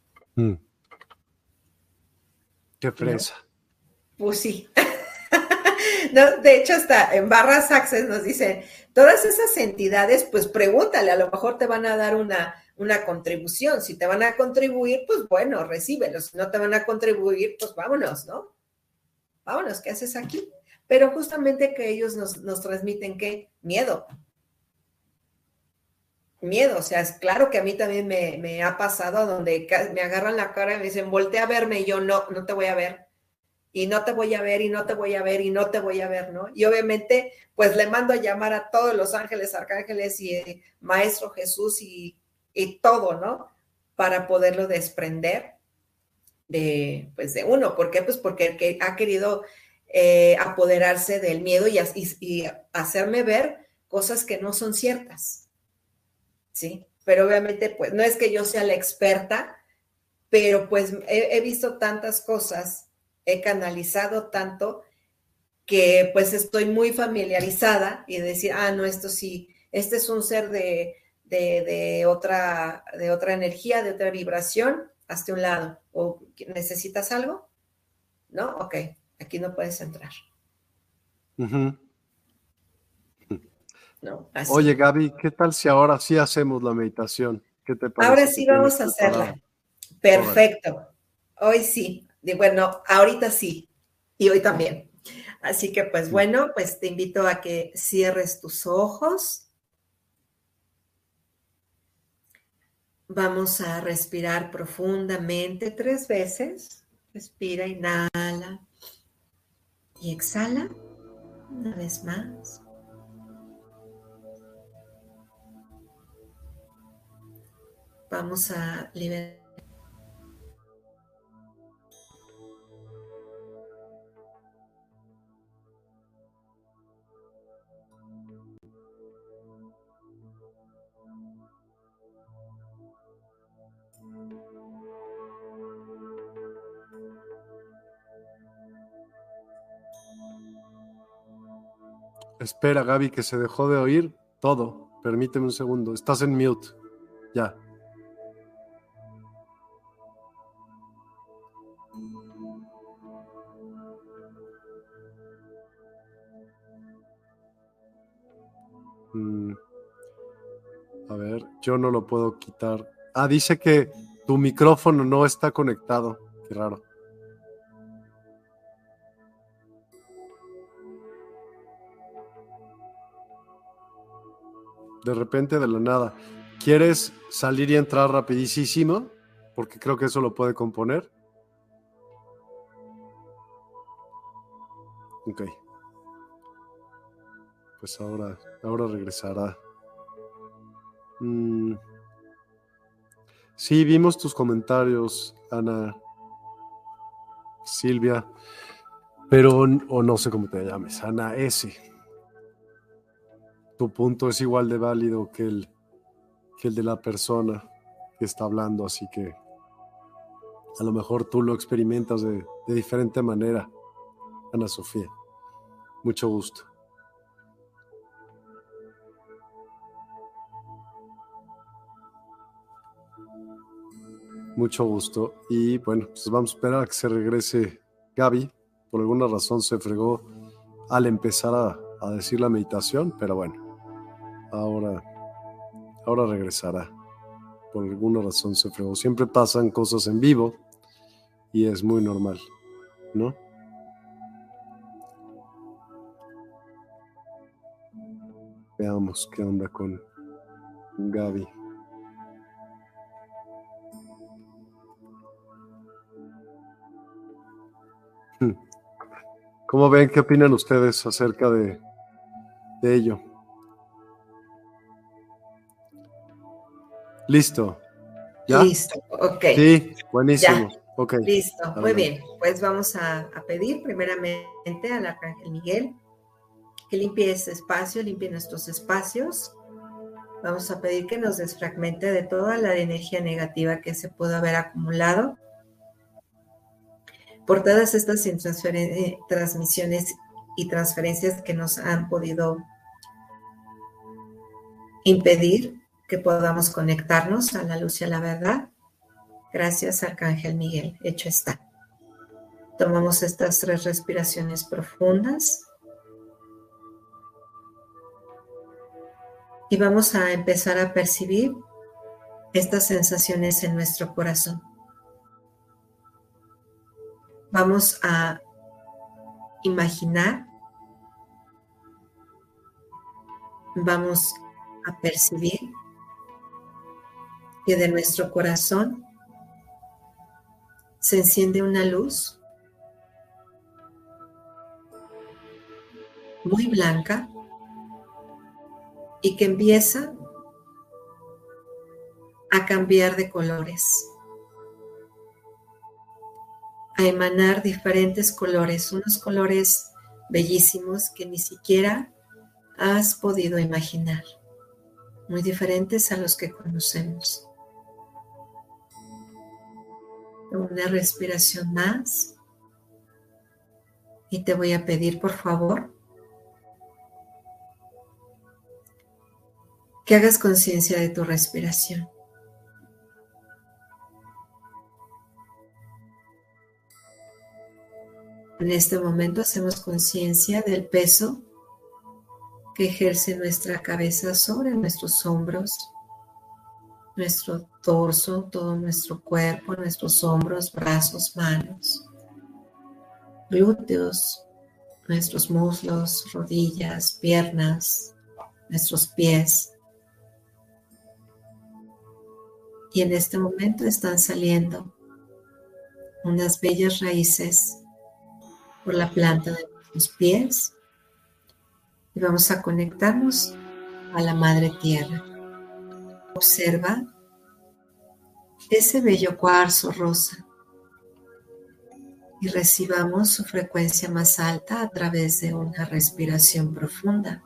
Qué fresa. ¿No? Pues sí. No, de hecho, hasta en Barras Access nos dicen, todas esas entidades, pues pregúntale, a lo mejor te van a dar una contribución. Si te van a contribuir, pues bueno, recíbelos. Si no te van a contribuir, pues vámonos, ¿no? Vámonos, ¿qué haces aquí? Pero justamente que ellos nos transmiten, ¿qué? Miedo. Miedo, o sea, es claro que a mí también me ha pasado donde me agarran la cara y me dicen, voltea a verme, y yo no te voy a ver. Y no te voy a ver, y no te voy a ver, y no te voy a ver, ¿no? Y obviamente, pues le mando a llamar a todos los ángeles, arcángeles y Maestro Jesús y todo, ¿no? Para poderlo desprender de uno. ¿Por qué? Pues porque el que ha querido apoderarse del miedo y hacerme ver cosas que no son ciertas, ¿sí? Pero obviamente, pues no es que yo sea la experta, pero pues he visto tantas cosas, he canalizado tanto que pues estoy muy familiarizada y decir, no, esto sí, este es un ser de otra energía, de otra vibración, hazte un lado. ¿O necesitas algo? ¿No? Ok, aquí no puedes entrar. No, así. Oye, Gaby, ¿qué tal si ahora sí hacemos la meditación? ¿Qué te parece? Ahora sí vamos a hacerla. Perfecto. Hoy sí. Bueno, ahorita sí. Y hoy también. Así que, pues bueno, pues te invito a que cierres tus ojos Vamos a respirar profundamente 3 veces. Respira, inhala y exhala una vez más. Vamos a liberar. Espera, Gaby, que se dejó de oír todo. Permíteme un segundo. Estás en mute. Ya. A ver, yo no lo puedo quitar. Ah, dice que tu micrófono no está conectado. Qué raro. De repente, de la nada. ¿Quieres salir y entrar rapidísimo? Porque creo que eso lo puede componer. Ok. Pues ahora regresará. Sí, vimos tus comentarios, Ana, Silvia, pero, o no sé cómo te llames, Ana S. Tu punto es igual de válido que el de la persona que está hablando, así que a lo mejor tú lo experimentas de diferente manera, Ana Sofía. Mucho gusto. Mucho gusto. Y bueno, pues vamos a esperar a que se regrese Gaby. Por alguna razón se fregó al empezar a decir la meditación, pero bueno, ahora regresará. Por alguna razón se fregó. Siempre pasan cosas en vivo y es muy normal, ¿no? Veamos qué onda con Gaby. ¿Cómo ven? ¿Qué opinan ustedes acerca de ello? ¿Listo? ¿Ya? Listo, ok. Sí, buenísimo. Ya, Okay. listo, Adelante. muy bien. Pues vamos a pedir primeramente al Arcángel Miguel que limpie este espacio, limpie nuestros espacios. Vamos a pedir que nos desfragmente de toda la energía negativa que se pudo haber acumulado por todas estas transmisiones y transferencias que nos han podido impedir que podamos conectarnos a la luz y a la verdad. Gracias, Arcángel Miguel. Hecho está. Tomamos estas 3 respiraciones profundas y vamos a empezar a percibir estas sensaciones en nuestro corazón. Vamos a imaginar, vamos a percibir que de nuestro corazón se enciende una luz muy blanca y que empieza a cambiar de colores, a emanar diferentes colores, unos colores bellísimos que ni siquiera has podido imaginar, muy diferentes a los que conocemos. Una respiración más y te voy a pedir, por favor, que hagas conciencia de tu respiración. En este momento hacemos conciencia del peso que ejerce nuestra cabeza sobre nuestros hombros, nuestro torso, todo nuestro cuerpo, nuestros hombros, brazos, manos, glúteos, nuestros muslos, rodillas, piernas, nuestros pies. Y en este momento están saliendo unas bellas raíces por la planta de nuestros pies y vamos a conectarnos a la Madre Tierra. Observa ese bello cuarzo rosa y recibamos su frecuencia más alta a través de una respiración profunda.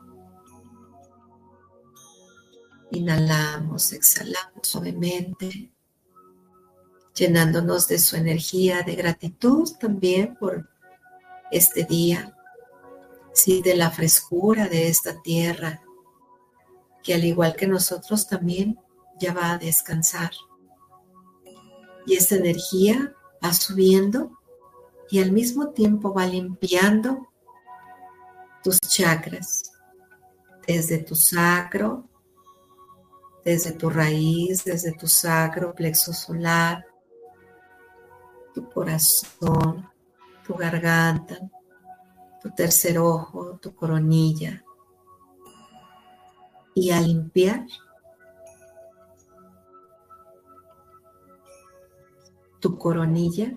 Inhalamos, exhalamos suavemente, llenándonos de su energía, de gratitud también por este día, sí, de la frescura de esta tierra, que al igual que nosotros también ya va a descansar. Y esa energía va subiendo y al mismo tiempo va limpiando tus chakras, desde tu sacro, desde tu raíz, desde tu sacro, plexo solar, tu corazón, tu garganta, tu tercer ojo, tu coronilla. Y al limpiar tu coronilla,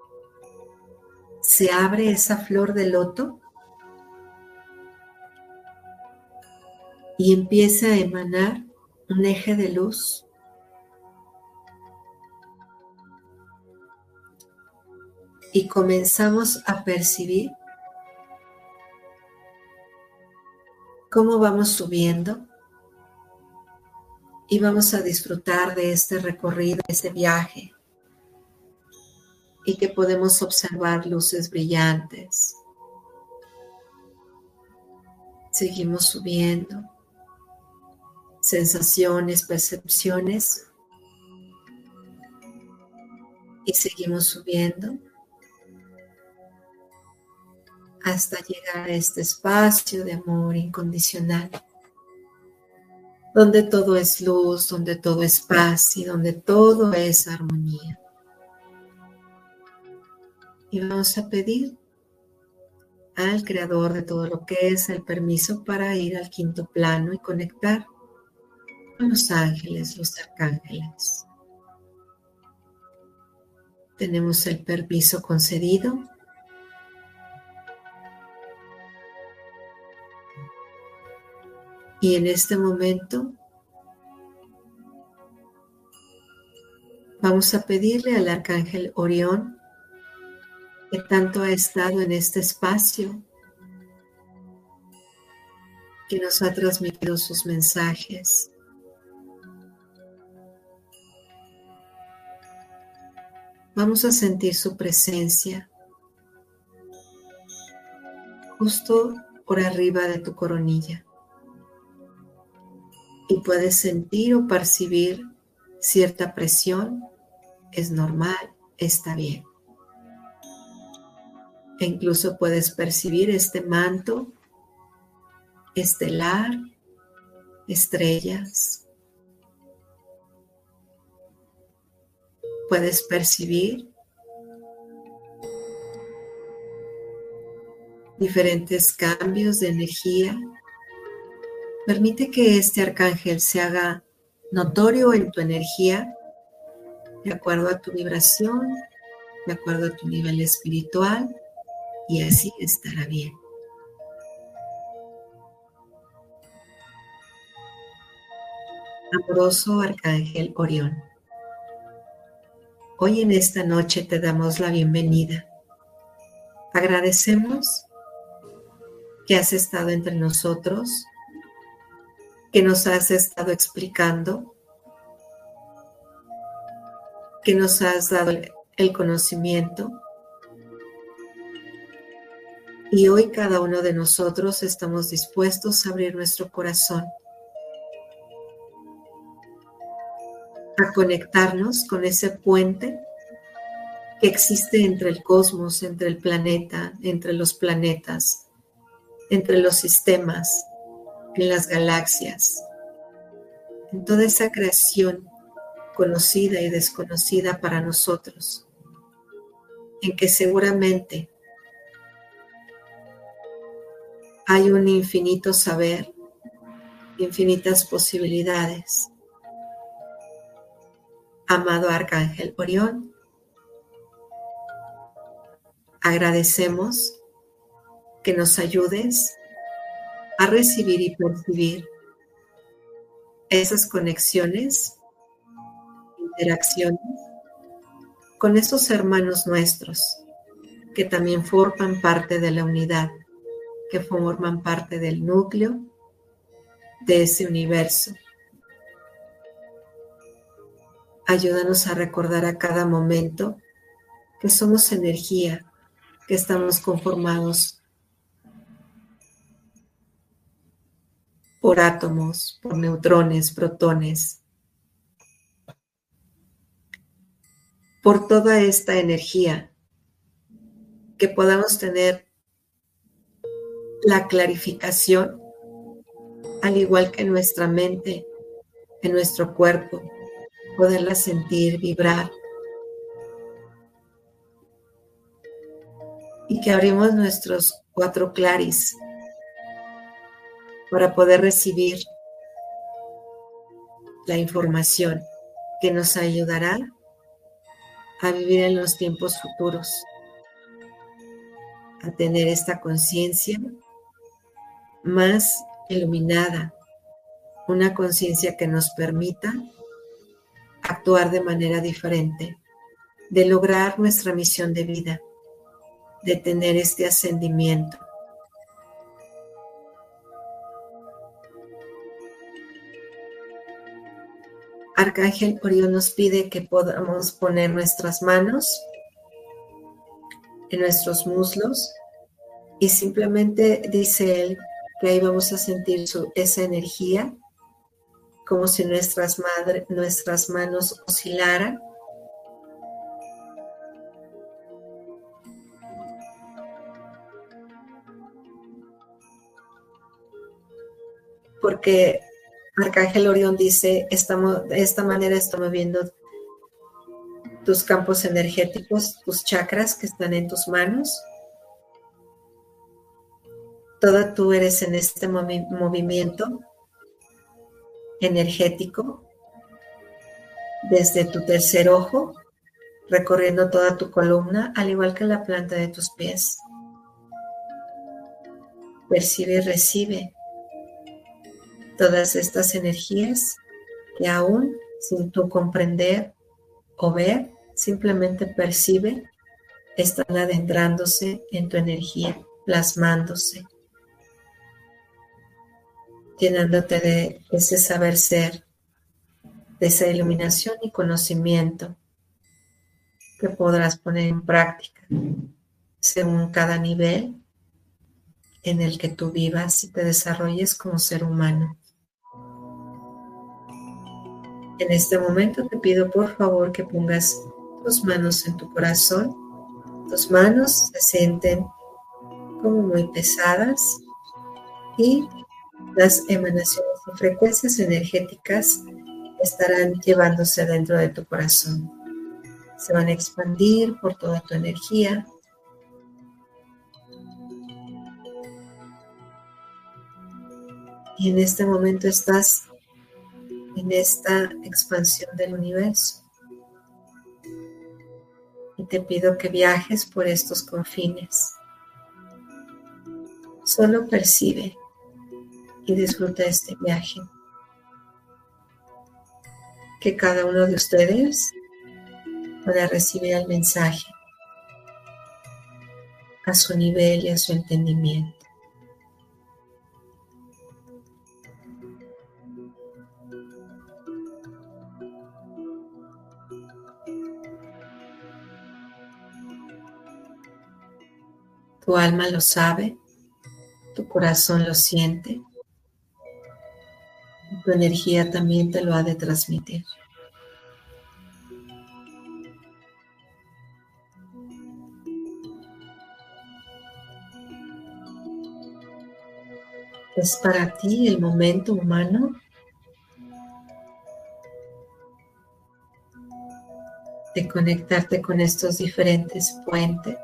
se abre esa flor de loto y empieza a emanar un eje de luz y comenzamos a percibir cómo vamos subiendo y vamos a disfrutar de este recorrido, de este viaje, y que podemos observar luces brillantes. Seguimos subiendo, sensaciones, percepciones, y seguimos subiendo hasta llegar a este espacio de amor incondicional, donde todo es luz, donde todo es paz y donde todo es armonía. Y vamos a pedir al Creador de todo lo que es el permiso para ir al quinto plano y conectar con los ángeles, los arcángeles. Tenemos el permiso concedido. Y en este momento vamos a pedirle al arcángel Orión, que tanto ha estado en este espacio, que nos ha transmitido sus mensajes. Vamos a sentir su presencia justo por arriba de tu coronilla. Y puedes sentir o percibir cierta presión, es normal, está bien. E incluso puedes percibir este manto estelar, estrellas. Puedes percibir diferentes cambios de energía. Permite que este arcángel se haga notorio en tu energía, de acuerdo a tu vibración, de acuerdo a tu nivel espiritual, y así estará bien. Amoroso arcángel Orión, hoy en esta noche te damos la bienvenida. Agradecemos que has estado entre nosotros, que nos has estado explicando, que nos has dado el conocimiento. Y hoy cada uno de nosotros estamos dispuestos a abrir nuestro corazón, a conectarnos con ese puente que existe entre el cosmos, entre el planeta, entre los planetas, entre los sistemas, en las galaxias, en toda esa creación conocida y desconocida para nosotros, en que seguramente hay un infinito saber, infinitas posibilidades. Amado Arcángel Orión, agradecemos que nos ayudes a recibir y percibir esas conexiones, interacciones con esos hermanos nuestros que también forman parte de la unidad, que forman parte del núcleo de ese universo. Ayúdanos a recordar a cada momento que somos energía, que estamos conformados por átomos, por neutrones, protones, por toda esta energía, que podamos tener la clarificación, al igual que nuestra mente, en nuestro cuerpo, poderla sentir, vibrar, y que abrimos nuestros 4 claris para poder recibir la información que nos ayudará a vivir en los tiempos futuros, a tener esta conciencia más iluminada, una conciencia que nos permita actuar de manera diferente, de lograr nuestra misión de vida, de tener este ascendimiento. Arcángel Orión nos pide que podamos poner nuestras manos en nuestros muslos y simplemente dice él que ahí vamos a sentir esa energía como si nuestras manos oscilaran. Porque Arcángel Orión dice, de esta manera estamos viendo tus campos energéticos, tus chakras que están en tus manos. Toda tú eres en este movimiento energético, desde tu tercer ojo, recorriendo toda tu columna, al igual que la planta de tus pies. Percibe y recibe todas estas energías que aún sin tú comprender o ver, simplemente percibe, están adentrándose en tu energía, plasmándose, llenándote de ese saber ser, de esa iluminación y conocimiento que podrás poner en práctica según cada nivel en el que tú vivas y te desarrolles como ser humano. En este momento te pido por favor que pongas tus manos en tu corazón. Tus manos se sienten como muy pesadas y las emanaciones y frecuencias energéticas estarán llevándose dentro de tu corazón. Se van a expandir por toda tu energía. Y en este momento estás en esta expansión del universo. Y te pido que viajes por estos confines. Solo percibe y disfruta este viaje. Que cada uno de ustedes pueda recibir el mensaje a su nivel y a su entendimiento. Tu alma lo sabe, tu corazón lo siente, y tu energía también te lo ha de transmitir. Es para ti el momento humano de conectarte con estos diferentes puentes,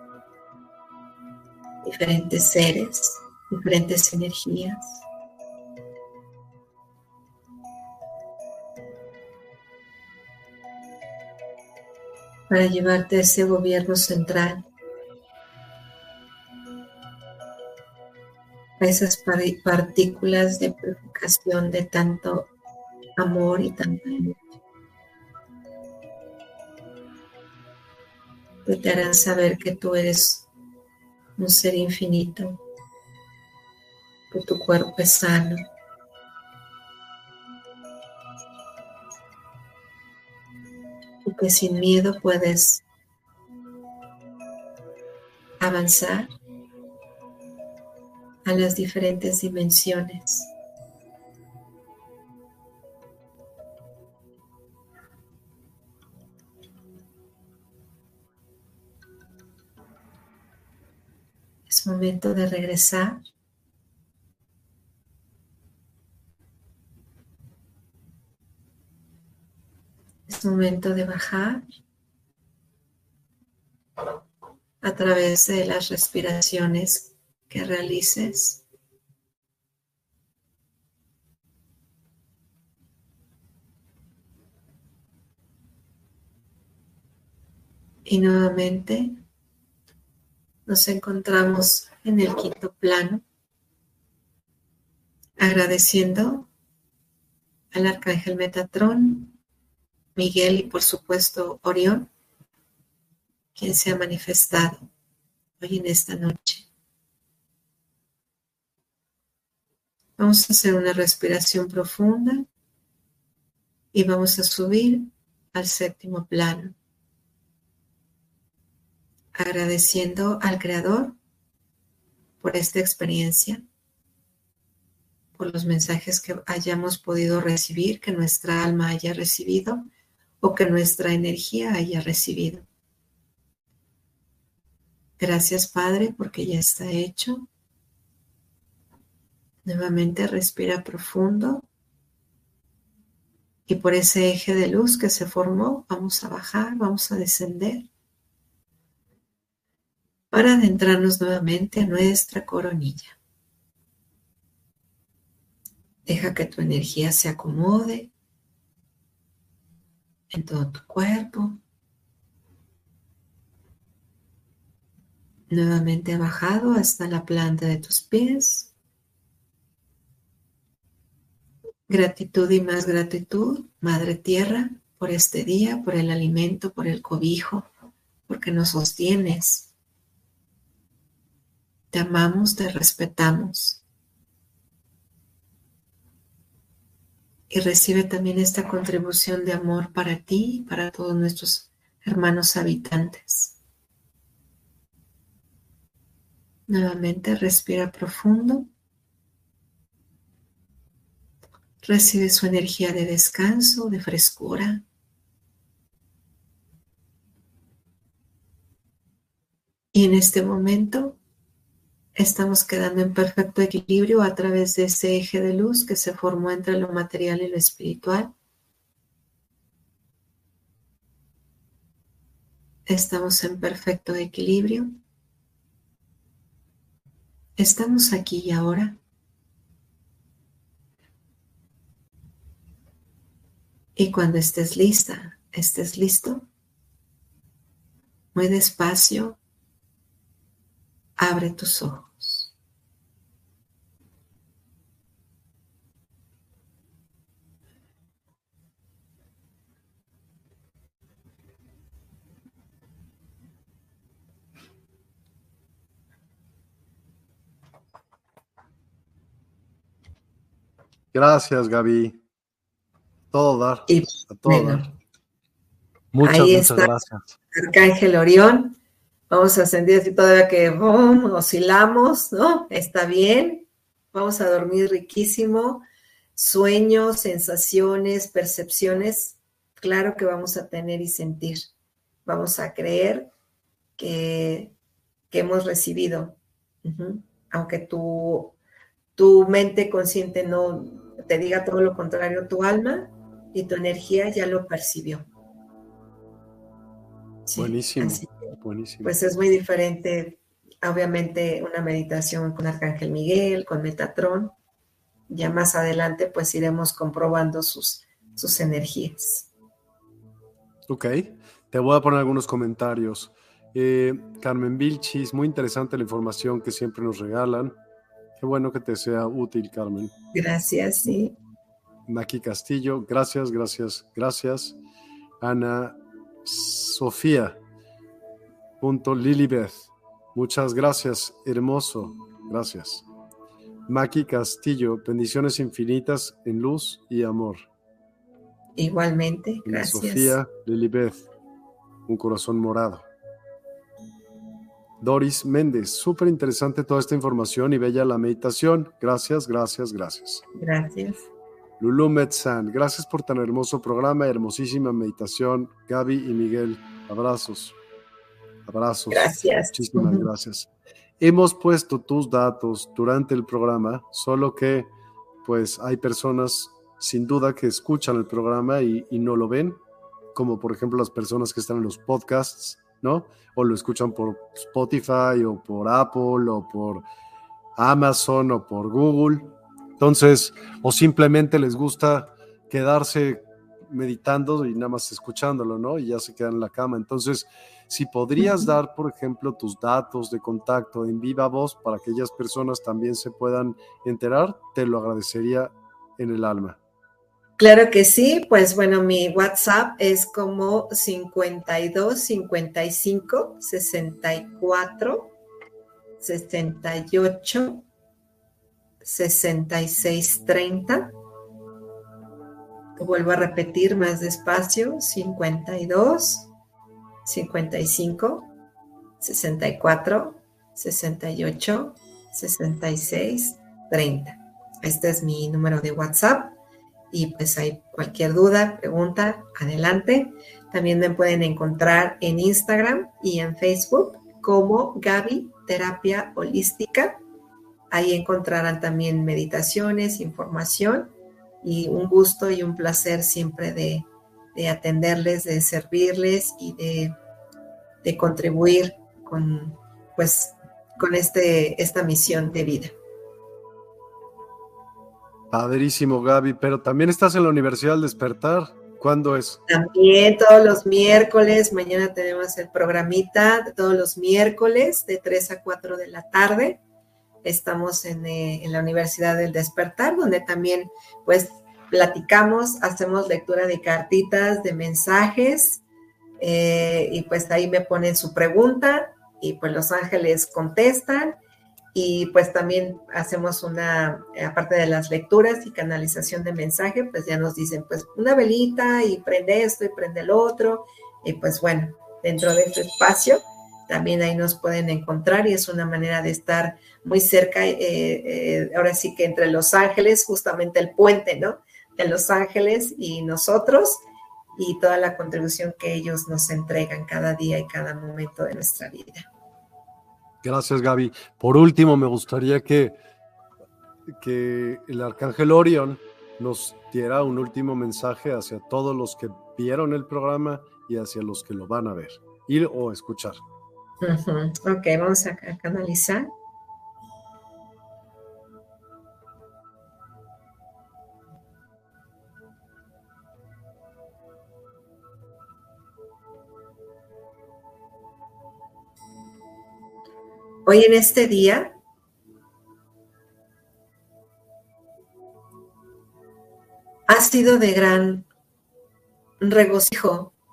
diferentes seres, diferentes energías. para llevarte a ese gobierno central, a esas partículas de purificación de tanto amor y tanta luz, que te harán saber que tú eres un ser infinito, que tu cuerpo es sano, y que sin miedo puedes avanzar a las diferentes dimensiones. Es momento de regresar. Es momento de bajar a través de las respiraciones que realices. Y nuevamente nos encontramos en el quinto plano, agradeciendo al Arcángel Metatrón, Miguel y por supuesto Orión, quien se ha manifestado hoy en esta noche. Vamos a hacer una respiración profunda y vamos a subir al séptimo plano, agradeciendo al Creador por esta experiencia, por los mensajes que hayamos podido recibir, que nuestra alma haya recibido o que nuestra energía haya recibido. Gracias, Padre, porque ya está hecho. Nuevamente respira profundo y por ese eje de luz que se formó vamos a bajar, vamos a descender para adentrarnos nuevamente a nuestra coronilla. Deja que tu energía se acomode en todo tu cuerpo. Nuevamente bajado hasta la planta de tus pies. Gratitud y más gratitud, Madre Tierra, por este día, por el alimento, por el cobijo, porque nos sostienes. Te amamos, te respetamos. Y recibe también esta contribución de amor para ti y para todos nuestros hermanos habitantes. Nuevamente respira profundo. Recibe su energía de descanso, de frescura. Y en este momento estamos quedando en perfecto equilibrio a través de ese eje de luz que se formó entre lo material y lo espiritual. Estamos en perfecto equilibrio. Estamos aquí y ahora. Y cuando estés lista, estés listo, muy despacio, abre tus ojos. Gracias, Gaby. Todo dar, Y a todo bueno, dar. Muchas está gracias. Arcángel Orión. Vamos a sentir así todavía que oscilamos, ¿no? Está bien. Vamos a dormir riquísimo. Sueños, sensaciones, percepciones, claro que vamos a tener y sentir. Vamos a creer que hemos recibido. Aunque tu mente consciente no te diga todo lo contrario, tu alma y tu energía ya lo percibió. Sí, buenísimo, así que, buenísimo. pues es muy diferente, obviamente, una meditación con Arcángel Miguel, con Metatrón. Ya más adelante, pues iremos comprobando sus energías. Ok, te voy a poner algunos comentarios. Carmen Vilchis, muy interesante la información que siempre nos regalan. Qué bueno que te sea útil, Carmen. Gracias, sí. Maki Castillo, gracias, gracias, gracias. Ana Sofía, Lilibeth, muchas gracias, hermoso, gracias. Maki Castillo, bendiciones infinitas en luz y amor. Igualmente, Ana gracias. Sofía, Lilibeth, un corazón morado. Doris Méndez, súper interesante toda esta información y bella la meditación. Gracias, gracias, gracias. Gracias. Lulu Metzan, gracias por tan hermoso programa, hermosísima meditación. Gaby y Miguel, abrazos. Abrazos. Gracias. Muchísimas gracias. Hemos puesto tus datos durante el programa, solo que pues hay personas sin duda que escuchan el programa y no lo ven, como por ejemplo las personas que están en los podcasts, ¿no? O lo escuchan por Spotify o por Apple o por Amazon o por Google. Entonces, o simplemente les gusta quedarse meditando y nada más escuchándolo, ¿no? Y ya se quedan en la cama. Entonces, si podrías dar, por ejemplo, tus datos de contacto en viva voz para que aquellas personas también se puedan enterar, te lo agradecería en el alma. Claro que sí, pues bueno, mi WhatsApp es como 52 55 64 68 66 30. Vuelvo a repetir más despacio: 52 55 64 68 66 30. Este es mi número de WhatsApp. Y pues hay cualquier duda, pregunta, adelante. También me pueden encontrar en Instagram y en Facebook como Gaby Terapia Holística. Ahí encontrarán también meditaciones, información, y un gusto y un placer siempre de atenderles, de servirles y de contribuir con esta misión de vida. Padrísimo, Gaby, pero también estás en la Universidad al Despertar. ¿Cuándo es? También todos los miércoles. Mañana tenemos el programita de todos los miércoles de 3 a 4 de la tarde. Estamos en la Universidad del Despertar, donde también pues platicamos, hacemos lectura de cartitas, de mensajes, y pues ahí me ponen su pregunta y pues los ángeles contestan. Y pues también hacemos aparte de las lecturas y canalización de mensaje, pues ya nos dicen pues una velita y prende esto y prende el otro. Y pues bueno, dentro de este espacio también ahí nos pueden encontrar y es una manera de estar muy cerca, ahora sí que entre Los Ángeles, justamente el puente, ¿no? De Los Ángeles y nosotros, y toda la contribución que ellos nos entregan cada día y cada momento de nuestra vida. Gracias, Gaby. Por último, me gustaría que el Arcángel Orión nos diera un último mensaje hacia todos los que vieron el programa y hacia los que lo van a ver o escuchar. Ok, vamos a canalizar. Hoy en este día ha sido de gran regocijo,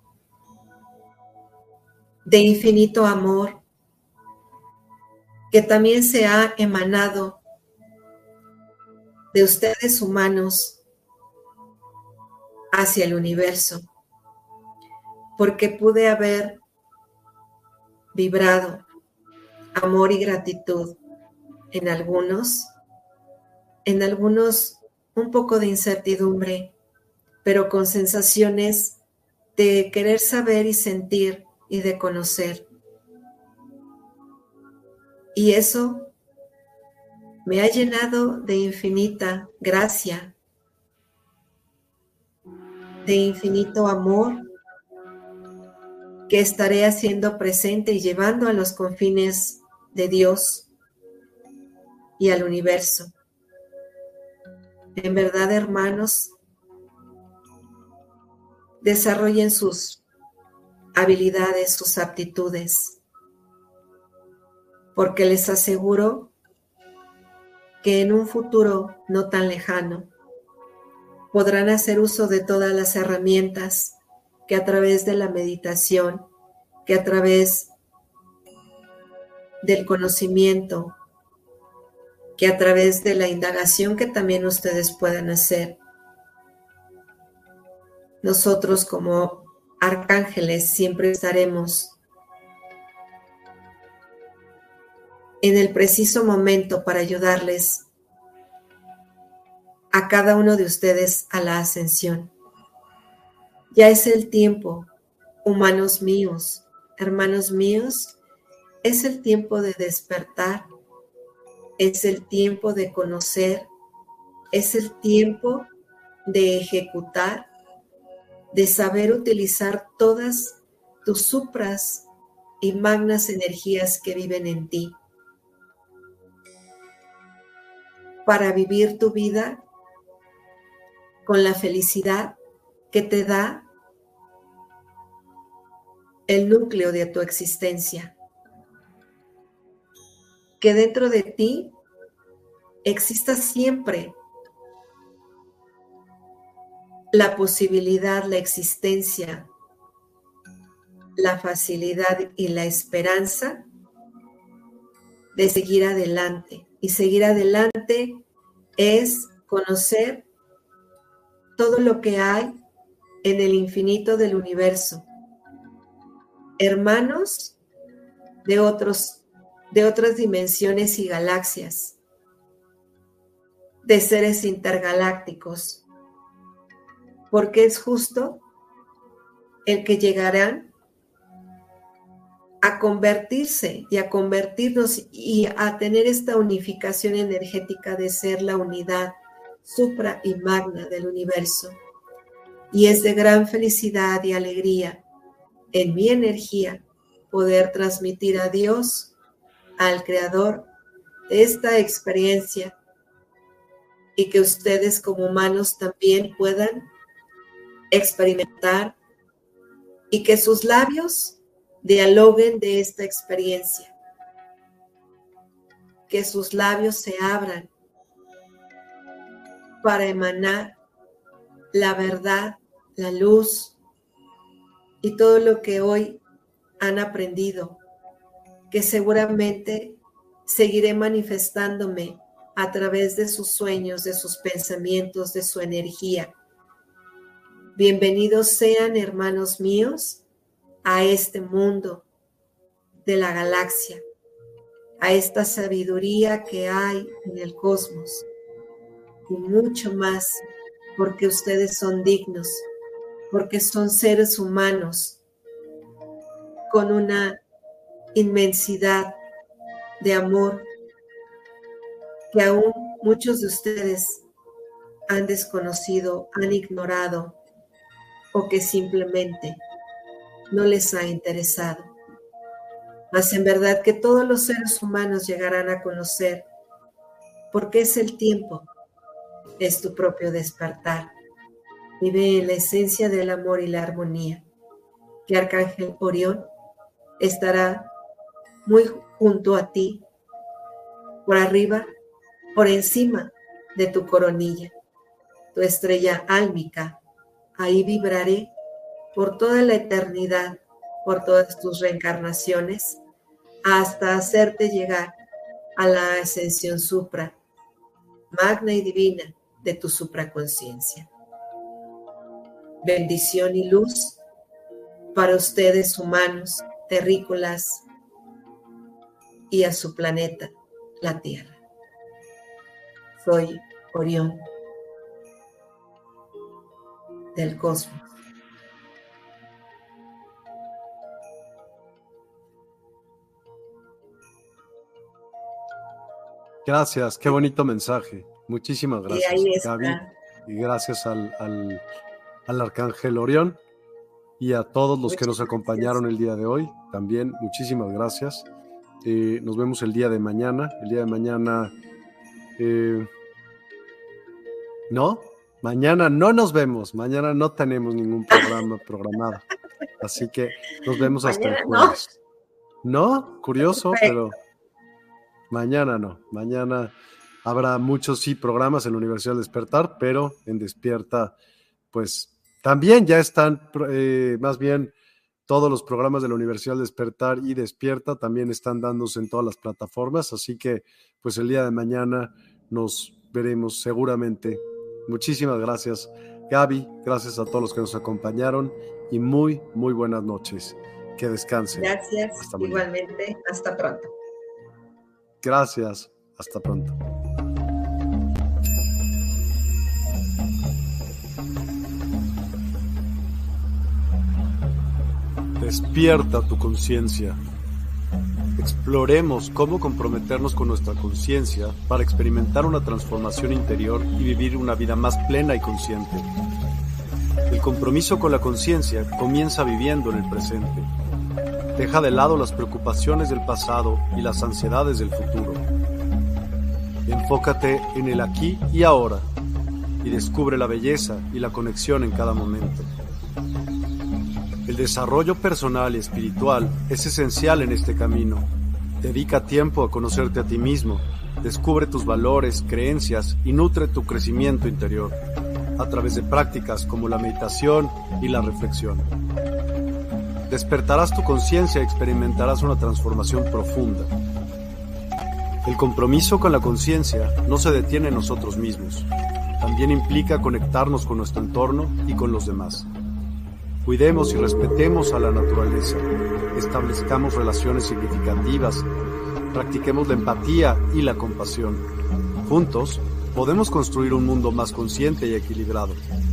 de infinito amor, que también se ha emanado de ustedes humanos hacia el universo, porque pude haber vibrado amor y gratitud en algunos un poco de incertidumbre, pero con sensaciones de querer saber y sentir y de conocer. Y eso me ha llenado de infinita gracia, de infinito amor, que estaré haciendo presente y llevando a los confines de Dios y al universo. En verdad, hermanos, desarrollen sus habilidades, sus aptitudes, porque les aseguro que en un futuro no tan lejano podrán hacer uso de todas las herramientas que a través de la meditación, que a través del conocimiento, que a través de la indagación que también ustedes pueden hacer. Nosotros como arcángeles siempre estaremos en el preciso momento para ayudarles a cada uno de ustedes a la ascensión. Ya es el tiempo, humanos míos, hermanos míos, es el tiempo de despertar, es el tiempo de conocer, es el tiempo de ejecutar, de saber utilizar todas tus supras y magnas energías que viven en ti para vivir tu vida con la felicidad que te da el núcleo de tu existencia. Que dentro de ti exista siempre la posibilidad, la existencia, la facilidad y la esperanza de seguir adelante. Y seguir adelante es conocer todo lo que hay en el infinito del universo. Hermanos de otras dimensiones y galaxias, de seres intergalácticos, porque es justo el que llegarán a convertirse y a convertirnos y a tener esta unificación energética de ser la unidad supra y magna del universo. Y es de gran felicidad y alegría en mi energía poder transmitir a Dios, al Creador, de esta experiencia y que ustedes como humanos también puedan experimentar y que sus labios dialoguen de esta experiencia, que sus labios se abran para emanar la verdad, la luz y todo lo que hoy han aprendido, que seguramente seguiré manifestándome a través de sus sueños, de sus pensamientos, de su energía. Bienvenidos sean, hermanos míos, a este mundo de la galaxia, a esta sabiduría que hay en el cosmos y mucho más, porque ustedes son dignos, porque son seres humanos con una inmensidad de amor que aún muchos de ustedes han desconocido, han ignorado o que simplemente no les ha interesado. Mas en verdad que todos los seres humanos llegarán a conocer, porque es el tiempo, es tu propio despertar. Vive en la esencia del amor y la armonía, que Arcángel Orión estará muy junto a ti, por arriba, por encima de tu coronilla, tu estrella álmica. Ahí vibraré por toda la eternidad, por todas tus reencarnaciones, hasta hacerte llegar a la ascensión supra, magna y divina de tu supraconciencia. Bendición y luz para ustedes humanos, terrícolas, y a su planeta, la Tierra. Soy Orión del cosmos. Gracias, qué bonito mensaje. Muchísimas gracias, Gaby. Y gracias al Arcángel Orión y a todos los que nos acompañaron el día de hoy. También muchísimas gracias. Nos vemos el día de mañana. El día de mañana... no, mañana no nos vemos. Mañana no tenemos ningún programa programado. Así que nos vemos hasta Mañana el jueves. ¿No? Curioso, Perfecto. pero mañana no. Mañana habrá muchos programas en la Universidad del Despertar, pero en Despierta, pues también ya están, más bien todos los programas de la Universidad del Despertar y Despierta también están dándose en todas las plataformas, así que pues el día de mañana nos veremos seguramente. Muchísimas gracias, Gaby, gracias a todos los que nos acompañaron y muy, muy buenas noches. Que descansen. Gracias, igualmente. Hasta pronto. Gracias, hasta pronto. Despierta tu conciencia. Exploremos cómo comprometernos con nuestra conciencia para experimentar una transformación interior y vivir una vida más plena y consciente. El compromiso con la conciencia comienza viviendo en el presente. Deja de lado las preocupaciones del pasado y las ansiedades del futuro. Enfócate en el aquí y ahora y descubre la belleza y la conexión en cada momento. El desarrollo personal y espiritual es esencial en este camino. Dedica tiempo a conocerte a ti mismo, descubre tus valores, creencias y nutre tu crecimiento interior a través de prácticas como la meditación y la reflexión. Despertarás tu conciencia y experimentarás una transformación profunda. El compromiso con la conciencia no se detiene en nosotros mismos. También implica conectarnos con nuestro entorno y con los demás. Cuidemos y respetemos a la naturaleza, establezcamos relaciones significativas, practiquemos la empatía y la compasión. Juntos, podemos construir un mundo más consciente y equilibrado.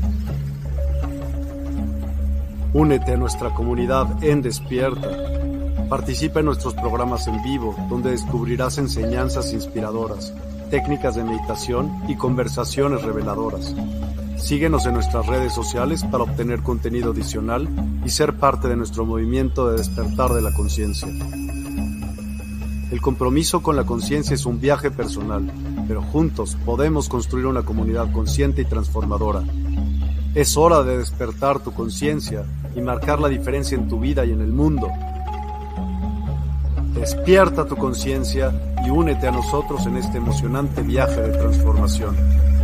Únete a nuestra comunidad en Despierta. Participa en nuestros programas en vivo, donde descubrirás enseñanzas inspiradoras, técnicas de meditación y conversaciones reveladoras. Síguenos en nuestras redes sociales para obtener contenido adicional y ser parte de nuestro movimiento de despertar de la conciencia. El compromiso con la conciencia es un viaje personal, pero juntos podemos construir una comunidad consciente y transformadora. Es hora de despertar tu conciencia y marcar la diferencia en tu vida y en el mundo. Despierta tu conciencia y únete a nosotros en este emocionante viaje de transformación.